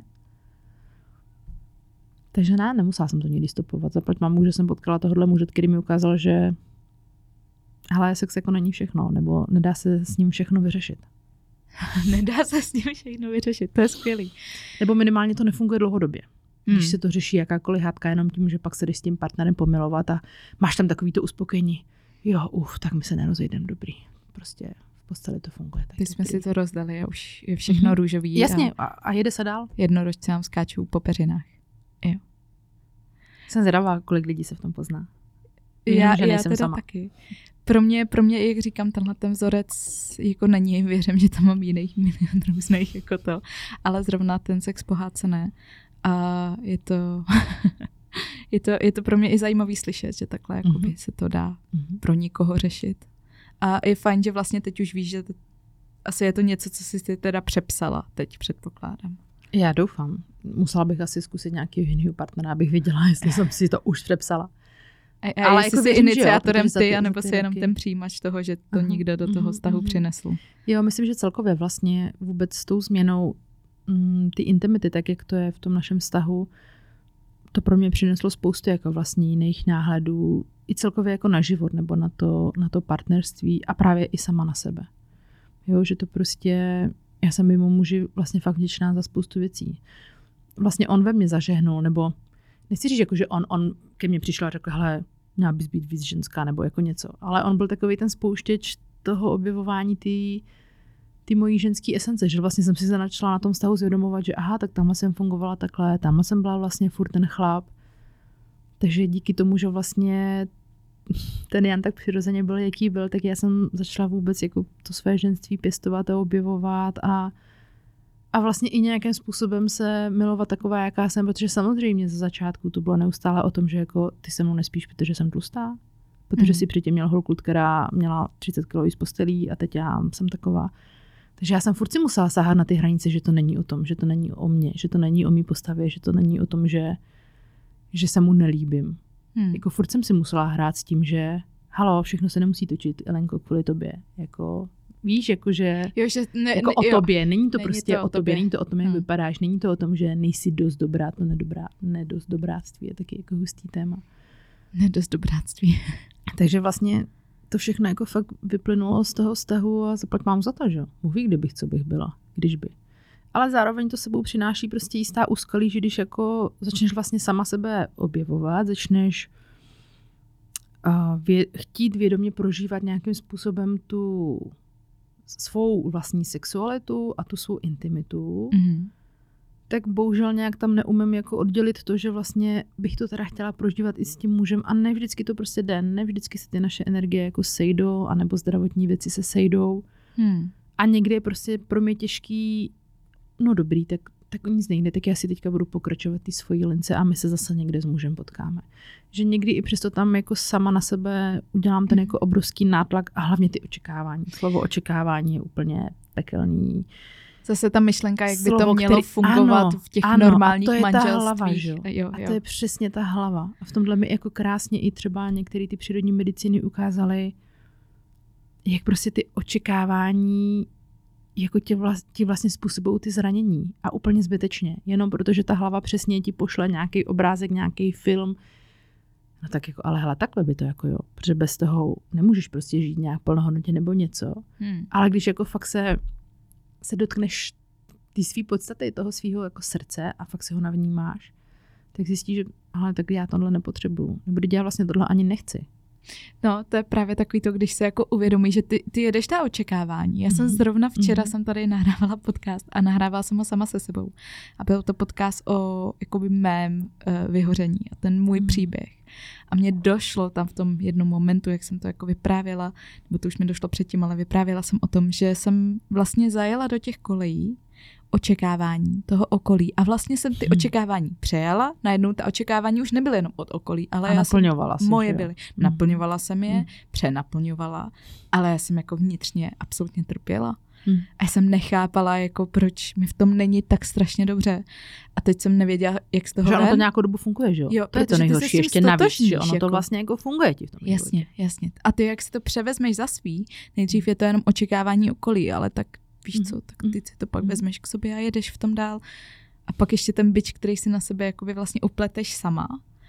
Takže ne, nemusela jsem to nikdy stopovat. Zaplať mamu, že jsem potkala tohohle muže, který mi ukázal, že hele, sex jako není všechno, nebo nedá se s ním všechno vyřešit.
Nedá se s ním všechno vyřešit, to je skvělý.
Nebo minimálně to nefunguje dlouhodobě. Když se to řeší jakákoliv hádka jenom tím, že pak se jdeš s tím partnerem pomilovat a máš tam takový to uspokojení. Jo, tak my se nerozejdeme, dobrý. Prostě v posteli to funguje.
Ty jsme si to rozdali a už je všechno růžový.
Jasně, a jede se dál.
Jednorožci nám skáčou po peřinách. Jo.
Jsem zvědavá, kolik lidí se v tom pozná.
Já teda sama. Taky. Pro mě, jak říkám, tenhle ten vzorec jako není, věřím, že tam mám jiných milion různých jako to, ale zrovna ten sex pohádcené. A je to pro mě i zajímavý slyšet, že takhle jakoby se to dá pro nikoho řešit. A je fajn, že vlastně teď už víš, že asi je to něco, co jsi teda přepsala teď, předpokládám.
Já doufám. Musela bych asi zkusit nějakého jiného partnera, abych viděla, jestli jsem si to už přepsala.
Ale jestli jsi iniciátorem ty, anebo si jenom ten přijímač toho, že to nikdo do toho vztahu přinesl.
Jo, myslím, že celkově vlastně vůbec s tou změnou ty intimity, tak jak to je v tom našem vztahu, to pro mě přineslo spoustu jako vlastně jiných náhledů i celkově jako na život nebo na to partnerství a právě i sama na sebe. Jo, že to prostě, já jsem mimo muži vlastně fakt vděčná za spoustu věcí. Vlastně on ve mně zažehnul, nebo nechci říct, jako, že on ke mně přišel a řekl, hele, měla bys být víc ženská, nebo jako něco. Ale on byl takový ten spouštěč toho objevování ty mojí ženský esence, že vlastně jsem si začala na tom vztahu zvědomovat, že aha, tak tamhle jsem fungovala takhle, tamhle jsem byla vlastně furt ten chlap. Takže díky tomu, že vlastně ten Jan tak přirozeně byl, jaký byl, tak já jsem začala vůbec jako to své ženství pěstovat a objevovat a vlastně i nějakým způsobem se milovat taková, jaká jsem, protože samozřejmě ze začátku to bylo neustále o tom, že jako ty se mnou nespíš, protože jsem tlustá, protože si předtím měl holku, která měla 30 kg z postelí a teď já jsem taková. Takže já jsem furt si musela sahat na ty hranice, že to není o tom, že to není o mně, že to není o mý postavě, že to není o tom, že se mu nelíbím. Jako furt jsem si musela hrát s tím, že halo, všechno se nemusí točit, Elenko, kvůli tobě. Jako, víš, jakože jako o tobě, není to prostě to o tobě, není to o tom, jak vypadáš, není to o tom, že nejsi dost dobrá, to nedost dobráctví je taky jako hustý téma.
Nedost dobráctví.
Takže vlastně to všechno jako fakt vyplynulo z toho vztahu a zaplať mám za to, že? Bůh ví, kdybych, co bych byla, když by. Ale zároveň to sebou přináší prostě jistá úskalí, že když jako začneš vlastně sama sebe objevovat, začneš chtít vědomě prožívat nějakým způsobem tu svou vlastní sexualitu a tu svou intimitu, tak bohužel nějak tam neumím jako oddělit to, že vlastně bych to teda chtěla prožívat i s tím mužem a ne vždycky to prostě jde, ne vždycky se ty naše energie jako sejdou, anebo zdravotní věci se sejdou. A někdy je prostě pro mě těžký, no dobrý, tak nic nejde, tak já si teďka budu pokračovat ty svojí lince a my se zase někde s mužem potkáme. Že někdy i přesto tam jako sama na sebe udělám ten jako obrovský nátlak a hlavně ty očekávání. Slovo očekávání je úplně pekelný.
Zase ta myšlenka, jak by to mělo fungovat v těch normálních manželstvích.
A to je přesně ta hlava. A v tomhle mi jako krásně i třeba některé ty přírodní medicíny ukázaly, jak prostě ty očekávání jako ti vlastně způsobují ty zranění. A úplně zbytečně. Jenom protože ta hlava přesně ti pošle nějaký obrázek, nějaký film. No tak jako, ale hele, takhle by to jako jo. Protože bez toho nemůžeš prostě žít nějak plnohodnotně nebo něco. Ale když jako fakt se dotkneš ty svý podstaty, toho svýho jako srdce a fakt si ho navnímáš, tak zjistíš, že ale tak já tohle nepotřebuju. Nebo já vlastně tohle ani nechci.
No, to je právě takový to, když se jako uvědomí, že ty jedeš ta očekávání. Já jsem zrovna včera jsem tady nahrávala podcast a nahrávala jsem ho sama se sebou. A byl to podcast o jakoby mém vyhoření a ten můj příběh. A mně došlo tam v tom jednom momentu, jak jsem to jako vyprávěla, nebo to už mi došlo předtím, ale vyprávěla jsem o tom, že jsem vlastně zajela do těch kolejí očekávání toho okolí. A vlastně jsem ty očekávání přejala, najednou ta očekávání už nebyly jenom od okolí, ale moje byly. Naplňovala jsem je, přenaplňovala, ale já jsem jako vnitřně absolutně trpěla. A jsem nechápala, jako proč mi v tom není tak strašně dobře. A teď jsem nevěděla, jak z toho
že ono to nějakou dobu funguje, že jo? To je to nejhorší, ještě navíc, že ono to vlastně jako funguje ti v tom.
Jasně. A ty, jak si to převezmeš za svý, nejdřív je to jenom očekávání okolí, ale tak víš co, tak ty si to pak vezmeš k sobě a jedeš v tom dál. A pak ještě ten bič, který si na sebe jakoby vlastně upleteš sama,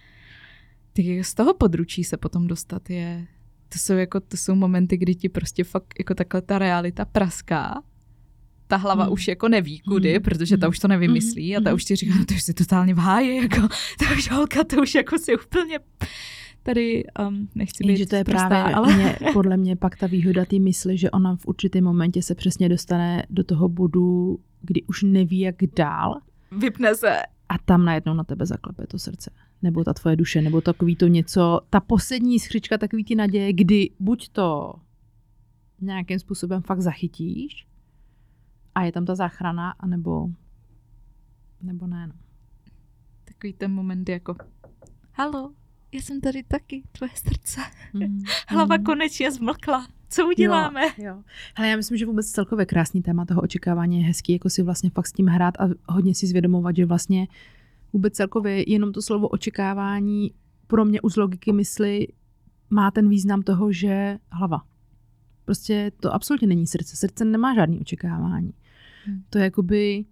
tak z toho područí se potom dostat to jsou momenty, kdy ti prostě fakt jako takhle ta realita praská ta hlava už jako neví kudy, protože ta už to nevymyslí a ta už ti říká, no to už si totálně v háji, jako, ta už holka, to už jako si úplně tady nechci být
že to je
prostá,
právě
ale...
podle mě pak ta výhoda té mysli, že ona v určitém momentě se přesně dostane do toho bodu, kdy už neví, jak dál.
Vypne se.
A tam najednou na tebe zaklepe to srdce. Nebo ta tvoje duše, nebo takový to něco, ta poslední skřička takový ty naděje, kdy buď to nějakým způsobem fakt zachytíš a je tam ta záchrana, anebo ne. No.
Takový ten moment jako halo, já jsem tady taky, tvoje srdce. Hlava konečně zmlkla. Co uděláme?
Jo. Hele, já myslím, že vůbec celkově krásný téma toho očekávání je hezký, jako si vlastně fakt s tím hrát a hodně si zvědomovat, že vlastně vůbec celkově jenom to slovo očekávání pro mě už z logiky mysli má ten význam toho, že hlava. Prostě to absolutně není srdce. Srdce nemá žádný očekávání. To je jakoby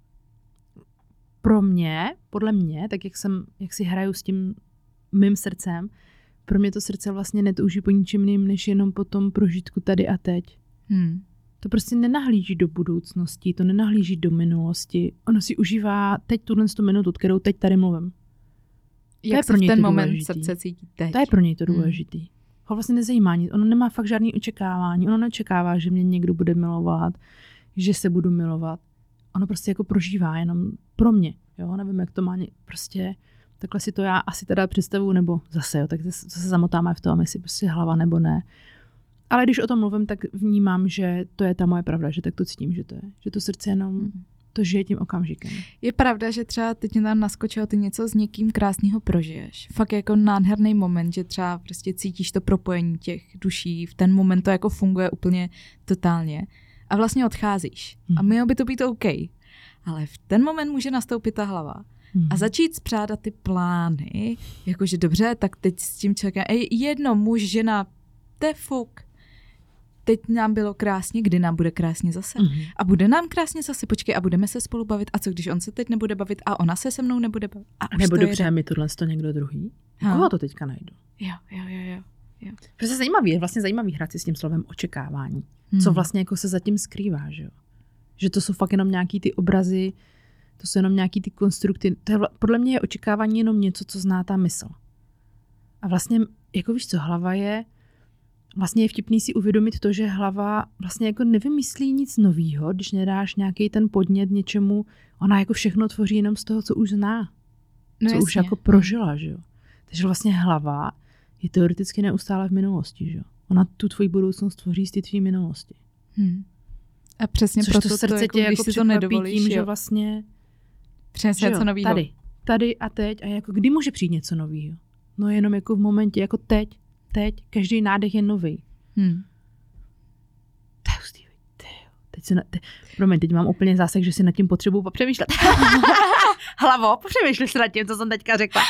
pro mě, podle mě, tak jak si hraju s tím mým srdcem, pro mě to srdce vlastně netouží po ničem jiným, než jenom po tom prožitku tady a teď. To prostě nenahlíží do budoucnosti, to nenahlíží do minulosti. Ono si užívá teď tuhle minutu, kterou teď tady mluvím.
Jak se v ten moment srdce cítí teď.
To je pro něj to důležitý. Ho vlastně nezajímá nic. Ono nemá fakt žádný očekávání. Ono nečekává, že mě někdo bude milovat, že se budu milovat. Ono prostě jako prožívá jenom pro mě. Jo? Nevím, jak to má prostě... Takhle si to já asi teda představuju, nebo zase, jo, tak se zamotáme v tom, jestli prostě hlava nebo ne. Ale když o tom mluvím, tak vnímám, že to je ta moje pravda, že tak to cítím, že to je. Že to srdce jenom to žije tím okamžikem.
Je pravda, že třeba teď mě tam naskočilo, ty něco s někým krásného prožiješ. Fakt jako nádherný moment, že třeba prostě cítíš to propojení těch duší, v ten moment to jako funguje úplně totálně a vlastně odcházíš. A mělo by to být OK. Ale v ten moment může nastoupit ta hlava. A začít spřádat ty plány, jakože dobře, tak teď s tím člověkem, jedno, muž, žena, to je fuk. Teď nám bylo krásně, kdy nám bude krásně zase. A bude nám krásně zase, počkej, a budeme se spolu bavit. A co, když on se teď nebude bavit a ona se se mnou nebude bavit? A
nebo dobře, mi tohle někdo druhý? Koho to teďka najdu?
Jo.
Protože je vlastně zajímavý hrát si s tím slovem očekávání. Co vlastně jako se zatím skrývá, že jo? Že to jsou fakt jenom nějaký ty obrazy, to jsou jenom nějaký ty konstrukty. Podle mě je očekávání jenom něco, co zná ta mysl. A vlastně, jako víš co, hlava je, vlastně je vtipný si uvědomit to, že hlava vlastně jako nevymyslí nic novýho, když nedáš nějaký ten podnět něčemu, ona jako všechno tvoří jenom z toho, co už zná. Co už jako prožila, že jo. Takže vlastně hlava je teoreticky neustále v minulosti, že jo. Ona tu tvoji budoucnost tvoří z té tvý minulosti.
A přesně
což
proto
to srdce
jako,
tě jako
si to nedovolíš,
tím, že vlastně
přesně něco novýho.
Tady a teď. A jako kdy může přijít něco novýho? No jenom jako v momentě, jako teď. Každý nádech je nový. To je hustý. Teď mám úplně zásek, že si nad tím potřebuju popřemýšlet. Hlavo, popřemýšlej si nad tím, co jsem teďka řekla.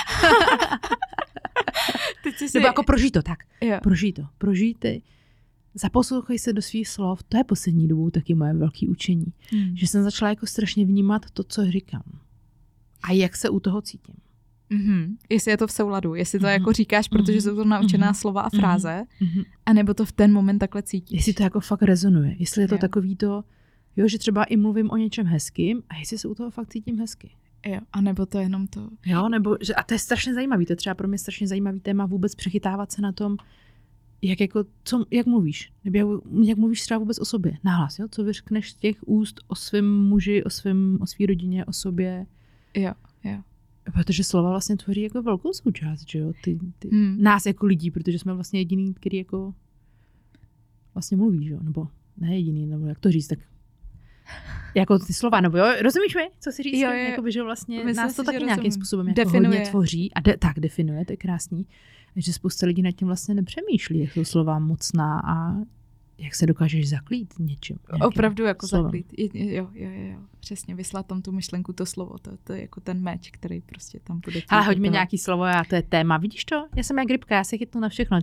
Nebo jako prožij to tak. Jo. Prožij ty. Zaposlouchej se do svých slov. To je poslední dobou taky moje velké učení. Že jsem začala jako strašně vnímat to, co říkám. A jak se u toho cítím.
Jestli je to v souladu, jestli to jako říkáš, protože jsou to naučená slova a fráze, anebo to v ten moment takhle cítíš.
Jestli to jako fakt rezonuje, jestli je to takový to, jo, že třeba i mluvím o něčem hezkým a jestli se u toho fakt cítím hezky.
Jo, a nebo to jenom to.
Jo, nebo, že, a to je strašně zajímavý, to je třeba pro mě strašně zajímavý téma vůbec přechytávat se na tom, jak mluvíš, nebo jak mluvíš třeba vůbec o sobě, nahlas, jo, co vyřkneš z těch úst o svém muži, o svý rodině, o sobě.
Jo.
Protože slova vlastně tvoří jako velkou součást, že jo, nás jako lidí, protože jsme vlastně jediný, který jako vlastně mluví, že jo, nebo ne jediný, nebo jak to říct, tak jako ty slova, nebo jo, rozumíš mi, co si říct? Jo. Jakoby, že vlastně myslím nás to taky nějakým způsobem jako hodně tvoří a tak definuje, to je krásný, že spousta lidí nad tím vlastně nepřemýšlí, jak jsou slova mocná a jak se dokážeš zaklít něčím.
Opravdu jako zaklít. Jo. Přesně, vyslat tam tu myšlenku, to slovo. To je jako ten meč, který prostě tam bude.
Ale hoď mi nějaký slovo a to je téma. Vidíš to? Já jsem jak rybka, já se chytnu na všechno.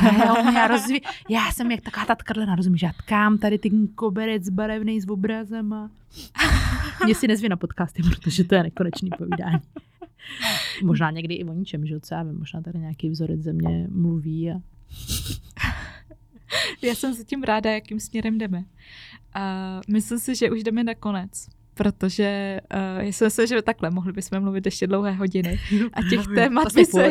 Já jsem jak taková ta tkadlena, rozumíš? Já tkám tady ten koberec barevný s obrazem a mě si nezví na podcasty, protože to je nekonečný povídání. Možná někdy i o ničem, že co já vím, možná tady nějaký vzorec země mluví a...
Já jsem s tím ráda, jakým směrem jdeme. A myslím si, že už jdeme na konec, protože já si myslím, že takhle mohli bychom mluvit ještě dlouhé hodiny a těch témat by se,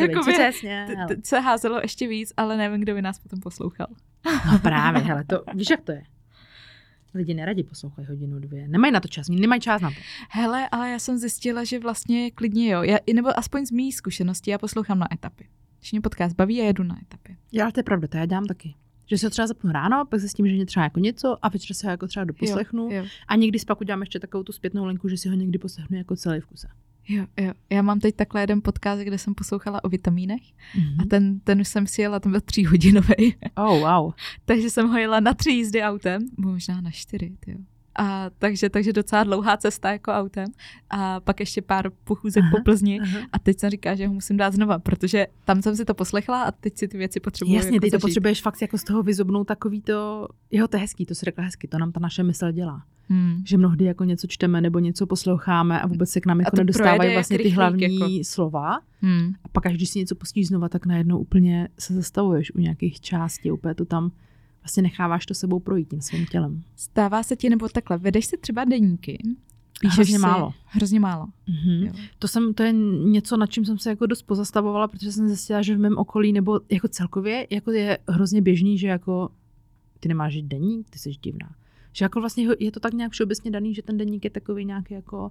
se házelo ještě víc, ale nevím, kdo by nás potom poslouchal.
No právě, hele, to, víš, jak to je? Lidi neradi poslouchají hodinu, 2. Nemají na to čas, nemají čas na to.
Hele, ale já jsem zjistila, že vlastně klidně jo. Nebo aspoň z mých zkušeností, já poslouchám na etapy. Když mě podcast baví, já jedu na etapy.
Já, ale to je pravda, to já dělám taky. Že se ho třeba zapnu ráno, pak se s tím, že mě třeba jako něco a večer se ho jako třeba doposlechnu.
Jo.
A někdy pak udělám ještě takovou tu zpětnou linku, že si ho někdy poslechnu jako celý v kuse.
Jo. Já mám teď takhle jeden podcast, kde jsem poslouchala o vitamínech a ten už jsem si jela, ten byl 3hodinový.
Oh, wow.
Takže jsem ho jela na 3 jízdy autem, možná na 4, tyjo. A takže docela dlouhá cesta jako autem a pak ještě pár pochůzek po Plzni a teď jsem říká, že ho musím dát znova, protože tam jsem si to poslechla a teď si ty věci potřebuji.
Jasně,
jako
ty to potřebuješ fakt jako z toho vyzobnout takový to, jo, to je hezký, to si řekla hezky, to nám ta naše mysl dělá. Že mnohdy jako něco čteme nebo něco posloucháme a vůbec se k nám jako nedostávají vlastně ty hlavní slova. A pak až když si něco pustíš znova, tak najednou úplně se zastavuješ u nějakých částí, úplně to tam vlastně necháváš to sebou projít tím svým tělem.
Stává se ti, nebo takhle, vedeš si třeba deníky?
Hrozně málo.
Hrozně málo.
To je něco, nad čím jsem se jako dost pozastavovala, protože jsem zjistila, že v mém okolí, nebo jako celkově, jako je hrozně běžný, že jako ty nemáš deník, ty jsi divná. Že jako vlastně je to tak nějak všeobecně daný, že ten deník je takový nějaký jako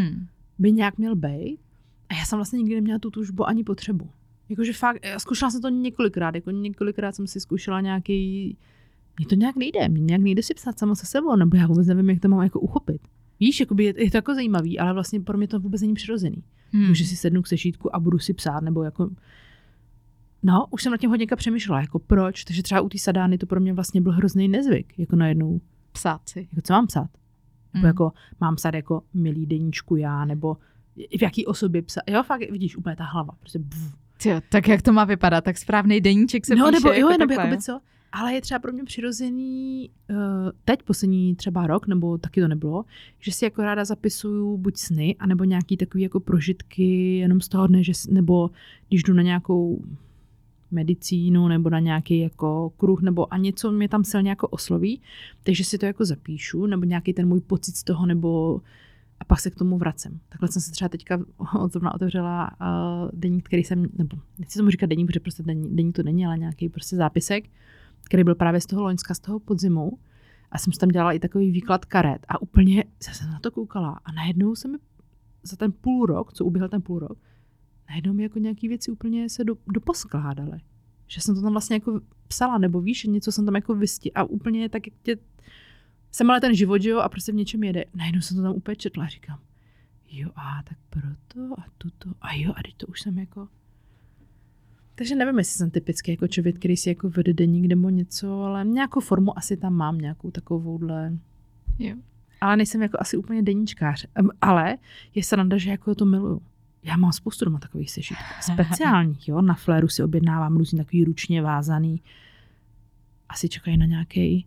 by nějak měl být. A já jsem vlastně nikdy neměla tu tužbu ani potřebu. Jakože fakt, zkoušela jsem to několikrát jsem si zkoušela nějaký, mně to nějak nejde si psát sama se sebou, nebo já vůbec nevím, jak to mám jako uchopit. Víš, jakoby je to jako zajímavý, ale vlastně pro mě to vůbec není přirozený. Že si sednu k sešítku a budu si psát, nebo jako, no, už jsem nad tím hodně přemýšlela, jako proč, takže třeba u té Sadány to pro mě vlastně byl hrozný nezvyk, jako najednou.
Psát si.
Jako co mám psát? Nebo jako mám psát jako milý deníčku já, nebo v jaký osobě psát. Jo, fakt, vidíš, úplně ta hlava, prostě
Jo, tak jak to má vypadat? Tak správný deníček se píše
nebo,
jako
nebo jakoby co? Ale je třeba pro mě přirozený teď poslední třeba rok, nebo taky to nebylo, že si jako ráda zapisuju buď sny, anebo nějaký takový jako prožitky jenom z toho dne, že, nebo když jdu na nějakou medicínu, nebo na nějaký jako kruh, nebo a něco mě tam silně jako osloví, takže si to jako zapíšu, nebo nějaký ten můj pocit z toho, nebo a pak se k tomu vracem. Takhle jsem se třeba teďka zrovna otevřela deník, který jsem, nebo nechci tomu říkat deník, protože prostě deník to není, ale nějaký prostě zápisek, který byl právě z toho loňska, z toho podzimu. A jsem si tam dělala i takový výklad karet a úplně jsem na to koukala a najednou se mi za ten půl rok, co uběhl ten půl rok, najednou mi jako nějaký věci úplně se doposkládaly. Že jsem to tam vlastně jako psala, nebo víš, něco jsem tam jako a úplně tak, jak tě jsem ale ten život, jo, a prostě v něčem jede. Najednou jsem to tam úplně četla a říkám, jo, a tak proto a tuto, a jo, a teď to už jsem jako. Takže nevím, jestli jsem typický jako člověk, který si jako vede deník nebo něco, ale nějakou formu asi tam mám, nějakou takovouhle.
Jo.
Ale nejsem jako asi úplně deníčkář. Ale je sranda, že jako to miluju. Já mám spoustu doma takových sešítků. Speciálních, jo, na Fléru si objednávám různý takový ručně vázaný. Asi čekají na nějaký.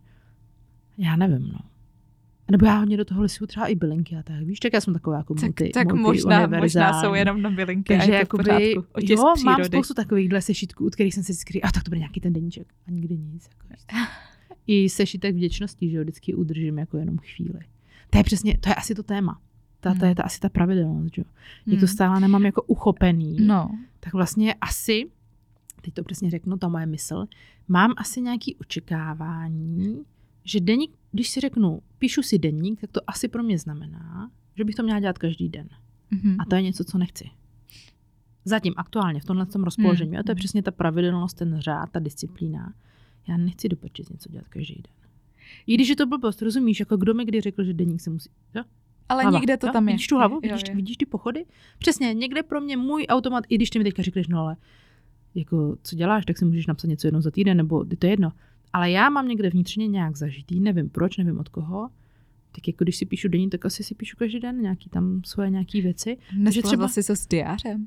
Já nevím, no. Nebo já hodně do toho lisu třeba i bylinky a tak. Víš, tak já jsem taková jako
tak možná jsou jenom na bylinky.
Takže
a je to v pořádku.
Jo, mám spoustu takovýchhle sešítků, od kterých jsem si vždycky a tak to bude nějaký ten deníček. A nikdy nic. Jako, i sešítek vděčnosti, že jo, vždycky udržím jako jenom chvíli. To je přesně, to je asi to téma. To je asi ta pravidelnost, že jo. Jak to stále nemám jako uchopený, tak vlastně asi, teď to přesně řeknu, ta moje mysl, mám asi nějaký očekávání, že deník, když si řeknu, píšu si deník, tak to asi pro mě znamená, že bych to měla dělat každý den. A to je něco, co nechci. Zatím, aktuálně, v tomhle rozpoložení. A to je přesně ta pravidelnost, ten řád, ta disciplína. Já nechci do prčic něco dělat každý den. I když je to blbost, rozumíš, jako kdo mi kdy řekl, že deník se musí. Jo?
Ale hlava, někde to jo? Tam je.
Vidíš tu hlavu? Vidíš ty pochody? Přesně, někde pro mě můj automat, i když ty mi teďka řekneš, no ale jako, co děláš, tak si můžeš napsat něco jednou za týden, nebo to je jedno. Ale já mám někde vnitřně nějak zažitý, nevím proč, nevím od koho. Tak jako když si píšu deník, tak asi si píšu každý den nějaký tam svoje nějaký věci.
Nesplavila jsi se s diářem?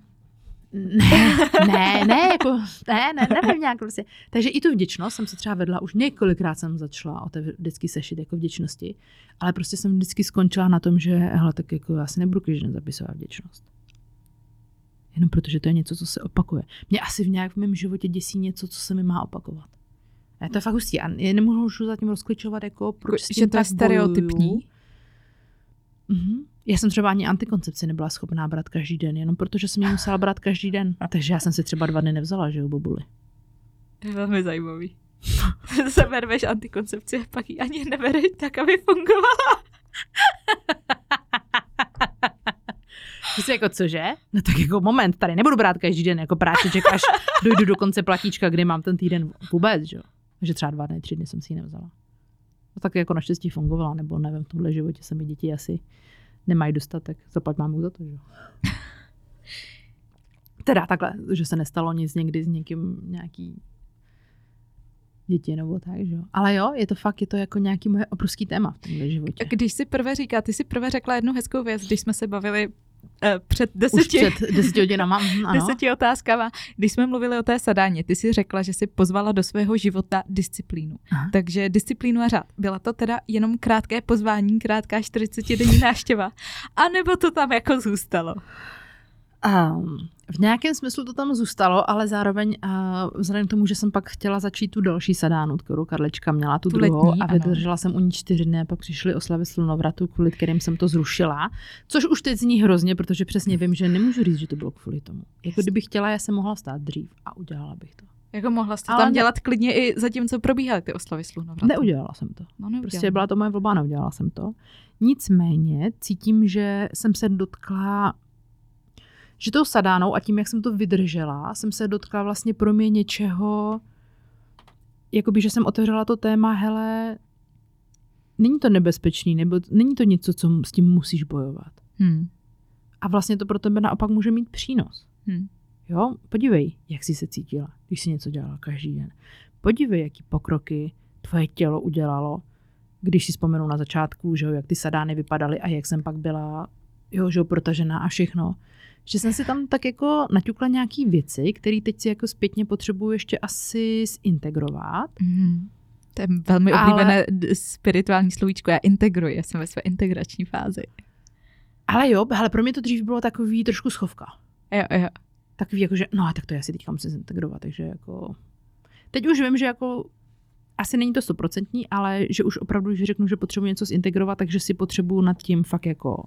Nevím nějak prostě. Takže i tu vděčnost jsem se třeba vedla, už několikrát jsem začala vždycky sešit jako vděčnosti, ale prostě jsem vždycky skončila na tom, že hele, tak jako já si nebudu každý den zapisovat vděčnost. Jenom protože to je něco, co se opakuje. Mě asi v mém životě děsí něco, co se mi má opakovat. Ne, to je fakt hustý. A já nemůžu zatím rozklíčovat, jako proč s tím
že to je
tak
stereotypní.
bojuju. Já jsem třeba ani antikoncepci nebyla schopná brát každý den, jenom protože jsem ji musela brát každý den. Takže já jsem si třeba 2 dny nevzala, že jo, bobuli.
Je velmi zajímavý. Zaberveš antikoncepci a pak ji ani nebereš tak, aby fungovala.
Ty jsi jako cože? No tak jako moment, tady nebudu brát každý den jako práčeček, až dojdu do konce platíčka, kdy mám ten týden vůbec, že jo. Takže třeba 2 dny, 3 dny jsem si ji nevzala. No tak jako naštěstí fungovala, nebo nevím, v tomhle životě se mi děti asi nemají dostatek, zaplať mámu za to, že jo. Teda takhle, že se nestalo nic někdy s někým nějaký děti nebo tak, že jo. Ale jo, je to jako nějaký moje obrovský téma v tomhle životě.
Když si ty si prvé řekla jednu hezkou věc, když jsme se bavili před 10
hodinama.
10 otázkama. Když jsme mluvili o té sadáně, ty si řekla, že si pozvala do svého života disciplínu. Aha. Takže disciplínu a řád. Byla to teda jenom krátké pozvání, krátká 40denní návštěva, anebo to tam jako zůstalo?
V nějakém smyslu to tam zůstalo, ale zároveň vzhledem k tomu, že jsem pak chtěla začít tu další sadánu, kterou Karlička měla, tu druhou, letní, a vydržela jsem u ní 4 dny, a pak přišly oslavy slunovratu, kvůli kterým jsem to zrušila, což už teď zní hrozně, protože přesně vím, že nemůžu říct, že to bylo kvůli tomu. Jako kdybych chtěla, já jsem mohla stát dřív a udělala bych to.
Jako mohla jste tam dělat klidně i zatímco probíhaly ty oslavy slunovratu.
Neudělala jsem to. Prostě byla to moje volba, neudělala jsem to. Nicméně cítím, že jsem se dotkla, že tou sadánou a tím, jak jsem to vydržela, jsem se dotkla vlastně pro mě něčeho, jakoby, že jsem otevřela to téma, hele, není to nebezpečný, nebo není to něco, co s tím musíš bojovat. A vlastně to pro tebe naopak může mít přínos. Jo, podívej, jak jsi se cítila, když jsi něco dělala každý den. Podívej, jaký pokroky tvoje tělo udělalo, když si vzpomenu na začátku, že jo, jak ty sadány vypadaly a jak jsem pak byla, jo, že jo, protažená a všechno. Že jsem si tam tak jako naťukla nějaký věci, které teď si jako zpětně potřebuju ještě asi zintegrovat.
To je velmi oblíbené spirituální slovíčko. Já integruji, já jsem ve své integrační fázi.
Ale jo, hele, pro mě to dřív bylo takový trošku schovka.
Jo.
Takový jako, že no, tak to já si teďka musím zintegrovat, takže jako... Teď už vím, že jako asi není to 100%, ale že už opravdu, když řeknu, že potřebuji něco zintegrovat, takže si potřebuju nad tím fakt jako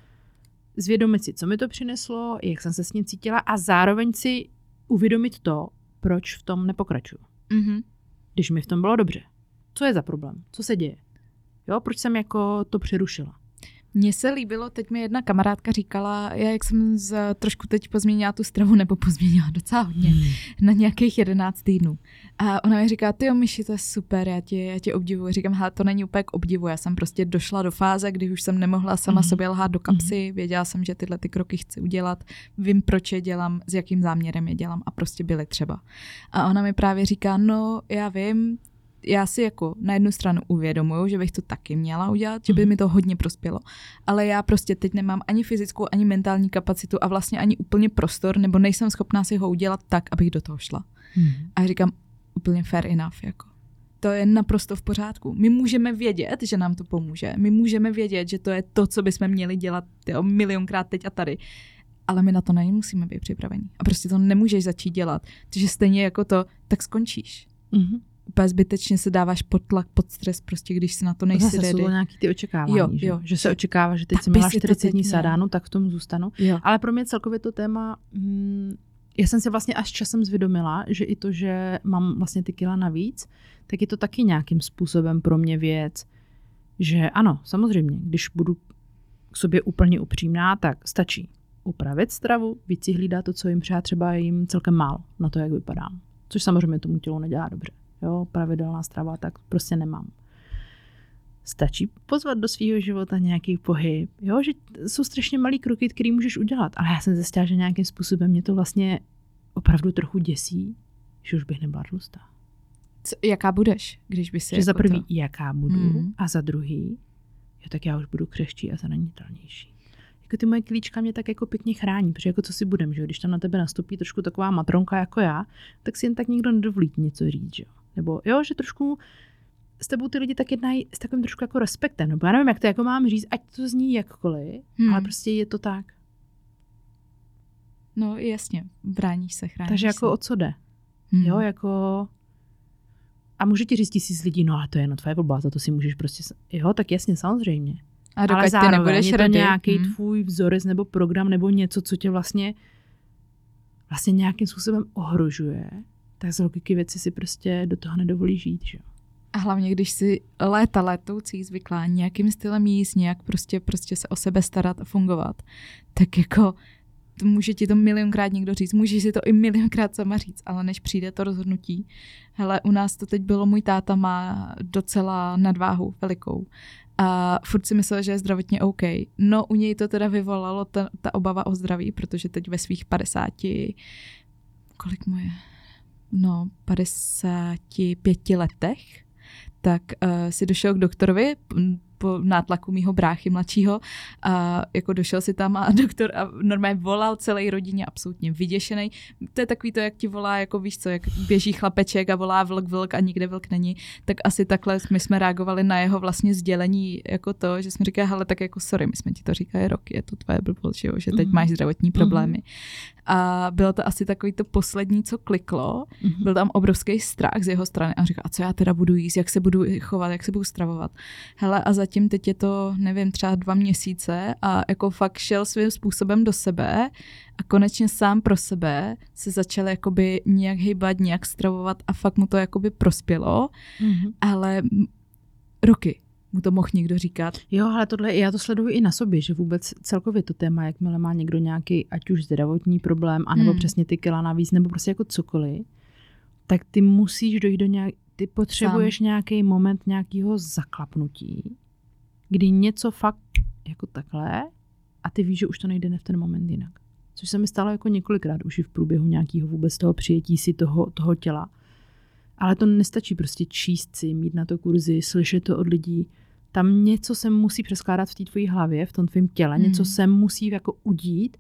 zvědomit si, co mi to přineslo, jak jsem se s ním cítila a zároveň si uvědomit to, proč v tom nepokračuju. Když mi v tom bylo dobře. Co je za problém? Co se děje? Jo, proč jsem jako to přerušila?
Mně se líbilo, teď mi jedna kamarádka říkala, jak jsem trošku teď pozměnila tu stravu, nebo pozměnila docela hodně, na nějakých 11 týdnů. A ona mi říká, tyjo, Myši, to je super, já tě obdivuji. Říkám, hele, to není úplně k obdivu, já jsem prostě došla do fáze, kdy už jsem nemohla sama sobě lhát do kapsy, věděla jsem, že tyhle ty kroky chci udělat, vím, proč je dělám, s jakým záměrem je dělám a prostě byly třeba. A ona mi právě říká, no, já vím, já si jako na jednu stranu uvědomuju, že bych to taky měla udělat, že by mi to hodně prospělo, ale já prostě teď nemám ani fyzickou, ani mentální kapacitu a vlastně ani úplně prostor, nebo nejsem schopná si ho udělat tak, abych do toho šla. A říkám, úplně fair enough, jako. To je naprosto v pořádku. My můžeme vědět, že nám to pomůže. My můžeme vědět, že to je to, co bychom měli dělat milionkrát teď a tady. Ale my na to nemusíme být připraveni. A prostě to nemůžeš začít dělat. Takže stejně jako to, tak skončíš. Úplně zbytečně se dáváš pod tlak, pod stres, prostě když si na to nejsi ready.
Zase jsou to nějaký ty očekávání,
jo,
že se očekává, že teď jsem měla 40 dní sadánu, tak v tom zůstanu.
Jo.
Ale pro mě celkově to téma, já jsem si vlastně až časem zvědomila, že i to, že mám vlastně ty kila navíc, tak je to taky nějakým způsobem pro mě věc, že ano, samozřejmě, když budu k sobě úplně upřímná, tak stačí upravit stravu, víc si hlídá to, co jim třeba jim celkem málo na to, jak vypadám. Což samozřejmě tomu tělu nedělá dobře. Jo, pravidelná strava, tak prostě nemám. Stačí pozvat do svého života nějaký pohyb, jo, že jsou strašně malý kroky, který můžeš udělat, ale já jsem zjistila, že nějakým způsobem mě to vlastně opravdu trochu děsí, že už bych nebyla tlustá.
Jaká budeš, když by si...
Že za prvý, jaká budu, a za druhý, jo, tak já už budu křehčí a zranitelnější. Jako ty moje klíčka mě tak jako pěkně chrání, protože jako co si budem, že jo, když tam na tebe nastoupí trošku taková matronka jako já, tak si jen tak nikdo nedovolí něco říct, že jo. Nebo jo, že trošku s tebou ty lidi tak jednají s takovým trošku jako respektem, nebo já nevím, jak to jako mám říct, ať to zní jakkoliv, ale prostě je to tak.
No jasně, bráníš se, chráníš
takže jako
se.
o co jde? Jo, jako A může ti říct 1000 lidí, no ale to je jenom tvoje blbá, za to si můžeš prostě, jo, tak jasně, samozřejmě.
A dokud
ale
ty nebudeš
je to
ready.
nějaký tvůj vzorec nebo program nebo něco, co tě vlastně nějakým způsobem ohrožuje, tak z logiky věci si prostě do toho nedovolí žít, že jo.
A hlavně, když si letoucí zvyklá nějakým stylem jíst, nějak prostě se o sebe starat a fungovat, tak jako může ti to milionkrát někdo říct, můžeš si to i milionkrát sama říct, ale než přijde to rozhodnutí. Hele, u nás to teď bylo, můj táta má docela nadváhu velikou a furt si myslel, že je zdravotně OK. No u něj to teda vyvolalo ta obava o zdraví, protože teď ve svých 55 letech, tak si došel k doktorovi po nátlaku mýho bráchy mladšího a jako došel si tam a doktor a normálně volal celé rodině absolutně vyděšený. To je takový to, jak ti volá, jako víš co, jak běží chlapeček a volá vlk a nikde vlk není, tak asi takhle my jsme reagovali na jeho vlastně sdělení jako to, že jsme říkali, hele, tak jako sorry, my jsme ti to říkali roky, je to tvoje blbost, že teď máš zdravotní problémy. A bylo to asi takový to poslední, co kliklo. Byl tam obrovský strach z jeho strany a říkal, a co já teda budu jíst, jak se budu chovat, jak se budu stravovat. Hele, a zatím teď je to, nevím, třeba 2 měsíce a jako fakt šel svým způsobem do sebe a konečně sám pro sebe se začal jakoby nějak hýbat, nějak stravovat a fakt mu to jakoby prospělo, ale roky mu to mohl někdo říkat.
Jo, ale tohle, já to sleduju i na sobě, že vůbec celkově to téma, jakmile má někdo nějaký, ať už zdravotní problém, anebo přesně ty kila navíc, nebo prostě jako cokoliv, tak ty musíš dojít do ty potřebuješ nějaký moment nějakého zaklapnutí, kdy něco fakt jako takhle a ty víš, že už to nejde v ten moment jinak. Což se mi stalo jako několikrát už i v průběhu nějakého vůbec toho přijetí si toho těla. Ale to nestačí prostě číst si, mít na to kurzy, slyšet to od lidí. Tam něco se musí přeskládat v té tvojí hlavě, v tom tvém těle, něco se musí jako udít,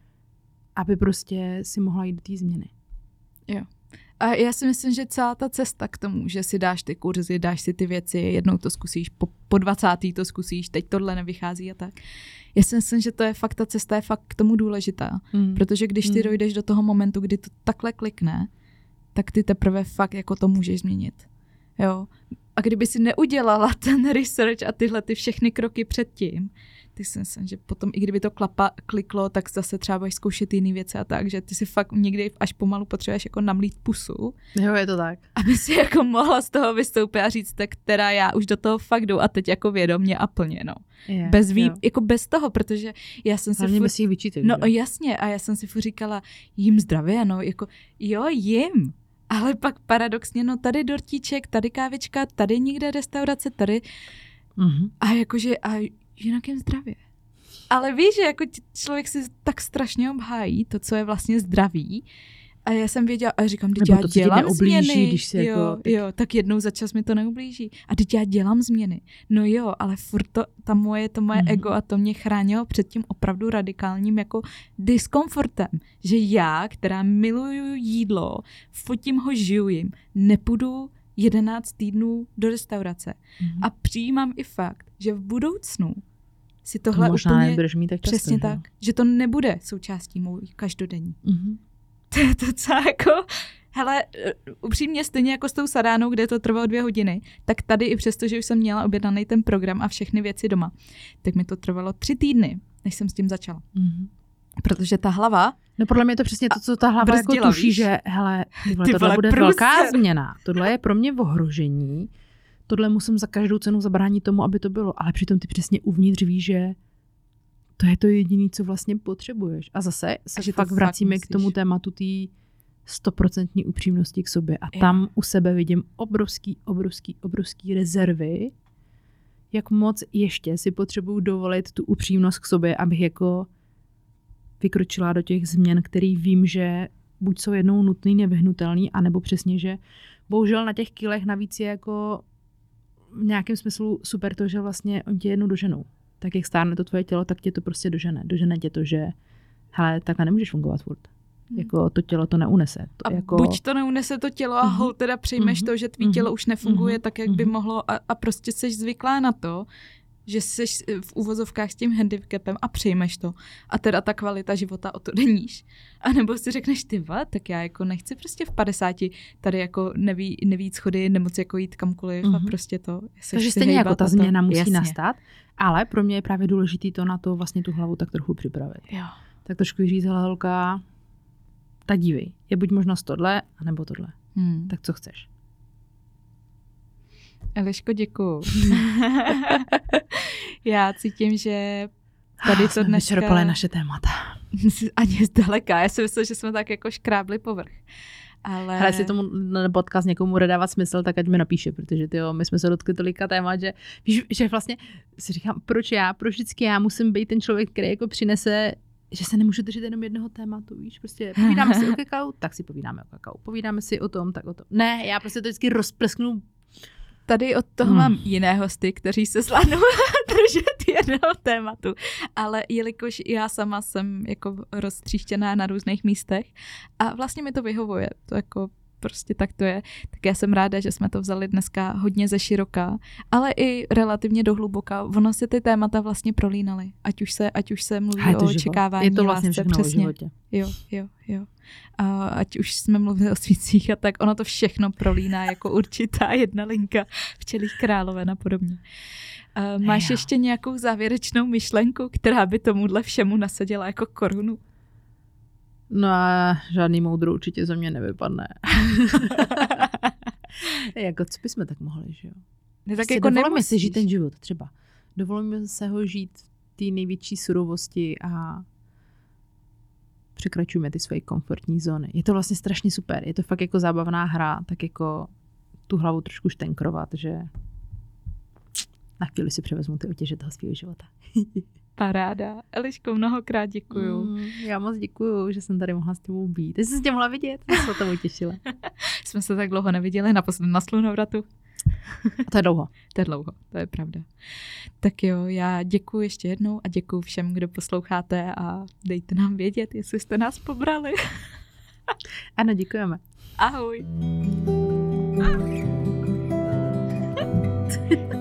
aby prostě si mohla jít do té změny.
Jo. A já si myslím, že celá ta cesta k tomu, že si dáš ty kurzy, dáš si ty věci, jednou to zkusíš, po 20. to zkusíš, teď tohle nevychází a tak. Já si myslím, že to je fakt, ta cesta je fakt k tomu důležitá, protože když ty dojdeš do toho momentu, kdy to takhle klikne, tak ty teprve fakt jako to můžeš změnit. Jo? A kdyby si neudělala ten research a tyhle ty všechny kroky předtím, tak si myslím, že potom, i kdyby to kliklo, tak zase třeba budeš zkoušet jiný věci a tak, že ty si fakt někdy až pomalu potřebuješ jako namlít pusu.
Jo, je to tak.
Aby si jako mohla z toho vystoupit a říct, tak teda já už do toho fakt jdu a teď jako vědomě a plně, no. Jako bez toho, protože já jsem si
bez těch vyčítek.
No jasně, a já jsem si furt říkala, jím zdravě, no, jako jo, jím. Ale pak paradoxně, no tady dortíček, tady kávička, tady někde restaurace, tady a jakože a jinak jen zdravě. Ale víš, že jako člověk si tak strašně obhájí to, co je vlastně zdraví. A já jsem věděla, a říkám, teď já dělám změny.
Když si
jo, tak jednou za čas mi to neublíží. A teď já dělám změny. No jo, ale furt to moje ego a to mě chránilo před tím opravdu radikálním jako diskomfortem. Že já, která miluju jídlo, fotím ho, žiju jim, nepůjdu 11 týdnů do restaurace. A přijímám i fakt, že v budoucnu si tohle úplně
mít tak často,
přesně tak, že to nebude součástí mou každodenní. To je to, co jako, hele, upřímně stejně jako s tou sadánou, kde to trvalo 2 hodiny, tak tady i přesto, že už jsem měla objednaný ten program a všechny věci doma, tak mi to trvalo 3 týdny, než jsem s tím začala. Protože ta hlava...
No podle mě je to přesně to, co ta hlava jako tuší, že hele, tohle bude velká změna, tohle je pro mě ohrožení, tohle musím za každou cenu zabránit tomu, aby to bylo, ale přitom ty přesně uvnitř víš, že to je to jediné, co vlastně potřebuješ. A zase se fakt vracíme k tomu tématu té 100% upřímnosti k sobě. A tam u sebe vidím obrovský rezervy, jak moc ještě si potřebuju dovolit tu upřímnost k sobě, abych jako vykročila do těch změn, který vím, že buď jsou jednou nutný, nevyhnutelný, anebo přesně, že bohužel na těch kilech navíc je jako v nějakém smyslu super to, že vlastně oni tě jednou doženou. Tak jak stárne to tvoje tělo, tak tě to prostě dožene. Dožene tě to, že hele, takhle nemůžeš fungovat furt. Jako to tělo to neunese.
A
jako...
buď to neunese to tělo a hol teda přijmeš to, že tvý tělo už nefunguje tak, jak by mohlo a prostě seš zvyklá na to, že jsi v uvozovkách s tím handicapem a přijmeš to a teda ta kvalita života o to neníš. A nebo si řekneš, ty tak já jako nechci prostě v 50 tady jako nevíc schody, nemoci jako jít kamkoliv a prostě to.
Takže stejně jako ta změna musí nastat, ale pro mě je právě důležitý to na to vlastně tu hlavu tak trochu připravit.
Jo.
Tak trošku říct, hele holka, tak dívej, je buď možnost tohle, anebo tohle. Tak co chceš?
Eliško, děkuju. Já cítím, že tady to dneska...
vyčerpali naše témata.
Ani zdaleka. Já si myslím, že jsme tak jako škrábli povrch. Ale...
Hele, jestli tomu podcast někomu bude dávat smysl, tak ať mi napíše, protože my jsme se dotkli tolika témat, že víš, že vlastně si říkám, proč vždycky já musím být ten člověk, který jako přinese, že se nemůžu držet jenom jednoho tématu, víš, prostě povídáme si o kakao, tak si povídáme o kakao, povídáme si o tom, tak o tom. Ne, já prostě to vždycky rozprsknu.
Tady od toho mám jiné hosty, kteří se zvládnou držet jednoho tématu, ale jelikož já sama jsem jako roztříštěná na různých místech a vlastně mi to vyhovuje, to jako prostě tak to je, tak já jsem ráda, že jsme to vzali dneska hodně ze široka, ale i relativně do hluboka. Ono se ty témata vlastně prolínaly, ať už se mluví o očekávání,
je to vlastně
lásce,
všechno
přesně.
o životě.
Jo. A ať už jsme mluvili o svících a tak, ono to všechno prolíná jako určitá jedna linka včelích královen a podobně. Máš ještě nějakou závěrečnou myšlenku, která by tomuhle všemu nasadila jako korunu?
No a žádný moudro určitě ze mě nevypadne. Jako co bychom tak mohli, že jo?
Ne, tak jako
dovolíme si žít ten život třeba. Dovolíme se ho žít v té největší surovosti a překračujeme ty svoje komfortní zóny. Je to vlastně strašně super. Je to fakt jako zábavná hra, tak jako tu hlavu trošku štenkrovat, že na chvíli si převezmu ty otěže toho svého života.
Paráda. Eliško, mnohokrát děkuju.
Já moc děkuju, že jsem tady mohla s tebou být. Ty jsi tě mohla vidět, já jsem se toho těšila.
Jsme se tak dlouho neviděli, naposledy na Slunovratu.
A to je dlouho.
To je dlouho, to je pravda. Tak jo, já děkuju ještě jednou a děkuju všem, kdo posloucháte a dejte nám vědět, jestli jste nás pobrali.
Ano, děkujeme.
Ahoj. Ahoj.